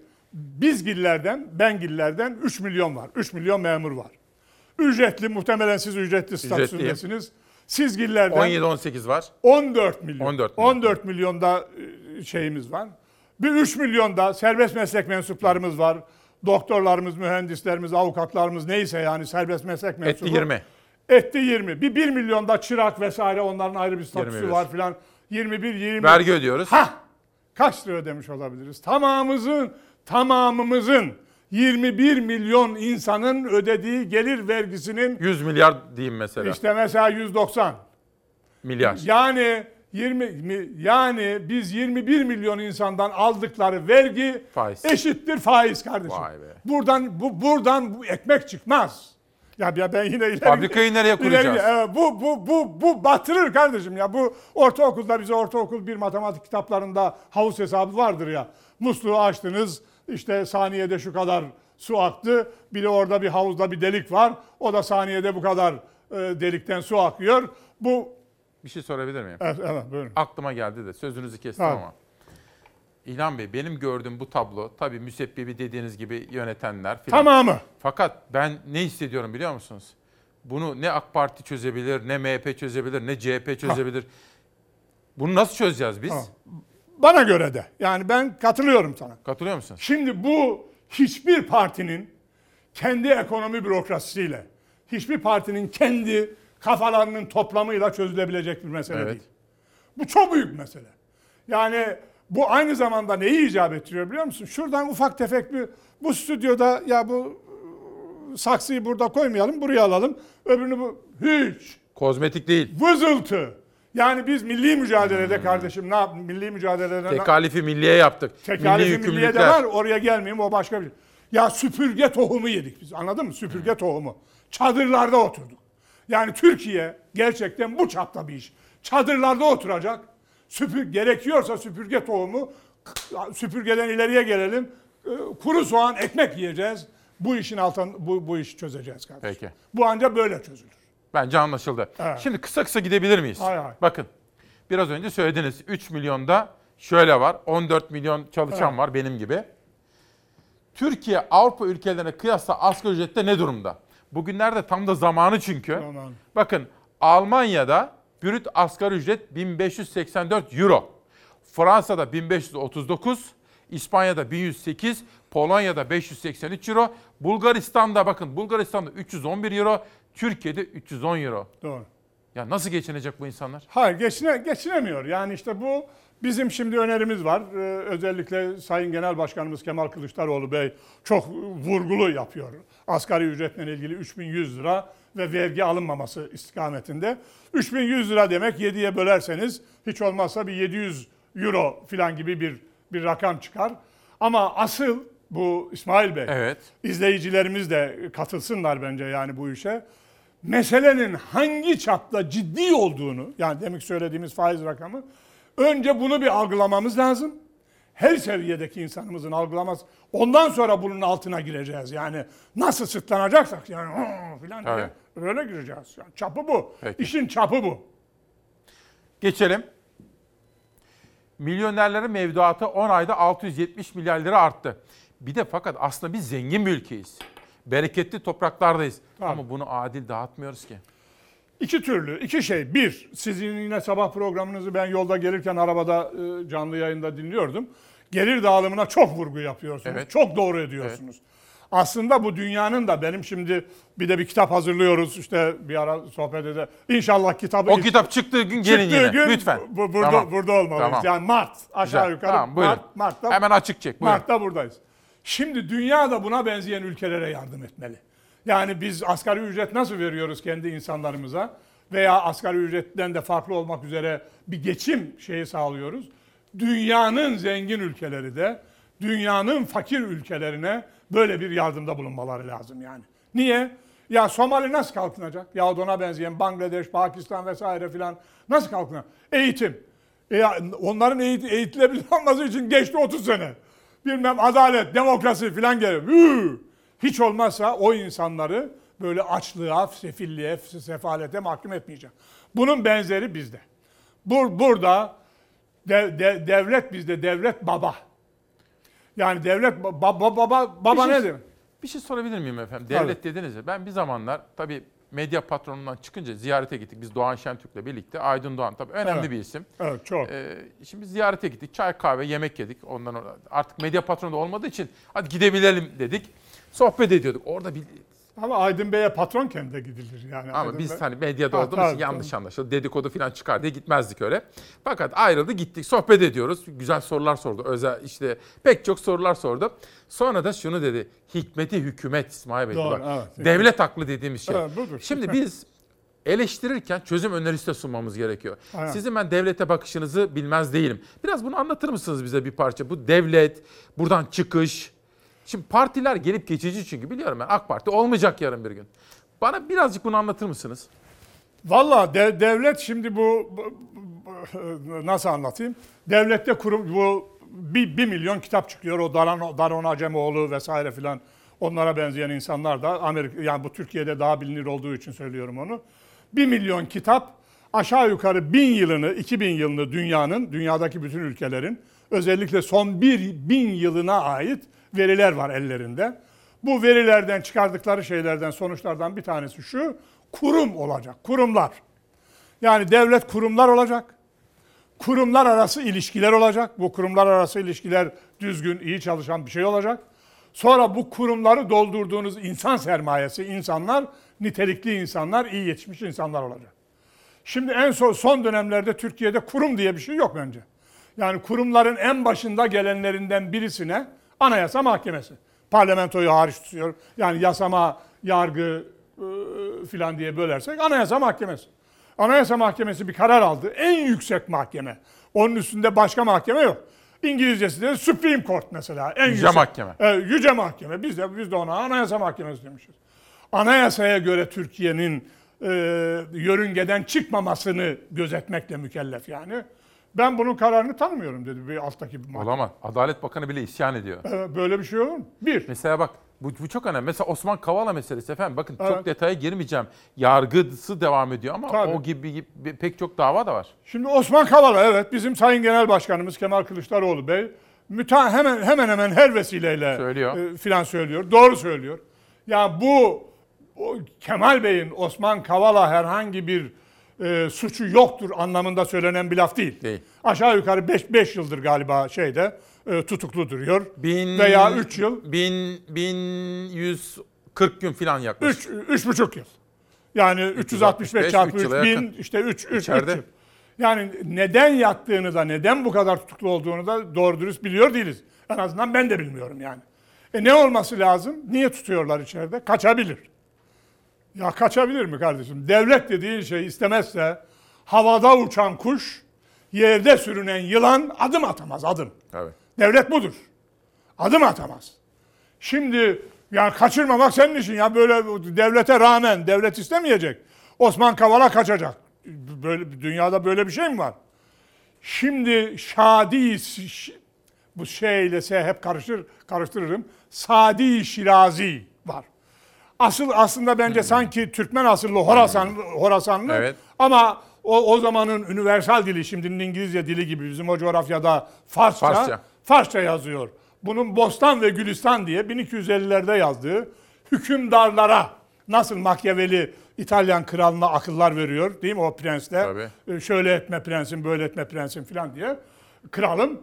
Bengillerden 3 milyon var. 3 milyon memur var. Ücretli, muhtemelen siz ücretli statüsündesiniz. Sizgillerden 17-18 var. 14 milyon. 14 milyonda şeyimiz var. Bir 3 milyonda serbest meslek mensuplarımız var. Doktorlarımız, mühendislerimiz, avukatlarımız neyse yani serbest meslek mensubu. Etti 20. Etti 20. Bir 1 milyonda çırak vesaire onların ayrı bir statüsü var filan. 21-20. Vergi ödüyoruz. Kaç lira ödemiş olabiliriz? Tamamımızın 21 milyon insanın ödediği gelir vergisinin 100 milyar diyeyim mesela. İşte mesela 190 milyar. Yani biz 21 milyon insandan aldıkları vergi faiz. Eşittir faiz kardeşim. Vay be. Buradan bu ekmek çıkmaz. Ya ben yine fabrikayı nereye kuracağız? Bu batırır kardeşim ya. Bu ortaokulda bize ortaokul bir matematik kitaplarında havuz hesabı vardır ya. Musluğu açtınız, işte saniyede şu kadar su aktı. Bir de orada bir havuzda bir delik var. O da saniyede bu kadar delikten su akıyor. Bir şey sorabilir miyim? Evet, buyurun. Aklıma geldi de sözünüzü kestim ama. İlhan Bey, benim gördüğüm bu tablo, tabii müsebbibi dediğiniz gibi yönetenler filan. Tamamı. Fakat ben ne hissediyorum biliyor musunuz? Bunu ne AK Parti çözebilir, ne MHP çözebilir, ne CHP çözebilir. Bunu nasıl çözeceğiz biz? Bana göre de. Yani ben katılıyorum sana. Katılıyor musun? Şimdi bu hiçbir partinin kendi ekonomi bürokrasisiyle, hiçbir partinin kendi kafalarının toplamıyla çözülebilecek bir mesele değil. Bu çok büyük mesele. Yani bu aynı zamanda neyi icap ettiriyor biliyor musun? Şuradan ufak tefek bu stüdyoda ya bu saksıyı burada koymayalım, buraya alalım. Öbürünü hiç. Kozmetik değil. Vızıltı. Yani biz milli mücadelede kardeşim ne yaptık? Milli mücadelede tekalifi milliye yaptık. Tekalifi milliye de var. Oraya gelmeyeyim, o başka bir şey. Ya süpürge tohumu yedik biz, anladın mı? Süpürge tohumu. Çadırlarda oturduk. Yani Türkiye gerçekten bu çapta bir iş. Çadırlarda oturacak. Gerekiyorsa süpürge tohumu, süpürgeden ileriye gelelim. Kuru soğan, ekmek yiyeceğiz. Bu işin bu işi çözeceğiz kardeşim. Peki. Bu ancak böyle çözülür. Bence anlaşıldı. Evet. Şimdi kısa kısa gidebilir miyiz? Hay hay. Bakın biraz önce söylediniz 3 milyonda şöyle var 14 milyon çalışan Evet. var benim gibi. Türkiye Avrupa ülkelerine kıyasla asgari ücrette ne durumda? Bugünlerde tam da zamanı çünkü. Tamam. Bakın Almanya'da brüt asgari ücret 1584 euro. Fransa'da 1539, İspanya'da 1108, Polonya'da 583 euro. Bulgaristan'da bakın Bulgaristan'da 311 euro, Türkiye'de 310 euro. Doğru. Ya nasıl geçinecek bu insanlar? Hayır geçinemiyor. Yani işte bu bizim şimdi önerimiz var. Özellikle Sayın Genel Başkanımız Kemal Kılıçdaroğlu Bey çok vurgulu yapıyor. Asgari ücretle ilgili 3100 lira ve vergi alınmaması istikametinde. 3100 lira demek 7'ye bölerseniz hiç olmazsa bir 700 euro falan gibi bir rakam çıkar. Ama asıl bu İsmail Bey, evet. izleyicilerimiz de katılsınlar bence yani bu işe. Meselenin hangi çapta ciddi olduğunu, yani demek söylediğimiz faiz rakamı, önce bunu bir algılamamız lazım. Her seviyedeki insanımızın algılaması. Ondan sonra bunun altına gireceğiz. Yani nasıl sırtlanacaksak yani falan diye öyle gireceğiz. Yani çapı bu. Peki. İşin çapı bu. Geçelim. Milyonerlerin mevduatı 10 ayda 670 milyar lira arttı. Bir de fakat aslında biz zengin bir ülkeyiz. Bereketli topraklardayız. Tamam. Ama bunu adil dağıtmıyoruz ki. İki şey. Bir, sizin yine sabah programınızı ben yolda gelirken arabada canlı yayında dinliyordum. Gelir dağılımına çok vurgu yapıyorsunuz. Evet. Çok doğru ediyorsunuz. Evet. Aslında bu dünyanın da benim şimdi bir kitap hazırlıyoruz. İşte bir ara sohbet eder. İnşallah kitabı... O kitap çıktığı gün gelin yine. Gün, lütfen. Burada olmalıyız. Tamam. Yani Mart aşağı yukarı. Tamam, buyurun. Mart'ta, hemen açık çek. Buyurun. Mart'ta buradayız. Şimdi dünya da buna benzeyen ülkelere yardım etmeli. Yani biz asgari ücret nasıl veriyoruz kendi insanlarımıza veya asgari ücretten de farklı olmak üzere bir geçim şeyi sağlıyoruz. Dünyanın zengin ülkeleri de dünyanın fakir ülkelerine böyle bir yardımda bulunmaları lazım yani. Niye? Ya Somali nasıl kalkınacak? Ya ona benzeyen Bangladeş, Pakistan vesaire filan nasıl kalkınacak? Eğitim. Onların eğitilebilir olması için geçti 30 sene. Bilmem adalet, demokrasi filan geliyor. Hiç olmazsa o insanları böyle açlığa, sefilliğe, sefalete mahkum etmeyecek. Bunun benzeri bizde. Burada devlet bizde, devlet baba. Yani devlet baba ne demek? Bir şey sorabilir miyim efendim? Devlet dediniz ya. Ben bir zamanlar tabii medya patronundan çıkınca ziyarete gittik. Biz Doğan Şentürk'le birlikte. Aydın Doğan tabii önemli bir isim. Evet, çok. Şimdi ziyarete gittik. Çay, kahve, yemek yedik. Ondan artık medya patronu da olmadığı için hadi gidebilelim dedik. Sohbet ediyorduk. Orada bir... Ama Aydın Bey'e patronken de gidilir yani. Ama Aydın biz Bey... hani medyada olduğumuz için yanlış anlaşıldı. Dedikodu falan çıkar diye gitmezdik öyle. Fakat ayrıldı gittik sohbet ediyoruz. Güzel sorular sordu. Özel işte pek çok sorular sordu. Sonra da şunu dedi. Hikmeti hükümet İsmail Bey. Doğru, evet. Devlet aklı dediğimiz şey. Evet, budur. Şimdi biz eleştirirken çözüm önerisi de sunmamız gerekiyor. Aynen. Sizin ben devlete bakışınızı bilmez değilim. Biraz bunu anlatır mısınız bize bir parça? Bu devlet, buradan çıkış... Şimdi partiler gelip geçici çünkü biliyorum ben AK Parti olmayacak yarın bir gün. Bana birazcık bunu anlatır mısınız? Valla devlet şimdi bu nasıl anlatayım? Devlette kurum bu 1 milyon kitap çıkıyor. O Daron Acemoğlu vesaire filan onlara benzeyen insanlar da Amerika yani bu Türkiye'de daha bilinir olduğu için söylüyorum onu. 1 milyon kitap aşağı yukarı 1000 yılını 2000 yılını dünyadaki bütün ülkelerin özellikle son 1000 yılına ait veriler var ellerinde. Bu verilerden çıkardıkları şeylerden, sonuçlardan bir tanesi şu, kurum olacak, kurumlar. Yani devlet kurumlar olacak, kurumlar arası ilişkiler olacak. Bu kurumlar arası ilişkiler düzgün, iyi çalışan bir şey olacak. Sonra bu kurumları doldurduğunuz insan sermayesi, insanlar, nitelikli insanlar, iyi yetişmiş insanlar olacak. Şimdi en son dönemlerde Türkiye'de kurum diye bir şey yok bence. Yani kurumların en başında gelenlerinden birisine Anayasa Mahkemesi. Parlamentoyu hariç tutuyorum. Yani yasama, yargı filan diye bölersek Anayasa Mahkemesi. Anayasa Mahkemesi bir karar aldı. En yüksek mahkeme. Onun üstünde başka mahkeme yok. İngilizcesi de Supreme Court mesela. En Yüce Mahkeme. Yüce Mahkeme. Biz de ona Anayasa Mahkemesi demişiz. Anayasaya göre Türkiye'nin yörüngeden çıkmamasını gözetmekle mükellef yani. Ben bunun kararını tanımıyorum dedi bir alttaki bir mahkeme. Olamaz. Adalet Bakanı bile isyan ediyor. Böyle bir şey olur mu? Mesela bak bu çok önemli. Mesela Osman Kavala meselesi efendim. Bakın çok detaya girmeyeceğim. Yargısı devam ediyor ama o gibi pek çok dava da var. Şimdi Osman Kavala evet bizim Sayın Genel Başkanımız Kemal Kılıçdaroğlu Bey hemen her vesileyle filan söylüyor. Doğru söylüyor. Ya bu Kemal Bey'in Osman Kavala herhangi bir suçu yoktur anlamında söylenen bir laf değil. Aşağı yukarı 5 yıldır galiba tutuklu duruyor. Veya 3 yıl. 1140 gün falan yaklaşık. 3,5 yıl. Yani 365 çarpı 3000 işte 3 yıl. Yani neden yattığını da neden bu kadar tutuklu olduğunu da doğru dürüst biliyor değiliz. En azından ben de bilmiyorum yani. Ne olması lazım? Niye tutuyorlar içeride? Kaçabilir. Ya kaçabilir mi kardeşim? Devlet dediğin şey istemezse havada uçan kuş, yerde sürünen yılan adım atamaz adım. Evet. Devlet budur. Adım atamaz. Şimdi yani kaçırmamak senin işin ya böyle devlete rağmen devlet istemeyecek. Osman Kavala kaçacak. Dünyada böyle bir şey mi var? Şimdi Şadi bu şeyle hep karıştırırım. Sadi Şirazi var. Aslında bence sanki Türkmen asıllı Horasanlı evet. Ama o zamanın universal dili şimdinin İngilizce dili gibi bizim o coğrafyada Farsça yazıyor. Bunun Bostan ve Gülistan diye 1250'lerde yazdığı hükümdarlara nasıl Machiavelli İtalyan kralına akıllar veriyor değil mi o prensler? Şöyle etme prensim, böyle etme prensim falan diye. Kralım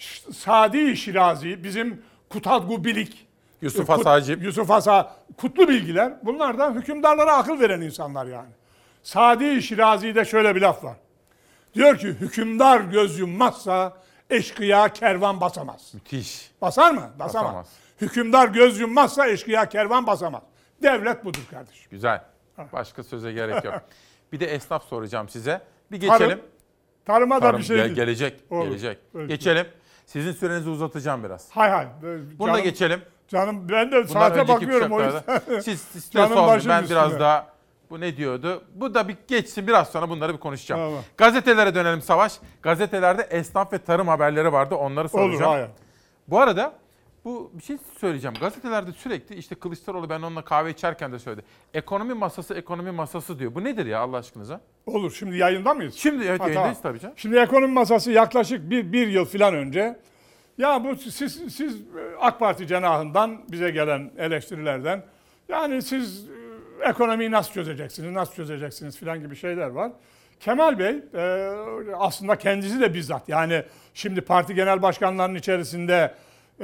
Sadi Şirazi, bizim Kutadgu Bilik, Yusuf Hasacip. Yusuf Hasa, kutlu bilgiler. Bunlar da hükümdarlara akıl veren insanlar yani. Sadi Şirazi'de şöyle bir laf var. Diyor ki hükümdar göz yummazsa eşkıya kervan basamaz. Müthiş. Basar mı? Basamaz. Hükümdar göz yummazsa eşkıya kervan basamaz. Devlet budur kardeşim. Güzel. Başka söze gerek yok. Bir de esnaf soracağım size. Bir geçelim. Tarıma da bir şey gelecek. Geçelim. Sizin sürenizi uzatacağım biraz. Hay. Bunu da geçelim. Canım ben de saate bakıyorum o yüzden. Siz sorun, ben biraz daha bu ne diyordu? Bu da bir geçsin, biraz sonra bunları bir konuşacağım. Tamam. Gazetelere dönelim Savaş. Gazetelerde esnaf ve tarım haberleri vardı, onları soracağım. Olur, hayır. Bu arada bir şey söyleyeceğim. Gazetelerde sürekli işte Kılıçdaroğlu, ben onunla kahve içerken de söyledi. Ekonomi masası diyor. Bu nedir ya Allah aşkınıza? Olur. Şimdi yayında mıyız? Şimdi evet yayındayız tabii canım. Şimdi ekonomi masası yaklaşık bir yıl falan önce. Ya bu siz AK Parti cenahından bize gelen eleştirilerden yani siz ekonomiyi nasıl çözeceksiniz falan gibi şeyler var. Kemal Bey aslında kendisi de bizzat yani şimdi parti genel başkanlarının içerisinde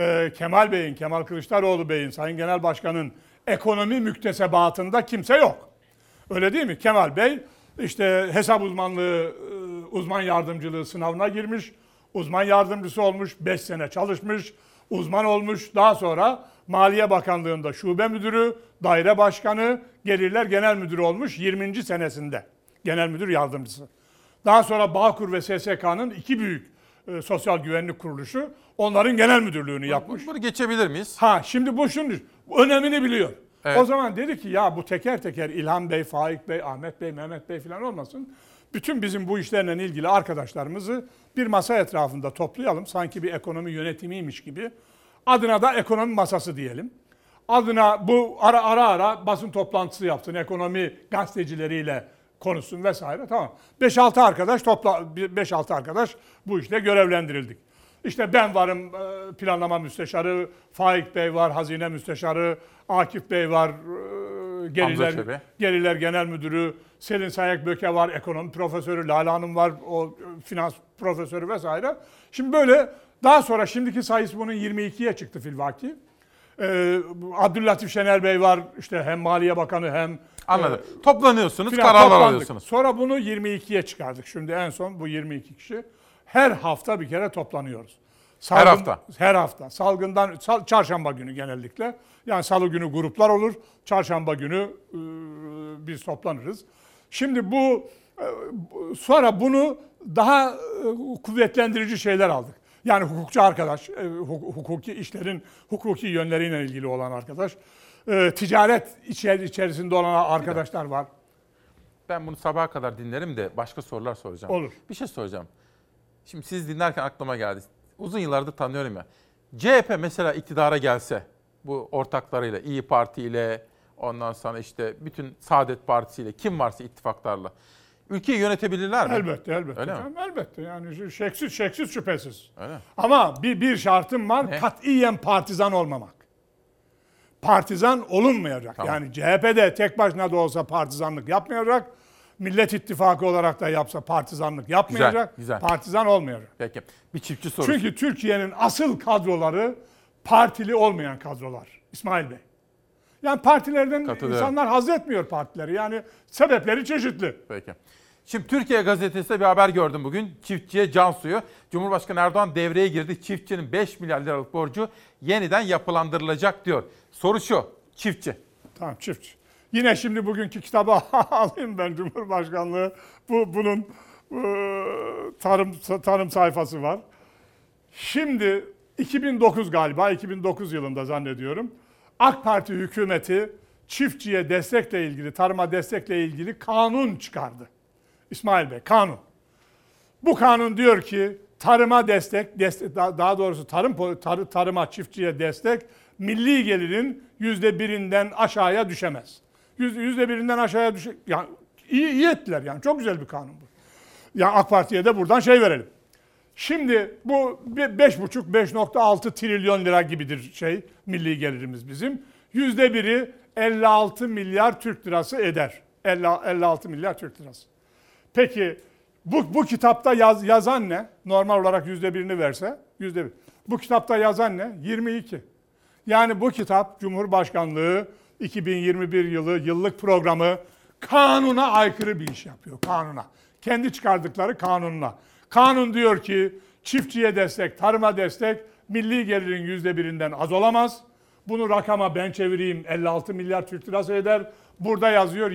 Kemal Kılıçdaroğlu Bey'in, Sayın Genel Başkan'ın ekonomi müktesebatında kimse yok. Öyle değil mi? Kemal Bey işte hesap uzmanlığı, uzman yardımcılığı sınavına girmiş. Uzman yardımcısı olmuş, 5 sene çalışmış, uzman olmuş. Daha sonra Maliye Bakanlığı'nda şube müdürü, daire başkanı, gelirler genel müdürü olmuş 20. senesinde. Genel müdür yardımcısı. Daha sonra Bağkur ve SSK'nın 2 büyük sosyal güvenlik kuruluşu onların genel müdürlüğünü yapmış. Bunu geçebilir miyiz? Şimdi şunun önemini biliyor. Evet. O zaman dedi ki ya bu teker teker İlhan Bey, Faik Bey, Ahmet Bey, Mehmet Bey falan olmasın. Bütün bizim bu işlerle ilgili arkadaşlarımızı bir masa etrafında toplayalım. Sanki bir ekonomi yönetimiymiş gibi. Adına da ekonomi masası diyelim. Adına bu ara basın toplantısı yapsın. Ekonomi gazetecileriyle konuşsun vesaire. Tamam. 5-6 arkadaş bu işte görevlendirildik. İşte ben varım planlama müsteşarı, Faik Bey var hazine müsteşarı, Akif Bey var gelirler genel müdürü, Selin Sayek-Böke var ekonomi profesörü, Lale Hanım var o finans profesörü vesaire. Şimdi böyle daha sonra şimdiki sayısı bunun 22'ye çıktı filvaki. Abdüllatif Şener Bey var işte hem Maliye Bakanı hem... Anladım. Toplanıyorsunuz, kararlar alıyorsunuz. Sonra bunu 22'ye çıkardık. Şimdi en son bu 22 kişi. Her hafta bir kere toplanıyoruz. Her hafta. Çarşamba günü genellikle. Yani salı günü gruplar olur. Çarşamba günü biz toplanırız. Şimdi sonra bunu daha kuvvetlendirici şeyler aldık. Yani hukukçu arkadaş, hukuki işlerin hukuki yönleriyle ilgili olan arkadaş. Ticaret içerisinde olan arkadaşlar var. Ben bunu sabaha kadar dinlerim de başka sorular soracağım. Olur. Bir şey soracağım. Şimdi siz dinlerken aklıma geldi. Uzun yıllardır tanıyorum ya. CHP mesela iktidara gelse, bu ortaklarıyla, İyi Parti ile, ondan sonra işte bütün Saadet Partisi ile, kim varsa ittifaklarla ülkeyi yönetebilirler mi? Elbette. Öyle mi? Elbette. Yani şeksiz şüphesiz. Öyle. Ama bir şartım var. Ne? Katiyen partizan olmamak. Partizan olunmayacak. Tamam. Yani CHP'de tek başına da olsa partizanlık yapmayacak. Millet İttifakı olarak da yapsa partizanlık yapmayacak. Güzel. Partizan olmayacak. Peki. Bir çiftçi sorusu. Çünkü Türkiye'nin asıl kadroları partili olmayan kadrolar. İsmail Bey. Yani partilerden insanlar haz etmiyor partileri. Yani sebepleri çeşitli. Peki. Şimdi Türkiye Gazetesi'nde bir haber gördüm bugün. Çiftçiye can suyu. Cumhurbaşkanı Erdoğan devreye girdi. Çiftçinin 5 milyar liralık borcu yeniden yapılandırılacak diyor. Soru şu. Çiftçi. Tamam, çiftçi. Yine şimdi bugünkü kitabı alayım ben, Cumhurbaşkanlığı. Bunun tarım sayfası var. Şimdi 2009 galiba, 2009 yılında zannediyorum. AK Parti hükümeti çiftçiye destekle ilgili, tarıma destekle ilgili kanun çıkardı. İsmail Bey, kanun. Bu kanun diyor ki tarıma destek daha doğrusu tarıma, çiftçiye destek milli gelirin %1'inden aşağıya düşemez. %1'inden aşağıya yani iyi ettiler yani, çok güzel bir kanun bu. Yani AK Parti'ye de buradan verelim. Şimdi bu 5,5-5,6 trilyon lira gibidir milli gelirimiz bizim. %1'i 56 milyar Türk lirası eder. 56 milyar Türk lirası. Peki bu kitapta yazan ne? Normal olarak %1'ini verse %1. Bu kitapta yazan ne? 22. Yani bu kitap Cumhurbaşkanlığı 2021 yılı yıllık programı kanuna aykırı bir iş yapıyor. Kanuna. Kendi çıkardıkları kanunla. Kanun diyor ki çiftçiye destek, tarıma destek milli gelirin %1'inden az olamaz. Bunu rakama ben çevireyim, 56 milyar Türk lirası eder. Burada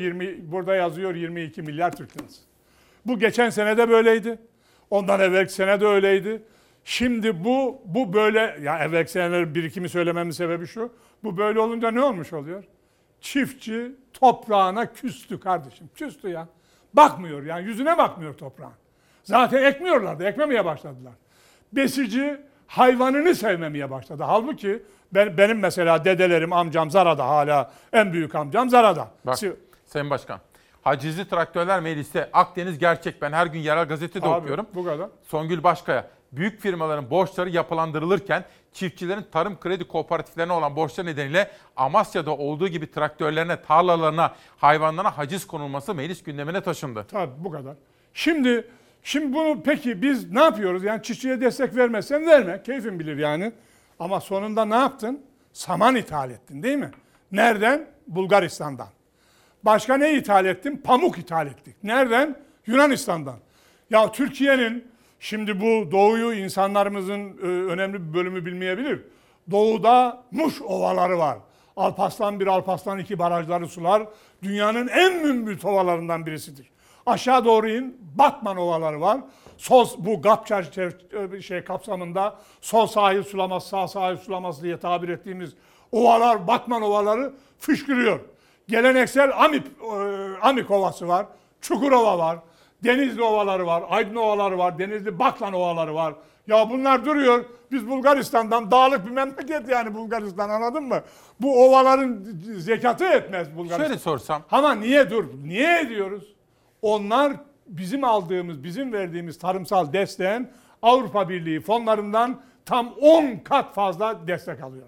yazıyor 22 milyar Türk lirası. Bu geçen sene de böyleydi. Ondan evvelki sene de öyleydi. Şimdi bu böyle, ya evvelki senelerin birikimi söylememin sebebi şu. Bu böyle olunca ne olmuş oluyor? Çiftçi toprağına küstü kardeşim. Küstü ya. Bakmıyor yani, yüzüne bakmıyor toprağın. Zaten ekmiyorlardı, ekmemeye başladılar. Besici hayvanını sevmemeye başladı. Halbuki benim mesela dedelerim, amcam Zara'da, hala en büyük amcam Zara'da. Bak Sayın Başkan, hacizli traktörler mecliste, Akdeniz gerçek. Ben her gün yerel gazetede okuyorum. Bu kadar. Songül Başkaya, büyük firmaların borçları yapılandırılırken çiftçilerin tarım kredi kooperatiflerine olan borçları nedeniyle Amasya'da olduğu gibi traktörlerine, tarlalarına, hayvanlarına haciz konulması meclis gündemine taşındı. Tabii bu kadar. Şimdi bunu peki biz ne yapıyoruz? Yani çiftçiye destek vermezsen verme. Keyfin bilir yani. Ama sonunda ne yaptın? Saman ithal ettin değil mi? Nereden? Bulgaristan'dan. Başka ne ithal ettin? Pamuk ithal ettik. Nereden? Yunanistan'dan. Ya Türkiye'nin, şimdi bu doğuyu insanlarımızın önemli bir bölümü bilmeyebilir. Doğuda Muş ovaları var. Alparslan 1, Alparslan 2 barajları sular. Dünyanın en mümbit ovalarından birisidir. Aşağı doğru in, Batman ovaları var. Bu GAP kapsamında sol sahil sulaması, sağ sahil sulaması diye tabir ettiğimiz ovalar, Batman ovaları fışkırıyor. Geleneksel Amik Ovası var, Çukurova var, Denizli ovaları var, Aydın ovaları var, Denizli Baklan ovaları var. Ya bunlar duruyor. Biz Bulgaristan'dan, dağlık bir memleket yani Bulgaristan, anladın mı? Bu ovaların zekatı etmez Bulgaristan. Şöyle sorsam. Ama niye ediyoruz? Onlar bizim verdiğimiz tarımsal desteğin Avrupa Birliği fonlarından tam 10 kat fazla destek alıyorlar.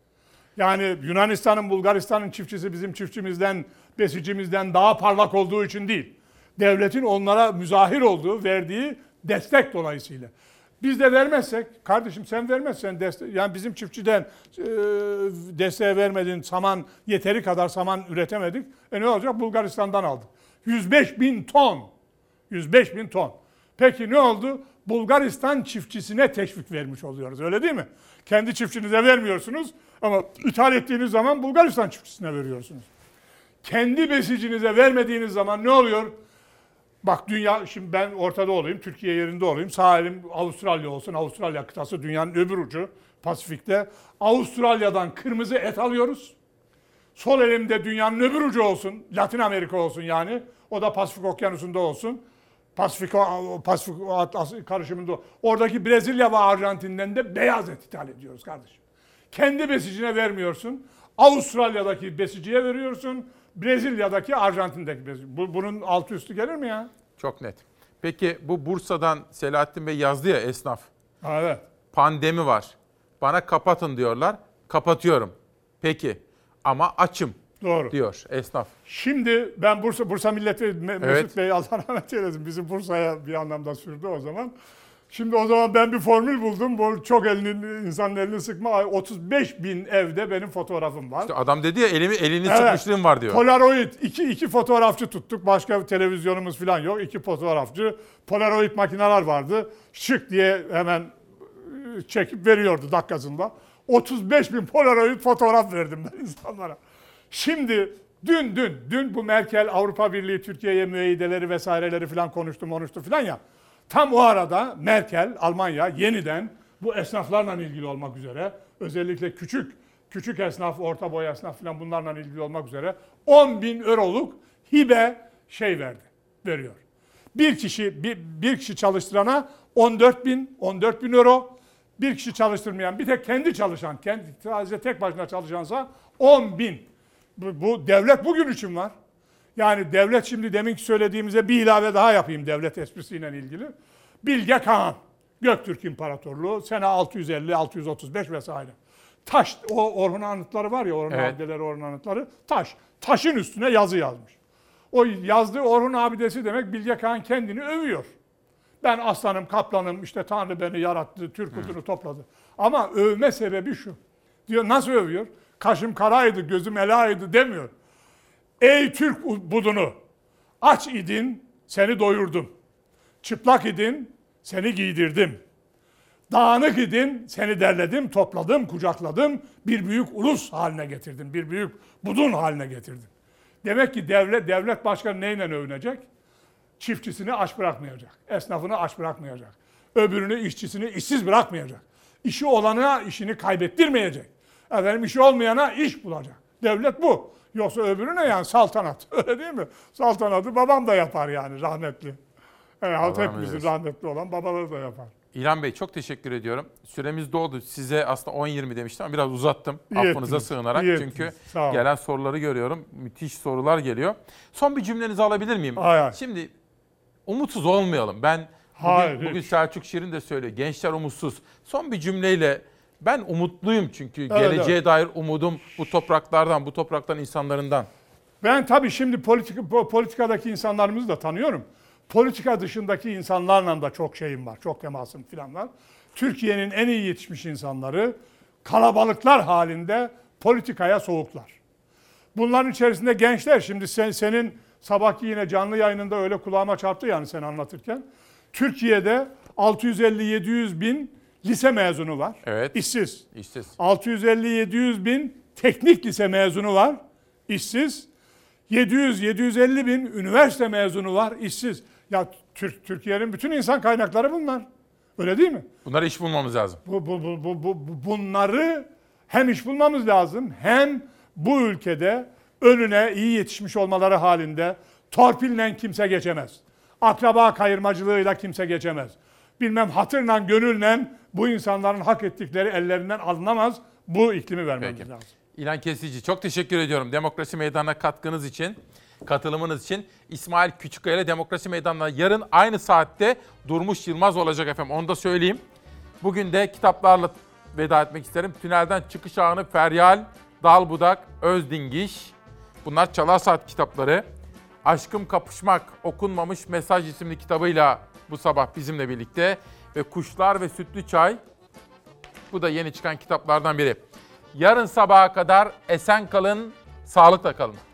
Yani Yunanistan'ın, Bulgaristan'ın çiftçisi bizim çiftçimizden, besicimizden daha parlak olduğu için değil. Devletin onlara müzahir olduğu, verdiği destek dolayısıyla. Biz de vermezsek, kardeşim sen vermezsen destek, yani bizim çiftçiden desteğe vermedin, saman, yeteri kadar saman üretemedik. Ne olacak? Bulgaristan'dan aldık. 105.000 ton. 105.000 ton. Peki ne oldu? Bulgaristan çiftçisine teşvik vermiş oluyoruz, öyle değil mi? Kendi çiftçinize vermiyorsunuz ama ithal ettiğiniz zaman Bulgaristan çiftçisine veriyorsunuz. Kendi besicinize vermediğiniz zaman ne oluyor? Bak dünya, şimdi ben ortada olayım, Türkiye yerinde olayım. Sağ elim Avustralya olsun. Avustralya kıtası dünyanın öbür ucu Pasifik'te. Avustralya'dan kırmızı et alıyoruz. Sol elimde dünyanın öbür ucu olsun. Latin Amerika olsun yani. O da Pasifik Okyanusu'nda olsun. Pasifik Atlas karışımında. Oradaki Brezilya ve Arjantin'den de beyaz et ithal ediyoruz kardeşim. Kendi besicine vermiyorsun. Avustralya'daki besiciye veriyorsun. Brezilya'daki, Arjantin'deki besici. Bunun altı üstü gelir mi ya? Çok net. Peki bu Bursa'dan Selahattin Bey yazdı ya, esnaf. Evet. Pandemi var. Bana kapatın diyorlar. Kapatıyorum. Peki ama açım. Doğru. Diyor esnaf. Şimdi ben Bursa Milleti Mesut Bey Allah rahmet eylesin, bizim Bursa'ya bir anlamda sürdü o zaman. Şimdi o zaman ben bir formül buldum. Bu çok insanın elini sıkma. 35.000 evde benim fotoğrafım var. İşte adam dedi ya elini sıkmışlığım var diyor. Polaroid iki fotoğrafçı tuttuk. Başka bir televizyonumuz falan yok. 2 fotoğrafçı. Polaroid makineler vardı. Şık diye hemen çekip veriyordu dakikasında. 35.000 Polaroid fotoğraf verdim ben insanlara. Şimdi dün bu Merkel Avrupa Birliği Türkiye'ye müeyyideleri vesaireleri falan konuştu falan ya. Tam o arada Merkel Almanya yeniden bu esnaflarla ilgili olmak üzere, özellikle küçük esnaf, orta boy esnaf falan bunlarla ilgili olmak üzere 10.000 euroluk hibe veriyor. Bir kişi çalıştırana 14.000 euro. Bir kişi çalıştırmayan, bir tek kendi çalışan, sadece tek başına çalışansa 10.000. Bu devlet bugün için var. Yani devlet, şimdi deminki söylediğimize bir ilave daha yapayım devlet esprisiyle ilgili. Bilge Kağan, Göktürk İmparatorluğu, sene 650-635 vesaire. Taş, o Orhun Anıtları var ya, Orhun abideleri, Orhun Anıtları, taşın üstüne yazı yazmış. O yazdığı Orhun abidesi demek, Bilge Kağan kendini övüyor. Ben aslanım, kaplanım, işte Tanrı beni yarattı, Türk udunu topladı. Ama övme sebebi şu. Diyor, nasıl övüyor? Kaşım karaydı, gözüm elaydı demiyor. Ey Türk budunu, aç idin, seni doyurdum. Çıplak idin, seni giydirdim. Dağınık idin, seni derledim, topladım, kucakladım. Bir büyük ulus haline getirdim, bir büyük budun haline getirdim. Demek ki devlet başkanı neyle övünecek? Çiftçisini aç bırakmayacak, esnafını aç bırakmayacak, öbürünü, işçisini işsiz bırakmayacak. İşi olana işini kaybettirmeyecek. Efendim, işi olmayana iş bulacak. Devlet bu. Yoksa öbürüne yani saltanat. Öyle değil mi? Saltanatı babam da yapar yani, rahmetli. Evet, hepimizin rahmetli olan babaları da yapar. İlhan Bey çok teşekkür ediyorum. Süremiz doldu. Size aslında 10-20 demiştim ama biraz uzattım. Affınıza sığınarak. Çünkü gelen soruları görüyorum. Müthiş sorular geliyor. Son bir cümlenizi alabilir miyim? Hayır. Şimdi umutsuz olmayalım. Bugün Selçuk Şirin de söylüyor. Gençler umutsuz. Son bir cümleyle, ben umutluyum çünkü geleceğe dair umudum bu topraktan insanlarından. Ben tabii şimdi politikadaki insanlarımızı da tanıyorum. Politika dışındaki insanlarla da çok şeyim var, çok temasım falan var. Türkiye'nin en iyi yetişmiş insanları kalabalıklar halinde politikaya soğuklar. Bunların içerisinde gençler, şimdi senin sabahki yine canlı yayınında öyle kulağıma çarptı yani sen anlatırken. Türkiye'de 650-700 bin lise mezunu var. Evet. İşsiz. 650-700 bin teknik lise mezunu var. İşsiz. 700-750 bin üniversite mezunu var. İşsiz. Ya Türkiye'nin bütün insan kaynakları bunlar. Öyle değil mi? Bunlara iş bulmamız lazım. Bunları hem iş bulmamız lazım, hem bu ülkede önüne iyi yetişmiş olmaları halinde torpille kimse geçemez. Akraba kayırmacılığıyla kimse geçemez. Bilmem hatırla, gönülle bu insanların hak ettikleri ellerinden alınamaz. Bu iklimi vermemiz lazım. İlhan Kesici, çok teşekkür ediyorum Demokrasi Meydanı'na katkınız için, katılımınız için. İsmail Küçükkaya ile Demokrasi Meydanı'na yarın aynı saatte Durmuş Yılmaz olacak efendim. Onu da söyleyeyim. Bugün de kitaplarla veda etmek isterim. Tünelden Çıkış Ağını Feryal, Dal Budak, Özdingiş. Bunlar Çalar Saat kitapları. Aşkım Kapışmak, Okunmamış Mesaj isimli kitabıyla bu sabah bizimle birlikte. Ve Kuşlar ve Sütlü Çay. Bu da yeni çıkan kitaplardan biri. Yarın sabaha kadar esen kalın, sağlıkla kalın.